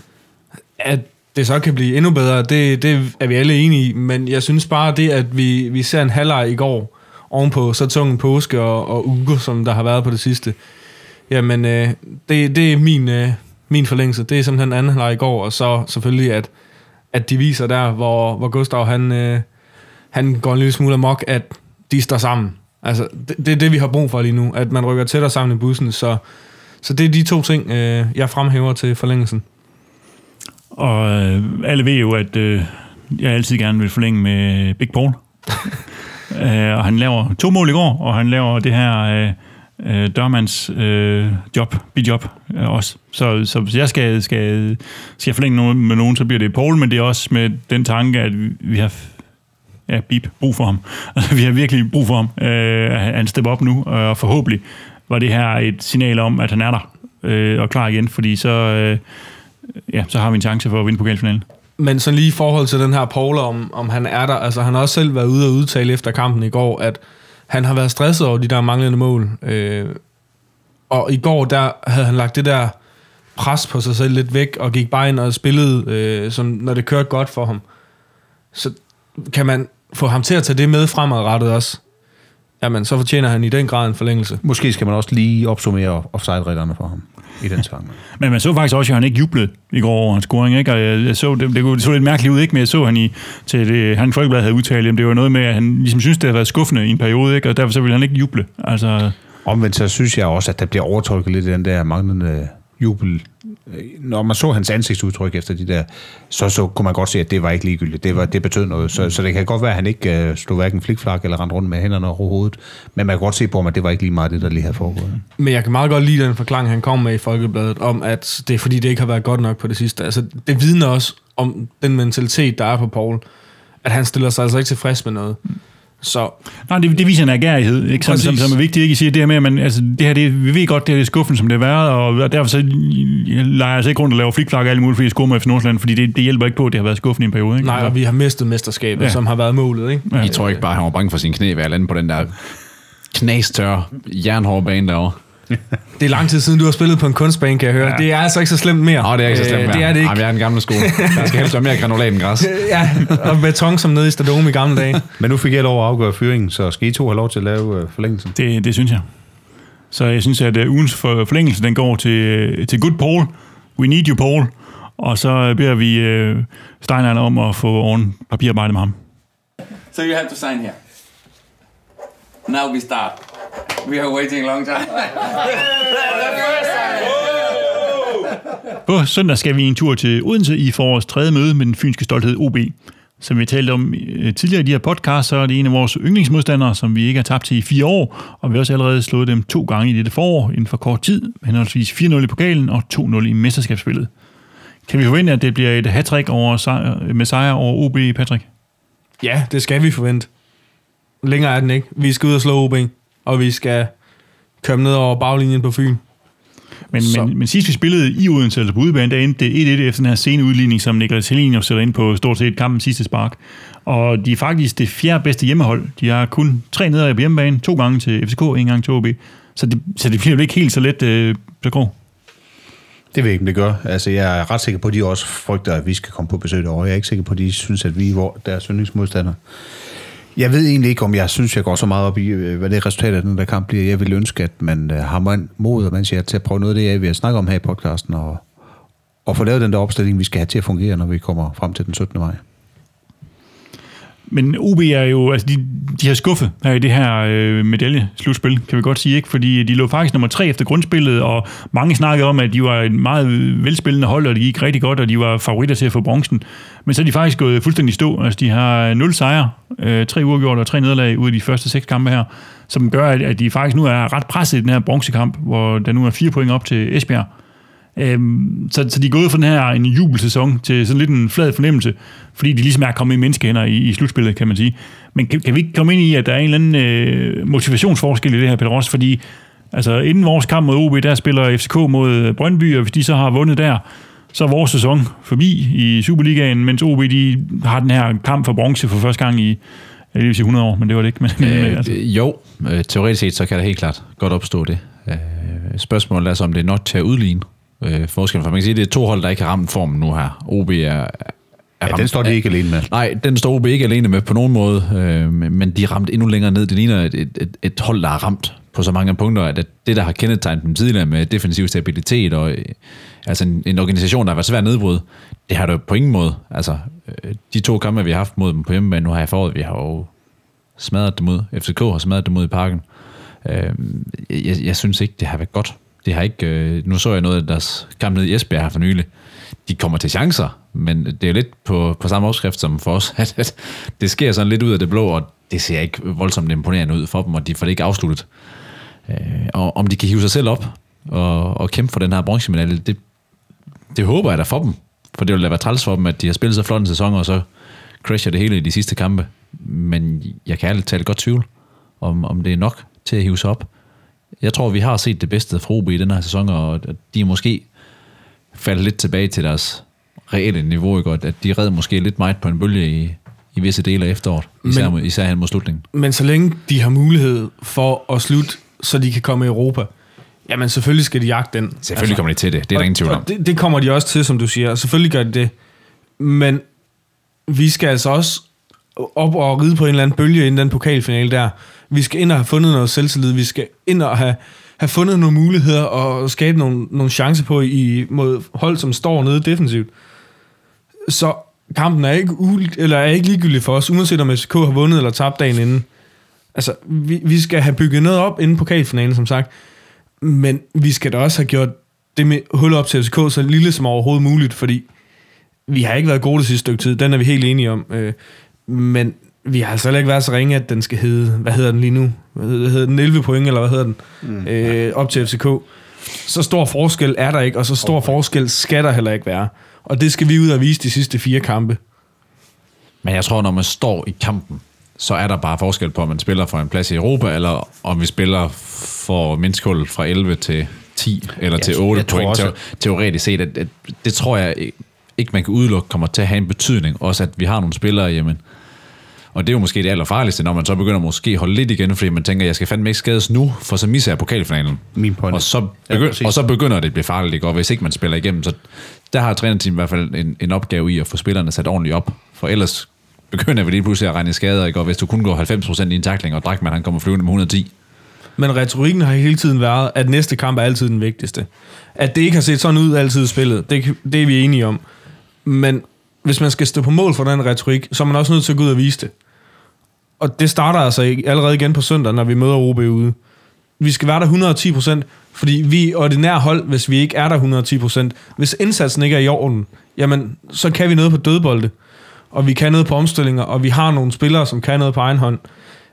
At det så kan blive endnu bedre, det, det er vi alle enige i. Men jeg synes bare, det at vi, vi ser en halvleg i går, ovenpå så tung en påske og, og uger, som der har været på det sidste. Jamen, øh, det, det er min, øh, min forlængelse. Det er simpelthen anden halvleg i går, og så selvfølgelig, at, at de viser der, hvor, hvor Gustav, han, øh, han går en lille smule amok, at de står sammen. Altså, det, det er det, vi har brug for lige nu, at man rykker tættere sammen i bussen, så, så det er de to ting, øh, jeg fremhæver til forlængelsen. Og øh, alle ved jo, at øh, jeg altid gerne vil forlænge med Big Paul. øh, og han laver to mål i går, og han laver det her øh, øh, dørmands øh, job, bidjob øh, også. Så, så hvis jeg skal, skal, skal forlænge noget med nogen, så bliver det Paul, men det er også med den tanke, at vi har ja, bip, brug for ham. Altså, vi har virkelig brug for ham. Øh, han stepper op nu, og forhåbentlig var det her et signal om, at han er der øh, og klar igen, fordi så... Øh, ja, så har vi en chance for at vinde pokalfinalen. Men sådan lige i forhold til den her Paul, om, om han er der, altså han har også selv været ude og udtale efter kampen i går, at han har været stresset over de der manglende mål. Øh, og i går, der havde han lagt det der pres på sig selv lidt væk, og gik bare ind og spillede, øh, som, når det kørte godt for ham. Så kan man få ham til at tage det med fremadrettet også, jamen så fortjener han i den grad en forlængelse. Måske skal man også lige opsummere offside-reglerne for ham i den sang. Men man så faktisk også, at han ikke jublede i går over hans scoring, ikke? Og jeg, jeg så, det, det så lidt mærkeligt ud, ikke? Men jeg så, han i til det, han Folkeblad havde udtalt, at det var noget med, at han ligesom synes, det havde været skuffende i en periode, ikke? Og derfor så ville han ikke juble. Altså... Omvendt så synes jeg også, at der bliver overtolket lidt i den der manglende jubel. Når man så hans ansigtsudtryk efter de der, så, så kunne man godt se, at det var ikke ligegyldigt. Det, var, det betød noget. Så, så det kan godt være, at han ikke uh, stod hverken flikflak eller rendte rundt med hænderne over hovedet. Men man kan godt se på ham, at det var ikke lige meget det, der lige havde foregået. Men jeg kan meget godt lide den forklaring, han kom med i Folkebladet, om at det er fordi, det ikke har været godt nok på det sidste. Altså, det vidner også om den mentalitet, der er på Paul. At han stiller sig altså ikke tilfreds med noget. Så. Nej, det, det viser en agerighed, ikke? Som, som, som er vigtigt, ikke? I siger det her med, at man, altså, det her, det, vi ved godt, det er skuffen, som det er været, og derfor så leger jeg altså ikke rundt og laver flikflak og alle mulige, fordi jeg scorer med F C Nordsjælland, fordi det, det hjælper ikke på, at det har været skuffen i en periode, ikke? Nej, og vi har mistet mesterskabet, ja. Som har været målet, ikke? Ja. Jeg tror ikke bare, han var bange for sine knæ ved at lande på den der knastørre, jernhårde bane derovre. Det er lang tid siden, du har spillet på en kunstbane, kan jeg høre. Ja. Det er altså ikke så slemt mere. Åh, det er ikke så slemt mere. Det er det ikke. Jamen, jeg er den gamle skole. Der skal helst være mere granulat end græs. Ja, og beton som nede i Stadome i gamle dage. Men nu fik jeg lov at afgøre fyringen, så skal I to have lov til at lave forlængelsen? Det, det synes jeg. Så jeg synes, at ugens forlængelse, den går til, til Good Paul. We need you, Paul. Og så beder vi uh, Steinlein om at få oven papirarbejde med ham. So you have to sign here. Now we start. We are waiting a long time. På søndag skal vi en tur til Odense i forårets tredje møde med den fynske stolthed O B. Som vi talte om tidligere i de her podcasts, så er det en af vores yndlingsmodstandere, som vi ikke har tabt til i fire år, og vi har også allerede slået dem to gange i dette forår inden for kort tid, henholdsvis fire nul i pokalen og to nul i mesterskabsspillet. Kan vi forvente, at det bliver et hat-trick over sejr, med sejr over O B, Patrick? Ja, det skal vi forvente. Længere er den ikke. Vi skal ud og slå O B, og vi skal komme ned over baglinjen på Fyn. Men, men, men sidst vi spillede i Odense, altså på udebane, der endte det et et efter den her sene udligning, som Niklas Helin sætter ind på stort set kampens sidste spark. Og de er faktisk det fjerde bedste hjemmehold. De har kun tre nederlag på hjemmebane, to gange til F C K, en gang til O B. Så det, så det bliver jo ikke helt så let, øh, så grå. Det ved jeg ikke, om det gør. Altså, jeg er ret sikker på, at de også frygter, at vi skal komme på besøg derovre. Jeg er ikke sikker på, at de synes, at vi er deres yndlingsmodstandere. Jeg ved egentlig ikke, om jeg synes, jeg går så meget op i, hvad det resultat af den der kamp bliver. Jeg vil ønske, at man har man mod, og man siger, til at prøve noget af det, jeg vil snakke om her i podcasten, og, og få lavet den der opstilling, vi skal have til at fungere, når vi kommer frem til den syttende maj. Men O B er jo, altså de, de har skuffet her i det her øh, medaljeslutspil, kan vi godt sige, ikke? Fordi de lå faktisk nummer tre efter grundspillet, og mange snakkede om, at de var et meget velspillende hold, og det gik rigtig godt, og de var favoritter til at få bronzen. Men så er de faktisk gået fuldstændig stå. Altså de har nul sejre, øh, tre uafgjort og tre nederlag ud af de første seks kampe her, som gør, at, at de faktisk nu er ret presset i den her bronzekamp, hvor der nu er fire point op til Esbjerg. Øhm, så, så de er gået fra den her en jubelsæson til sådan lidt en flad fornemmelse, fordi de ligesom er kommet i menneskehænder i, i slutspillet, kan man sige. Men kan, kan vi ikke komme ind i, at der er en eller anden øh, motivationsforskel i det her, Peter Ross? Fordi Altså, inden vores kamp mod O B, der spiller F C K mod Brøndby, og hvis de så har vundet der, så er vores sæson forbi i Superligaen, mens O B, de har den her kamp for bronze for første gang i, jeg vil sige hundrede år, men det var det ikke. Men, øh, altså. Jo, øh, teoretisk set, så kan det helt klart godt opstå det. Øh, spørgsmålet er så, om det er nok til at udligne øh, forskellen. For man kan sige, at det er to hold, der ikke har ramt formen nu her. O B er... er ja, den står de ikke alene med. Nej, den står O B ikke alene med på nogen måde, øh, men de er ramt endnu længere ned. Det ligner et, et, et, et hold, der er ramt på så mange punkter, at det, der har kendetegnet dem tidligere med defensiv stabilitet og øh, altså en, en organisation, der har været svær at nedbryde, det har det på ingen måde. Altså, øh, de to kampe, vi har haft mod dem på hjemmebane nu her i foråret, vi har jo smadret dem ud. F C K har smadret dem ud i Parken. Øh, jeg, jeg synes ikke, det har været godt. Det har ikke, øh, nu så jeg noget af deres kamp nede i Esbjerg her for nylig. De kommer til chancer, men det er lidt på, på samme opskrift som for os. At, at det sker sådan lidt ud af det blå, og det ser ikke voldsomt imponerende ud for dem, og de får det ikke afsluttet. Øh, og om de kan hive sig selv op og, og kæmpe for den her bronzemedalje, det, det håber jeg da for dem. For det vil da være træls for dem, at de har spillet så flot en sæson, og så crasher det hele i de sidste kampe. Men jeg kan ærligt tale godt tvivl, om, om det er nok til at hive sig op. Jeg tror, vi har set det bedste fra O B i den her sæson, og de er måske faldet lidt tilbage til deres reelle niveau, ikke? At de redder måske lidt meget på en bølge i, i visse dele af efteråret, især, men, især hen mod slutningen. Men så længe de har mulighed for at slutte, så de kan komme i Europa, jamen selvfølgelig skal de jagte den. Selvfølgelig altså, kommer de til det, det er der ingen tvivl om. Det, det kommer de også til, som du siger, selvfølgelig gør de det. Men vi skal altså også op og ride på en eller anden bølge inden den pokalfinale der. Vi skal ind og have fundet noget selvtillid, vi skal ind og have, have fundet nogle muligheder og skabe nogle, nogle chancer på i, mod hold, som står nede defensivt. Så kampen er ikke, u- eller er ikke ligegyldig for os, uanset om F C K har vundet eller tabt dagen inden. Altså, vi, vi skal have bygget noget op inden pokalfinalen, som sagt. Men vi skal da også have gjort det med hul op til F C K så lille som overhovedet muligt, fordi vi har ikke været gode det sidste stykke tid. Den er vi helt enige om. Men vi har altså heller ikke været så ringe, at den skal hedde, hvad hedder den lige nu? Hvad hedder den? elleve point, eller hvad hedder den? Mm. Øh, op til F C K. Så stor forskel er der ikke, og så stor okay. forskel skal der heller ikke være. Og det skal vi ud og vise de sidste fire kampe. Men jeg tror, når man står i kampen, så er der bare forskel på, om man spiller for en plads i Europa, eller om vi spiller for mindstkullet fra elleve til ti, eller jeg, til otte point, også, teoretisk set. At, at, det tror jeg ikke, man kan udelukke, kommer til at have en betydning. Også at vi har nogle spillere, jamen, og det er jo måske det allerfarligste, når man så begynder måske at holde lidt igen, fordi man tænker, jeg skal fandme ikke skades nu, for så misser jeg pokalfinalen. Min point. Og så, begy- ja, og så begynder det at blive farligt, og hvis ikke man spiller igennem, så der har trænerteamet i hvert fald en, en opgave i at få spillerne sat ordentligt op, for ellers begynder vi lige pludselig at regne skader, ikke? Og hvis du kun går halvfems procent i en tackling, og Drachmann han kommer flyvende med et hundrede og ti. Men retorikken har hele tiden været, at næste kamp er altid den vigtigste. At det ikke har set sådan ud altid i spillet, det, det er vi enige om. Men hvis man skal stå på mål for den retorik, så er man også nødt til at gå ud og vise det. Og det starter altså allerede igen på søndag, når vi møder O B ude. Vi skal være der et hundrede og ti procent, fordi vi er ordinær hold, hvis vi ikke er der et hundrede og ti procent. Hvis indsatsen ikke er i orden, jamen, så kan vi noget på dødbolde. Og vi kan noget på omstillinger, og vi har nogle spillere, som kan noget på egen hånd.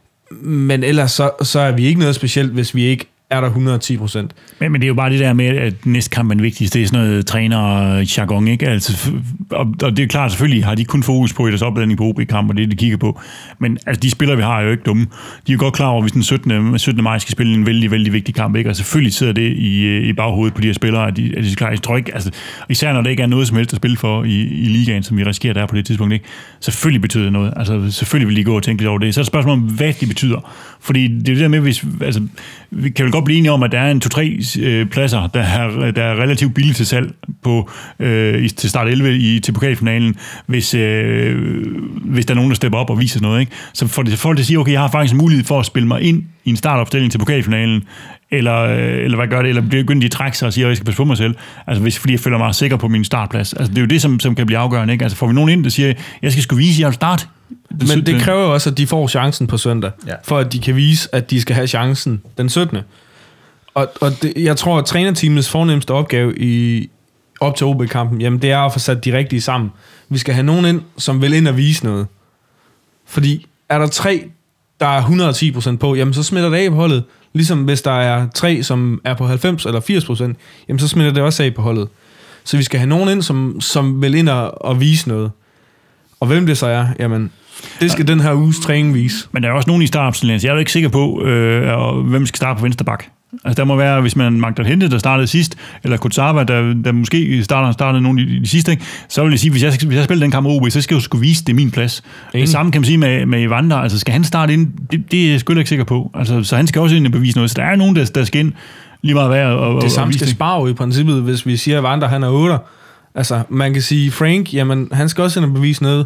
Men ellers så, så er vi ikke noget specielt, hvis vi ikke er der et hundrede og ti procent. Men, men det er jo bare det der med, at næste kamp er den vigtigste. Det er sådan noget træner-jargon, ikke? Altså, og, og det er klart, selvfølgelig har de kun fokus på i deres opladning på O B-kamp, og det er det, de kigger på. Men altså, de spillere, vi har, er jo ikke dumme. De er jo godt klar over, at hvis den syttende, syttende maj skal spille en vældig, vældig vigtig kamp, ikke? Og selvfølgelig sidder det i, i baghovedet på de her spillere, at de, at de er klar. Jeg tror ikke, altså, især når der ikke er noget som helst at spille for i, i ligaen, som vi risikerer der på det tidspunkt, ikke? Selvfølgelig betyder det noget. Altså, selvfølgelig vil de gå og tænke lidt over det. Så er det spørgsmål om, hvad det betyder. Fordi det er det der med, hvis, altså, vi kan vel godt blive enige om, at der er en to-tre øh, pladser, der er, der er relativt billigt til salg på, øh, til start elleve i, til pokalfinalen, hvis, øh, hvis der er nogen, der stepper op og viser noget. Ikke? Så får det folk til at sige, okay, jeg har faktisk en mulighed for at spille mig ind i en startopstilling til pokalfinalen, eller, øh, eller hvad gør det, eller begynder de at trække sig og sige, at jeg skal passe på mig selv, altså hvis, fordi jeg føler mig sikker på min startplads. Altså det er jo det, som, som kan blive afgørende. Ikke? Altså får vi nogen ind, der siger, jeg skal sgu vise, at jeg vil starte. Men det kræver jo også, at de får chancen på søndag, ja. For at de kan vise, at de skal have chancen den syttende Og, og det, jeg tror, at trænerteamets fornemmeste opgave i, op til O B-kampen, jamen det er at få sat de rigtige sammen. Vi skal have nogen ind, som vil ind og vise noget. Fordi er der tre, der er et hundrede og ti procent på, jamen så smitter det af på holdet. Ligesom hvis der er tre, som er på halvfems eller firs procent, jamen så smitter det også af på holdet. Så vi skal have nogen ind, som, som vil ind og, og vise noget. Og hvem det så er, jamen, det skal den her uges træning vise. Men der er også nogen i startopstillingen, så jeg er jo ikke sikker på, øh, hvem skal starte på venstre bak. Altså der må være, hvis man Magdal Hente, der startede sidst, eller Kutsava, der, der måske starter, startede nogle af de, de sidste, ikke? Så vil jeg sige, hvis jeg, hvis jeg spiller den kamp O B, så skal jeg jo skulle vise, det er min plads. Ingen. Det samme kan man sige med, med Evander, altså skal han starte ind, det, det er jeg sgu ikke sikker på. Altså, så han skal også ind og bevise noget, så der er nogen, der, der skal ind lige meget værd. Og, det og, samme og skal spare i princippet, hvis vi siger, at Evander han er otter. Altså, man kan sige, Frank, jamen, han skal også ind og bevise noget.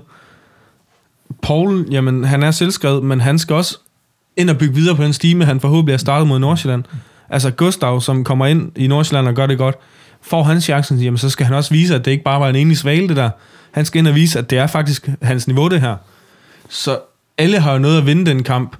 Paul, jamen, han er selvskrevet, men han skal også ind og bygge videre på den stime, han forhåbentlig har startet mod Nordsjælland. Altså Gustav, som kommer ind i Nordsjælland og gør det godt, får han chancen, jamen, så skal han også vise, at det ikke bare var en enlig svale, det der. Han skal ind og vise, at det er faktisk hans niveau, det her. Så alle har jo noget at vinde den kamp,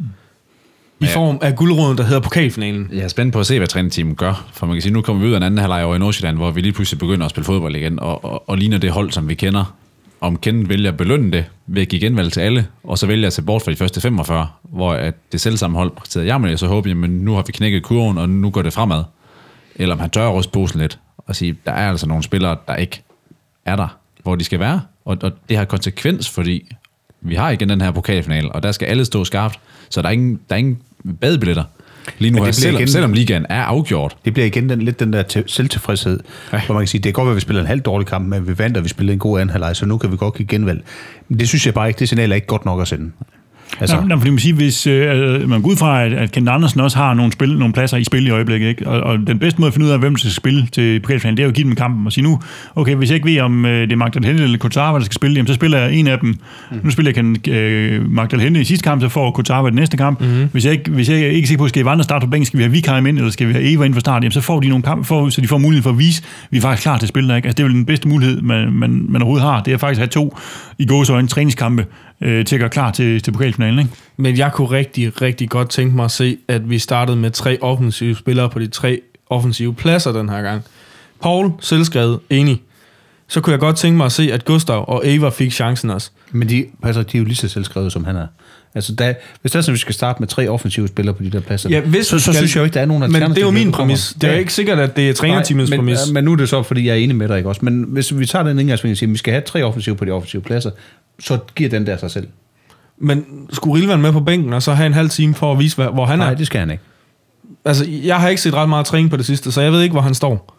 i ja. form af guldråden, der hedder pokalfinalen. Jeg er spændt på at se, hvad trænerteamet gør. For man kan sige, nu kommer vi ud af en anden halvleg over i Nordsjælland, hvor vi lige pludselig begynder at spille fodbold igen, og, og, og ligner det hold, som vi kender. Om Kenneth vælger at belønne det ved at give genvalg til alle, og så vælger at se bort fra de første femogfyrre, hvor at det selv samme hold præsterede jammerligt, så håber jeg, men nu har vi knækket kurven, og nu går det fremad. Eller om han tør at ryste posen lidt, og sige, der er altså nogle spillere, der ikke er der, hvor de skal være. Og, og det har konsekvens, fordi vi har igen den her pokalfinale, og der skal alle stå skarpt, så der er ingen, der er ingen badebilletter. Lige nu, her, selvom, igen, selvom ligaen er afgjort. Det bliver igen den, lidt den der til, selvtilfredshed, ja. Hvor man kan sige, det er godt, at vi spiller en halv dårlig kamp, men vi vandt, og vi spillede en god anden halvleg, så nu kan vi godt give genvalg. Men det synes jeg bare ikke, det signal er ikke godt nok at sende. Altså. Nå, fordi man siger, hvis øh, man går ud fra, at, at Kent Andersen også har nogle, spil, nogle pladser i spil i øjeblikket, ikke? Og, og den bedste måde at finde ud af, hvem der skal spille til pokalfinalen, det er jo at give dem kampen og sige nu, okay, hvis jeg ikke ved, om øh, det er Magdal Hente eller Kutsava, der skal spille, jamen, så spiller jeg en af dem. Mm. Nu spiller jeg øh, Magdal Hente i sidste kamp, så får Kutsava den næste kamp. Mm. Hvis jeg ikke hvis jeg ikke er sikker på, skal vi vandre starte på bænken, skal vi have Vikheim ind, eller skal vi have Eva ind for start, jamen, så får de nogle kampe, for, så de får mulighed for at vise, at vi er faktisk klar til at spille der, ikke? Altså, det er vel den bedste mulighed, man, man, man overhovedet har, det er faktisk at have to i gåseøjne træningskampe øh, til at gøre klar til, til pokalfinalen, ikke? Men jeg kunne rigtig, rigtig godt tænke mig at se, at vi startede med tre offensive spillere på de tre offensive pladser den her gang. Paul, selvskrevet, enig. Så kunne jeg godt tænke mig at se, at Gustav og Eva fik chancen også. Men de, altså, de er jo lige så selvskrevet, som han er. Altså, der, hvis det er sådan, at vi skal starte med tre offensive spillere på de der pladser, ja, hvis så, så skal, synes jeg jo ikke, der er nogen alternativer. Men det er jo min præmis. Det er ja. ikke sikkert, at det er trænerteamets præmis. Men, men nu er det så, fordi jeg er enig med dig, ikke også? Men hvis vi tager den indgangsvinkel og siger, at vi skal have tre offensive på de offensive pladser, så giver den der sig selv. Men skulle Rilvan med på bænken, og så have en halv time for at vise, hvor han Nej, er? Nej, det skal han ikke. Altså, jeg har ikke set ret meget træning på det sidste, så jeg ved ikke, hvor han står.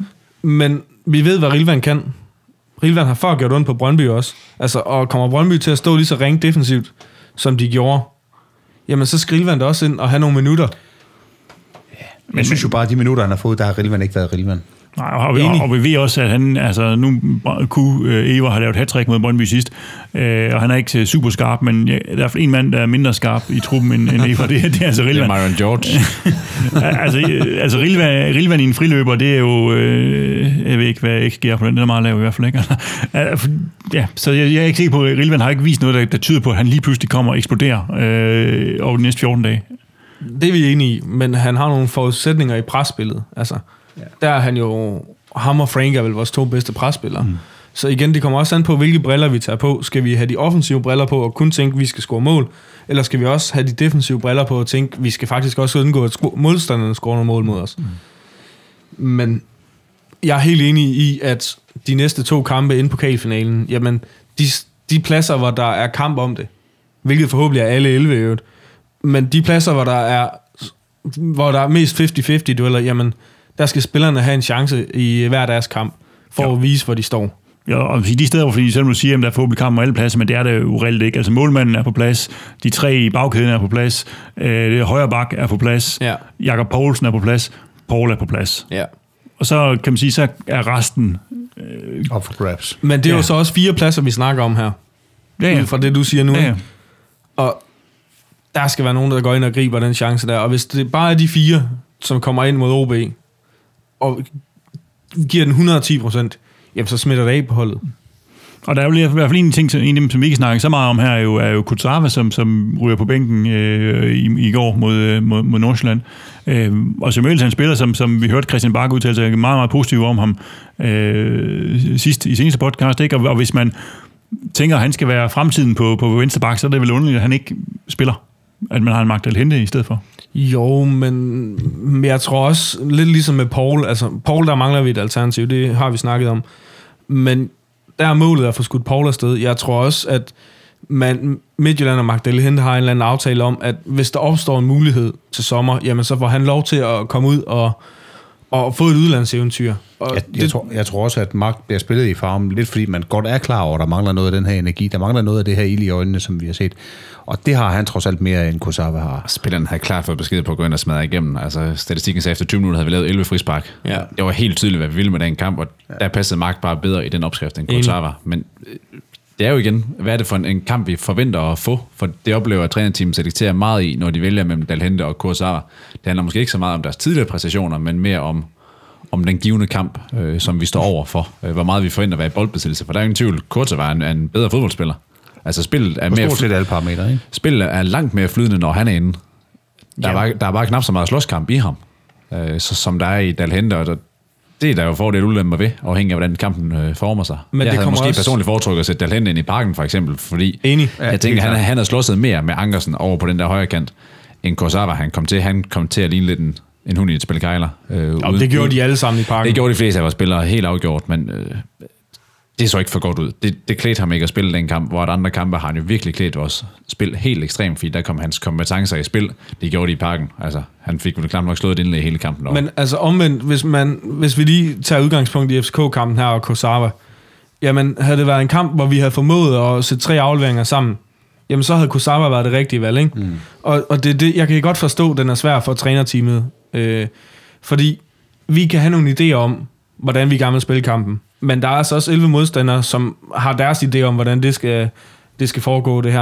Men vi ved, hvad Rilvan kan. Rilvan har før gjort ondt på Brøndby også. Altså, og kommer Brøndby til at stå lige så ringe defensivt, som de gjorde, jamen så skal Rilvan da også ind og have nogle minutter. Ja, men jeg synes jo bare, at de minutter, han har fået, der har Rilvan ikke været Rilvan. Nej, og, og, og vi ved også, at han, altså nu kunne øh, Eva have lavet hat-trick mod Brøndby sidst, øh, og han er ikke super skarp, men ja, der er en mand, der er mindre skarp i truppen end, end Eva, det, det er altså Rilvan. Det er Myron George. altså, altså Rilvan, Rilvan i en friløber, det er jo, øh, jeg ved ikke, hvad X G er på den, den er meget lav i hvert fald, ikke? ja, så jeg, jeg er ikke sikker på, at Rilvan har ikke vist noget, der, der tyder på, at han lige pludselig kommer og eksploderer øh, over de næste fjorten dage. Det er vi enige i, men han har nogle forudsætninger i presspillet, altså. Ja. Der er han jo, ham og Frank er vel vores to bedste presspillere. Mm. Så igen, det kommer også an på, hvilke briller vi tager på. Skal vi have de offensive briller på og kun tænke, at vi skal score mål? Eller skal vi også have de defensive briller på og tænke, at vi skal faktisk også undgå, at modstanderne scorer nogle mål mod os? Mm. Men jeg er helt enig i, at de næste to kampe inden pokalfinalen, jamen, de, de pladser, hvor der er kamp om det, hvilket forhåbentlig er alle elleve i øvrigt, men de pladser, hvor der er, hvor der er mest halvtreds halvtreds dueller, jamen, der skal spillerne have en chance i hver deres kamp, for ja. At vise, hvor de står. Ja, og de steder, hvor fordi, selvom du siger, at der er forhåbentlig kamp på alle pladser, men det er det jo reelt ikke. Altså målmanden er på plads, de tre i bagkæden er på plads, øh, højre bak er på plads, ja. Jakob Poulsen er på plads, Paul er på plads. Ja. Og så kan man sige, så er resten øh, up for grabs. Men det er ja. jo så også fire pladser, vi snakker om her. Ja, ja. Fra det, du siger nu. Ja, ja. Og der skal være nogen, der går ind og griber den chance der. Og hvis det bare er de fire, som kommer ind mod O B, og giver den et hundrede og ti procent, jamen så smitter det af på holdet. Og der er jo i hvert fald en ting, en af dem, som vi ikke snakker så meget om her, er jo, er jo Kutsava, som, som ryger på bænken øh, i, i går mod, mod, mod Nordsjælland. Øh, og som ellers han spiller, som, som vi hørte Christian Bakke udtale sig meget, meget positivt om ham øh, sidst, i seneste podcast. Ikke? Og, og hvis man tænker, at han skal være fremtiden på, på venstre bak, så er det vel underligt, at han ikke spiller. At man har en Magdal Hente i stedet for. Jo, men jeg tror også, lidt ligesom med Paul, altså Paul, der mangler vi et alternativ, det har vi snakket om, men der er målet at få skudt Paul afsted. Jeg tror også, at Men Midtjylland og Magdalene Hente har en eller anden aftale om, at hvis der opstår en mulighed til sommer, jamen så får han lov til at komme ud og, og få et udlandseventyr. Og jeg, det, jeg, tror, jeg tror også, at Mark bliver spillet i farmen, lidt fordi man godt er klar over, at der mangler noget af den her energi. Der mangler noget af det her ild i øjnene, som vi har set. Og det har han trods alt mere, end Kurzawa har. Spilleren havde klart fået besked på at gå ind og smadre igennem. Altså, statistikken sagde, efter tyve minutter havde vi lavet elleve frispark. Ja. Det var helt tydeligt, hvad vi ville med den kamp, og ja. Der passede Mark bare bedre i den opskrift end Kurzawa. Men det er jo igen, hvad er det for en, en kamp, vi forventer at få? For det oplever at trænerteamet selekterer meget i, når de vælger mellem Dalhente og Kurzawa. Det handler måske ikke så meget om deres tidligere præstationer, men mere om, om den givende kamp, øh, som vi står over for. Øh, hvor meget vi forventer at være i boldbesiddelse. For der er ingen tvivl, Kurzawa er en, er en bedre fodboldspiller. Altså spillet er, mere fly- alle parametre, ikke? spillet er langt mere flydende, når han er inde. Der er, bare, der er bare knap så meget slåskamp i ham, øh, så, som der er i Dalhente, og der, det er der jo fordel ulemper ved, afhængig af hvordan kampen øh, former sig. Men jeg det havde måske også personligt foretrukket at sætte Dalhente ind i parken, for eksempel, fordi Enig. jeg ja, tænker, han, han har slåsset mere med Ankersen over på den der højre kant, end Kurzawa. Han kom til, han kom til at ligne lidt en, en hund i et spil kejler. Øh, og det gjorde de alle sammen i parken. Det gjorde de fleste af vores spillere helt afgjort, men øh, det så ikke for godt ud. Det, det klædte ham ikke at spille den kamp, hvor et andre kampe har han jo virkelig klædt vores spil helt ekstremt, fordi der kom hans kompetencer i spil. Det gjorde de i parken. Altså, han fik vel klart nok slået et indlæg hele kampen over. Men altså omvendt, hvis, man, hvis vi lige tager udgangspunkt i F C K-kampen her og Kurzawa, jamen havde det været en kamp, hvor vi havde formået at sætte tre afleveringer sammen, jamen så havde Kurzawa været det rigtige valg, ikke? Mm. Og, og det, det, jeg kan godt forstå, at den er svær for trænerteamet, øh, fordi vi kan have nogle idéer om, hvordan vi gerne vil spille kampen. Men der er altså også elleve modstandere, som har deres idé om, hvordan det skal, det skal foregå, det her.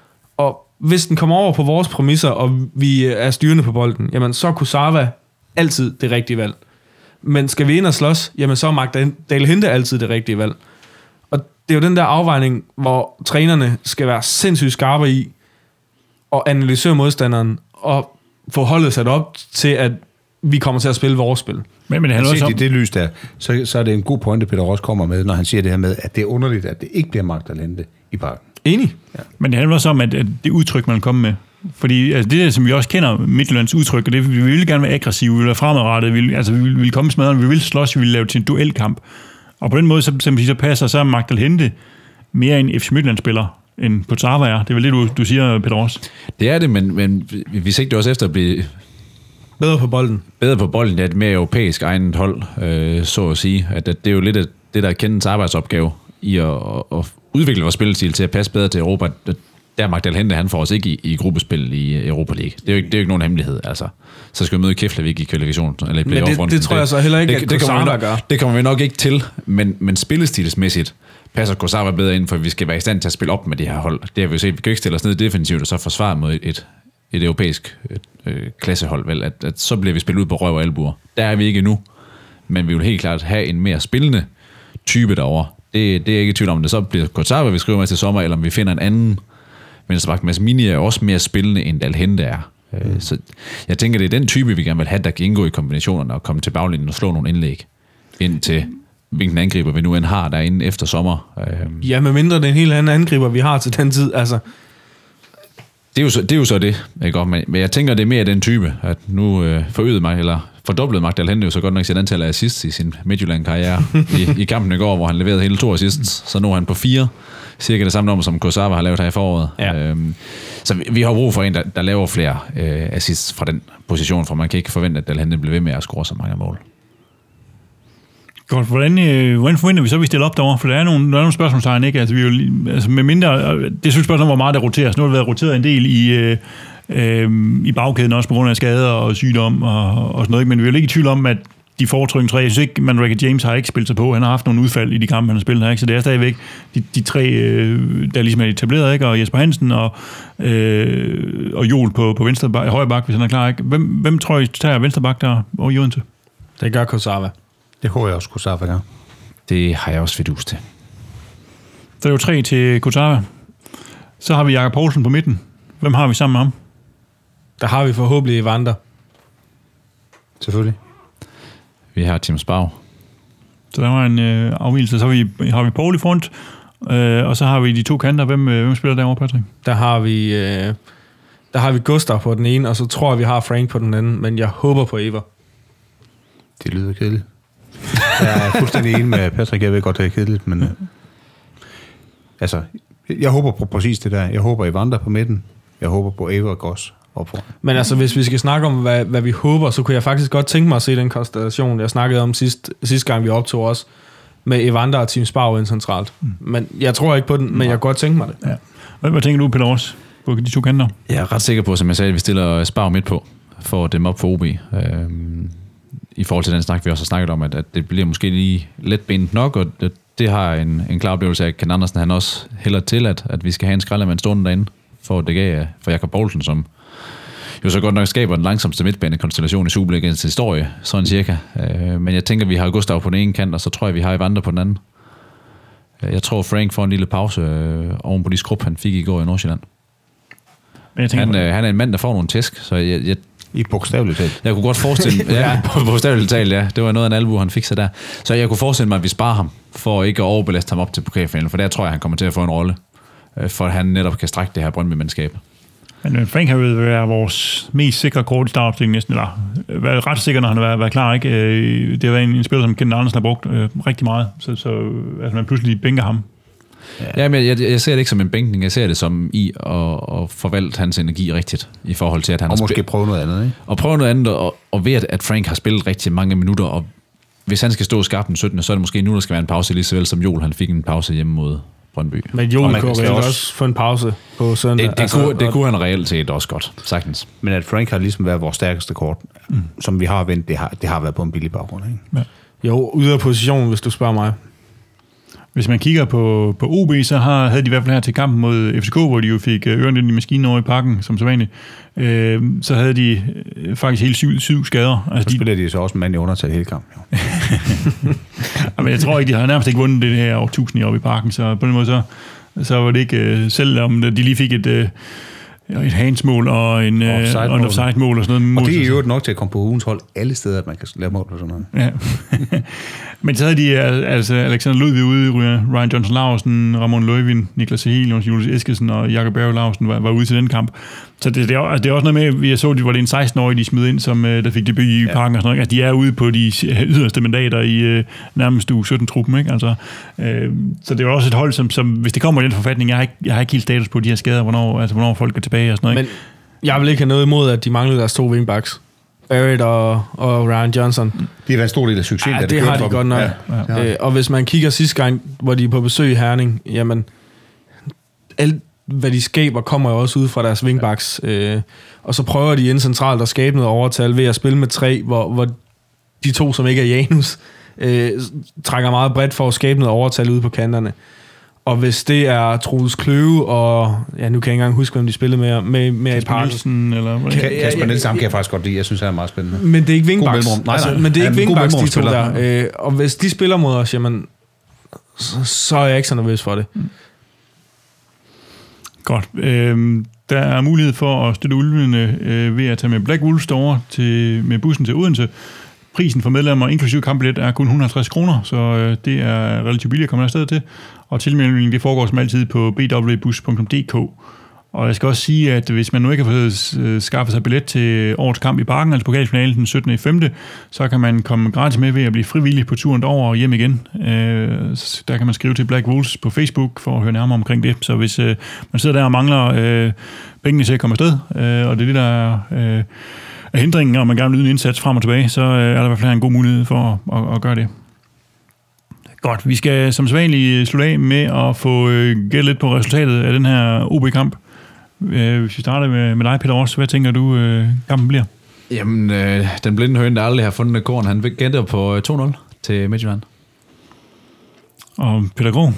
Og hvis den kommer over på vores præmisser, og vi er styrende på bolden, jamen så er Kurzawa altid det rigtige valg. Men skal vi ind og slås, jamen så er Magdalene Hente altid det rigtige valg. Og det er jo den der afvejning, hvor trænerne skal være sindssygt skarpe i, og analysere modstanderen, og få holdet sat op til, at vi kommer til at spille vores spil. Men, men det handler også om... i det lys der, så, så er det en god pointe, Peter Ross kommer med, når han siger det her med, at det er underligt, at det ikke bliver Magdalene i parken. Enig. Ja. Men det handler også om, at, at det udtryk, man kommer med. Fordi altså, det der, som vi også kender Midtjyllands udtryk, og det vi vil gerne være aggressive, vi vil være fremadrettet, vi vil, altså, vi vil, vi vil komme smadrende, vi vil slås, vi vil lave til en duelkamp. Og på den måde, så, som så passer, så er Magdalene mere en F C Midtjylland-spiller, end Kurzawa er. Det er vel det, du, du siger, Peter Ross. Det er det, men, men vi sigter også efter at blive... Bedre på bolden. Bedre på bolden, det er et mere europæisk egnet hold, øh, så at sige. At det er jo lidt af det, der er kendens arbejdsopgave i at, at udvikle vores spillestil til at passe bedre til Europa. Der Magdalene, han får os ikke i, i gruppespil i Europa League. Det er jo ikke, det er jo ikke nogen hemmelighed, altså. Så skal vi møde Keflavik i kvalifikation. Eller i men det, det tror jeg så heller ikke, det, at det, Kurzawa det gør. Det kommer vi nok ikke til, men, men spillestilsmæssigt passer Kurzawa bedre ind, for vi skal være i stand til at spille op med de her hold. Det har vi jo set. Vi kan ikke stille os ned defensivt og så forsvare mod et, et, et europæisk et, øh, klassehold, vel? At, at så bliver vi spillet ud på røv og albuer. Der er vi ikke endnu, men vi vil helt klart have en mere spillende type derovre. Det, det er ikke i tvivl om, det så bliver Kurzawa, vi skriver med til sommer, eller om vi finder en anden. Men Masmini er også mere spillende, end Dalhente er. Mm. Så jeg tænker, det er den type, vi gerne vil have, der kan indgå i kombinationerne og komme til baglinjen og slå nogle indlæg ind til hvilken angriber vi nu end har derinde efter sommer. Ja, med mindre det er en helt anden angriber, vi har til den tid. Altså. Det er jo så det. Er jo så det ikke? Men, men jeg tænker, det er mere den type, at nu øh, forøgede mig, eller fordoblede Magdalene jo så godt nok sit antal af assists i sin Midtjylland-karriere i, i kampen i går, hvor han leverede hele to assists, så nu er han på fire. Cirka det samme nummer, som Kurzawa har lavet her i foråret. Ja. Øhm, så vi, vi har brug for en, der, der laver flere øh, assists fra den position, for man kan ikke forvente, at Dalhente bliver ved med at score så mange mål. Godt, hvordan, øh, hvordan forventer vi så, at vi stiller op derovre? For der er nogle, der er nogle spørgsmålstegn, ikke? Altså, vi jo, altså med mindre, det synes spørgsmålet, hvor meget der roteres. Nu har det været roteret en del i, øh, øh, i bagkæden, også på grund af skader og sygdom og, og sådan noget, ikke? Men vi er jo ikke i tvivl om, at de foretrykkende tre, jeg synes ikke, man Ricky James har ikke spillet sig på. Han har haft nogle udfald i de kampe, han har spillet her, ikke? Så det er stadigvæk de, de tre, øh, der ligesom er etableret, ikke? Og Jesper Hansen og, øh, og Joel på, på venstre bak, højre bak, hvis han er klar, ikke? Hvem, hvem tror I tager venstre bak der over i Odense? Det gør Kurzawa. Det håber jeg også, Kurzawa gør. Det har jeg også fidus til. Så er jo tre til Kurzawa. Så har vi Jakob Poulsen på midten. Hvem har vi sammen med ham? Der har vi forhåbentlig Evander. Selvfølgelig. Vi har Tim Spau. Så der var en øh, afvigelse. Så har vi, har vi Paul i front, øh, og så har vi de to kanter. Hvem, øh, hvem spiller derovre, Patrick? Der har vi øh, der har vi Gustav på den ene, og så tror jeg, vi har Frank på den anden, men jeg håber på Eva. Det lyder kedeligt. Jeg er fuldstændig enig med Patrick. Jeg ved godt, det er kedeligt, men øh, altså, Jeg håber på præcis det der. Jeg håber Evander på midten. Jeg håber på Ava og Goss op for. Men altså, hvis vi skal snakke om, hvad, hvad vi håber, så kunne jeg faktisk godt tænke mig at se den konstellation, jeg snakkede om sidst, sidste gang, vi optog også, med Evander og Team Sparrow centralt. Mm. Men jeg tror ikke på den, men jeg kan godt tænke mig det. Ja. Hvad, hvad tænker du, Peter Aars, på de to kanter? Jeg er ret sikker på, som jeg sagde, at vi stiller Sparrow midt på, for at dæmme op for O B. Øhm, I forhold til den snak, vi også har snakket om, at, at det bliver måske lige let benet nok, og det, det har en, en klar oplevelse af, at Ken Andersen han også hælder til, at, at vi skal have en skraldemand stående derinde, for at dække af for Jakob Poulsen, som jo så godt nok skaber den langsomste midtbanekonstellation i Superligaens historie, sådan cirka. Øh, men jeg tænker, vi har Gustav på den ene kant, og så tror jeg, vi har Evander på den anden. Jeg tror, Frank får en lille pause øh, oven på de skrub, han fik i går i Nordsjælland. Men jeg tænker, han, øh, han er en mand, der får nogle tæsk, så jeg... jeg I bogstaveligt talt. Jeg kunne godt forestille mig... ja, bogstaveligt talt, ja. Det var noget af en albu, han fik sig der. Så jeg kunne forestille mig, at vi sparer ham, for ikke at overbelaste ham op til pokalfinalen, for der tror jeg, han kommer til at få en rolle, øh, for at han netop kan strække det her Brøndby-mandskab. Men Frank har jo været vores mest sikre kort i startopstillingen næsten, eller været ret sikker, når han har været, været klar, ikke? Det har været en, en spiller, som Kent Andersen har brugt øh, rigtig meget, så, så altså, man pludselig bænker ham. Ja, ja men jeg, jeg ser det ikke som en bænkning, jeg ser det som i at, at forvalte hans energi rigtigt, i forhold til, at han og har måske prøve noget andet, ikke? Og prøve noget andet, og, og ved, at Frank har spillet rigtig mange minutter, og hvis han skal stå skarpt den syttende, så er det måske nu, der skal være en pause, lige så vel som Joel, han fik en pause hjemme mod Brøndby. Men Joel kunne også, også få en pause på søndag. Det, det, altså, kunne, det kunne han reelt set også godt, sagtens. Men at Frank har ligesom været vores stærkeste kort, mm. som vi har vendt, det har, det har været på en billig baggrund, ikke? Ja. Jo, ude af positionen, hvis du spørger mig. Hvis man kigger på, på O B, så har, havde de i hvert fald her til kampen mod F C K, hvor de jo fik ørerne ind i maskinen over i parken, som så vanligt. Øh, så havde de faktisk hele syv, syv skader. Altså, så spiller de, de så også en mand i undertal hele kampen. Men jeg tror ikke, de har nærmest ikke vundet det her år tusind oppe i parken, så på den måde så, så var det ikke, selv om de lige fik et... et handsmål og en offside-mål offside og sådan noget. Og det er jo nok til at komme på ugens hold alle steder, at man kan lave mål på sådan noget. Ja. Men så havde de altså Alexander Ludvig ude, Ryan Johnson Larsen, Ramon Løjvind, Niklas Sehelius, Julius Eskesen og Jakob Berg Larsen var, var ude til den kamp. Så det, det, er, altså det er også noget med, vi så, de var det en seksten-årig, de smed ind, som der fik debut i ja. parken og sådan noget. Altså, de er ude på de yderste mandater i uh, nærmest uge sytten-truppen, ikke? Altså, uh, så det er også et hold, som, som hvis det kommer i den forfatning, jeg har ikke, jeg har ikke helt status på de her skader, hvornår, altså, hvornår folk er tilbage og sådan noget. Ikke? Men jeg vil ikke have noget imod, at de manglede deres to wingbacks. Barrett og, og Ryan Johnson. Det har været en stor del af succesen. Ja, det, det har de godt nok. Ja, ja. Øh, og hvis man kigger sidste gang, hvor de er på besøg i Herning, jamen, alt hvad de skaber, kommer jo også ud fra deres wingbacks. Øh, og så prøver de ind centralt at skabe noget overtal ved at spille med tre, hvor, hvor de to, som ikke er Janus, øh, trækker meget bredt for at skabe noget overtal ude på kanterne. Og hvis det er Troels Kløve og... Ja, nu kan jeg ikke engang huske, hvem de spillede med, med, med i parken. Eller hvad? Kasper ja, ja, Nielsen, ham kan jeg faktisk godt lide. Jeg synes, han er meget spændende. Men det er ikke wingbacks. Nej, nej. Altså, men det er ikke wingbacks, de to der. Øh, og hvis de spiller mod os, jamen, så, så er jeg ikke så nervøs for det. Mm. Godt. Øh, der er mulighed for at støtte ulvene øh, ved at tage med Black Wolves over til, med bussen til Odense. Prisen for medlemmer, inklusive kampbillet, er kun et hundrede og halvtreds kroner, så øh, det er relativt billigt at komme afsted til. Og tilmeldingen, det foregår som altid på b w bus punktum d k. Og jeg skal også sige, at hvis man nu ikke har fået skaffet sig billet til årets kamp i parken, altså pokalfinalen den syttende femte så kan man komme gratis med ved at blive frivillig på turen over og hjem igen. Øh, der kan man skrive til Black Wolves på Facebook for at høre nærmere omkring det. Så hvis øh, man sidder der og mangler øh, pengene til at komme afsted, øh, og det er det, der er... Øh, af hindringen, og man gerne vil yde en indsats frem og tilbage, så er der i hvert fald en god mulighed for at, at, at gøre det. Godt, vi skal som sædvanligt slutte af med at få gætte lidt på resultatet af den her O B-kamp. Hvis vi starter med, med dig, Peter Aars, hvad tænker du, kampen bliver? Jamen, øh, den blinde høne, der aldrig har fundet korn, han gætter på to nul til Midtjylland. Og Peter Grå?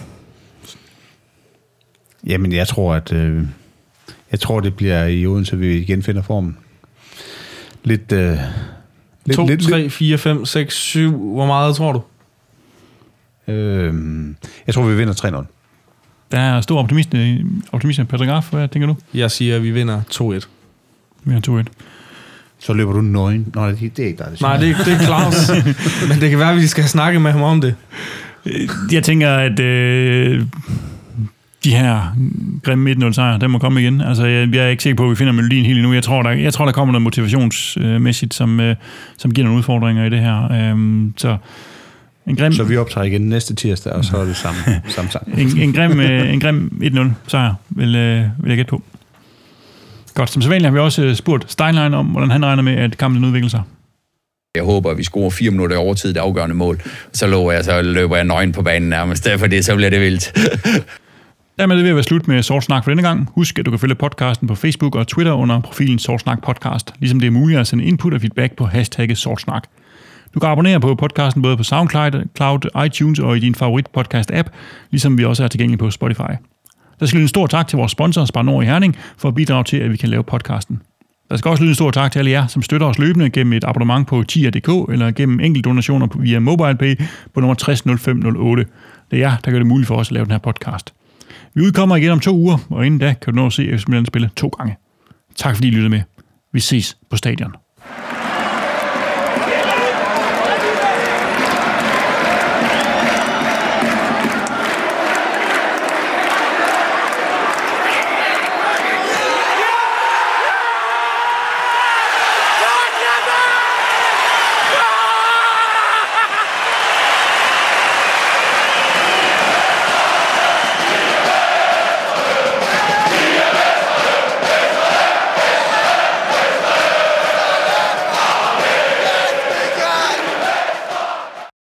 Jamen, jeg tror, at øh, jeg tror, det bliver i Odense, vi igen finder formen. Lidt... Øh, lidt to, lidt, tre, fire, fem, seks, syv. Hvor meget tror du? Øh, jeg tror, vi vinder tre nul. Der er stor optimisme. Optimisme. Patrick Graf, hvad tænker du? Jeg siger, at vi vinder to et. Vi vinder to et. Så løber du nøgen. Nå, det, det er ikke dig, det Nej, det, det er Claus. Men det kan være, at vi skal snakke med ham om det. Jeg tænker, at... Øh, de her grimme et nul sejre, den må komme igen. Altså, jeg, jeg er ikke sikker på, at vi finder melodien helt endnu. Jeg tror, der, jeg tror, der kommer noget motivationsmæssigt, som, som giver nogle udfordringer i det her. Um, så En grim, så vi optager igen næste tirsdag, og så er det samme, samme sang. En, en grim, øh, en grim et nul sejr, vil, øh, vil jeg gætte på. Godt, som sædvanligt har vi også spurgt Steinlein om, hvordan han regner med, at kampen udvikler sig. Jeg håber, at vi scorer fire minutter i overtid, det afgørende mål. Så lover jeg, så løber jeg nøgen på banen nærmest. Derfor det, så bliver det vildt. Dermed er det ved at være slut med Sort Snak for denne gang. Husk, at du kan følge podcasten på Facebook og Twitter under profilen Sort Snak Podcast, ligesom det er muligt at sende input og feedback på hashtagget Sort Snak. Du kan abonnere på podcasten både på SoundCloud, Cloud, iTunes og i din favorit podcast-app, ligesom vi også er tilgængelige på Spotify. Der skal lyde en stor tak til vores sponsor, Spar Nord i Herning, for at bidrage til, at vi kan lave podcasten. Der skal også lyde en stor tak til alle jer, som støtter os løbende gennem et abonnement på tier punktum d k eller gennem enkeltdonationer via MobilePay på nummer tres nul fem nul otte. Det er jer, der gør det muligt for os at lave den her podcast. Vi udkommer igen om to uger, og inden da kan du nå at se F C Midtjylland spille to gange. Tak fordi I lyttede med. Vi ses på stadion.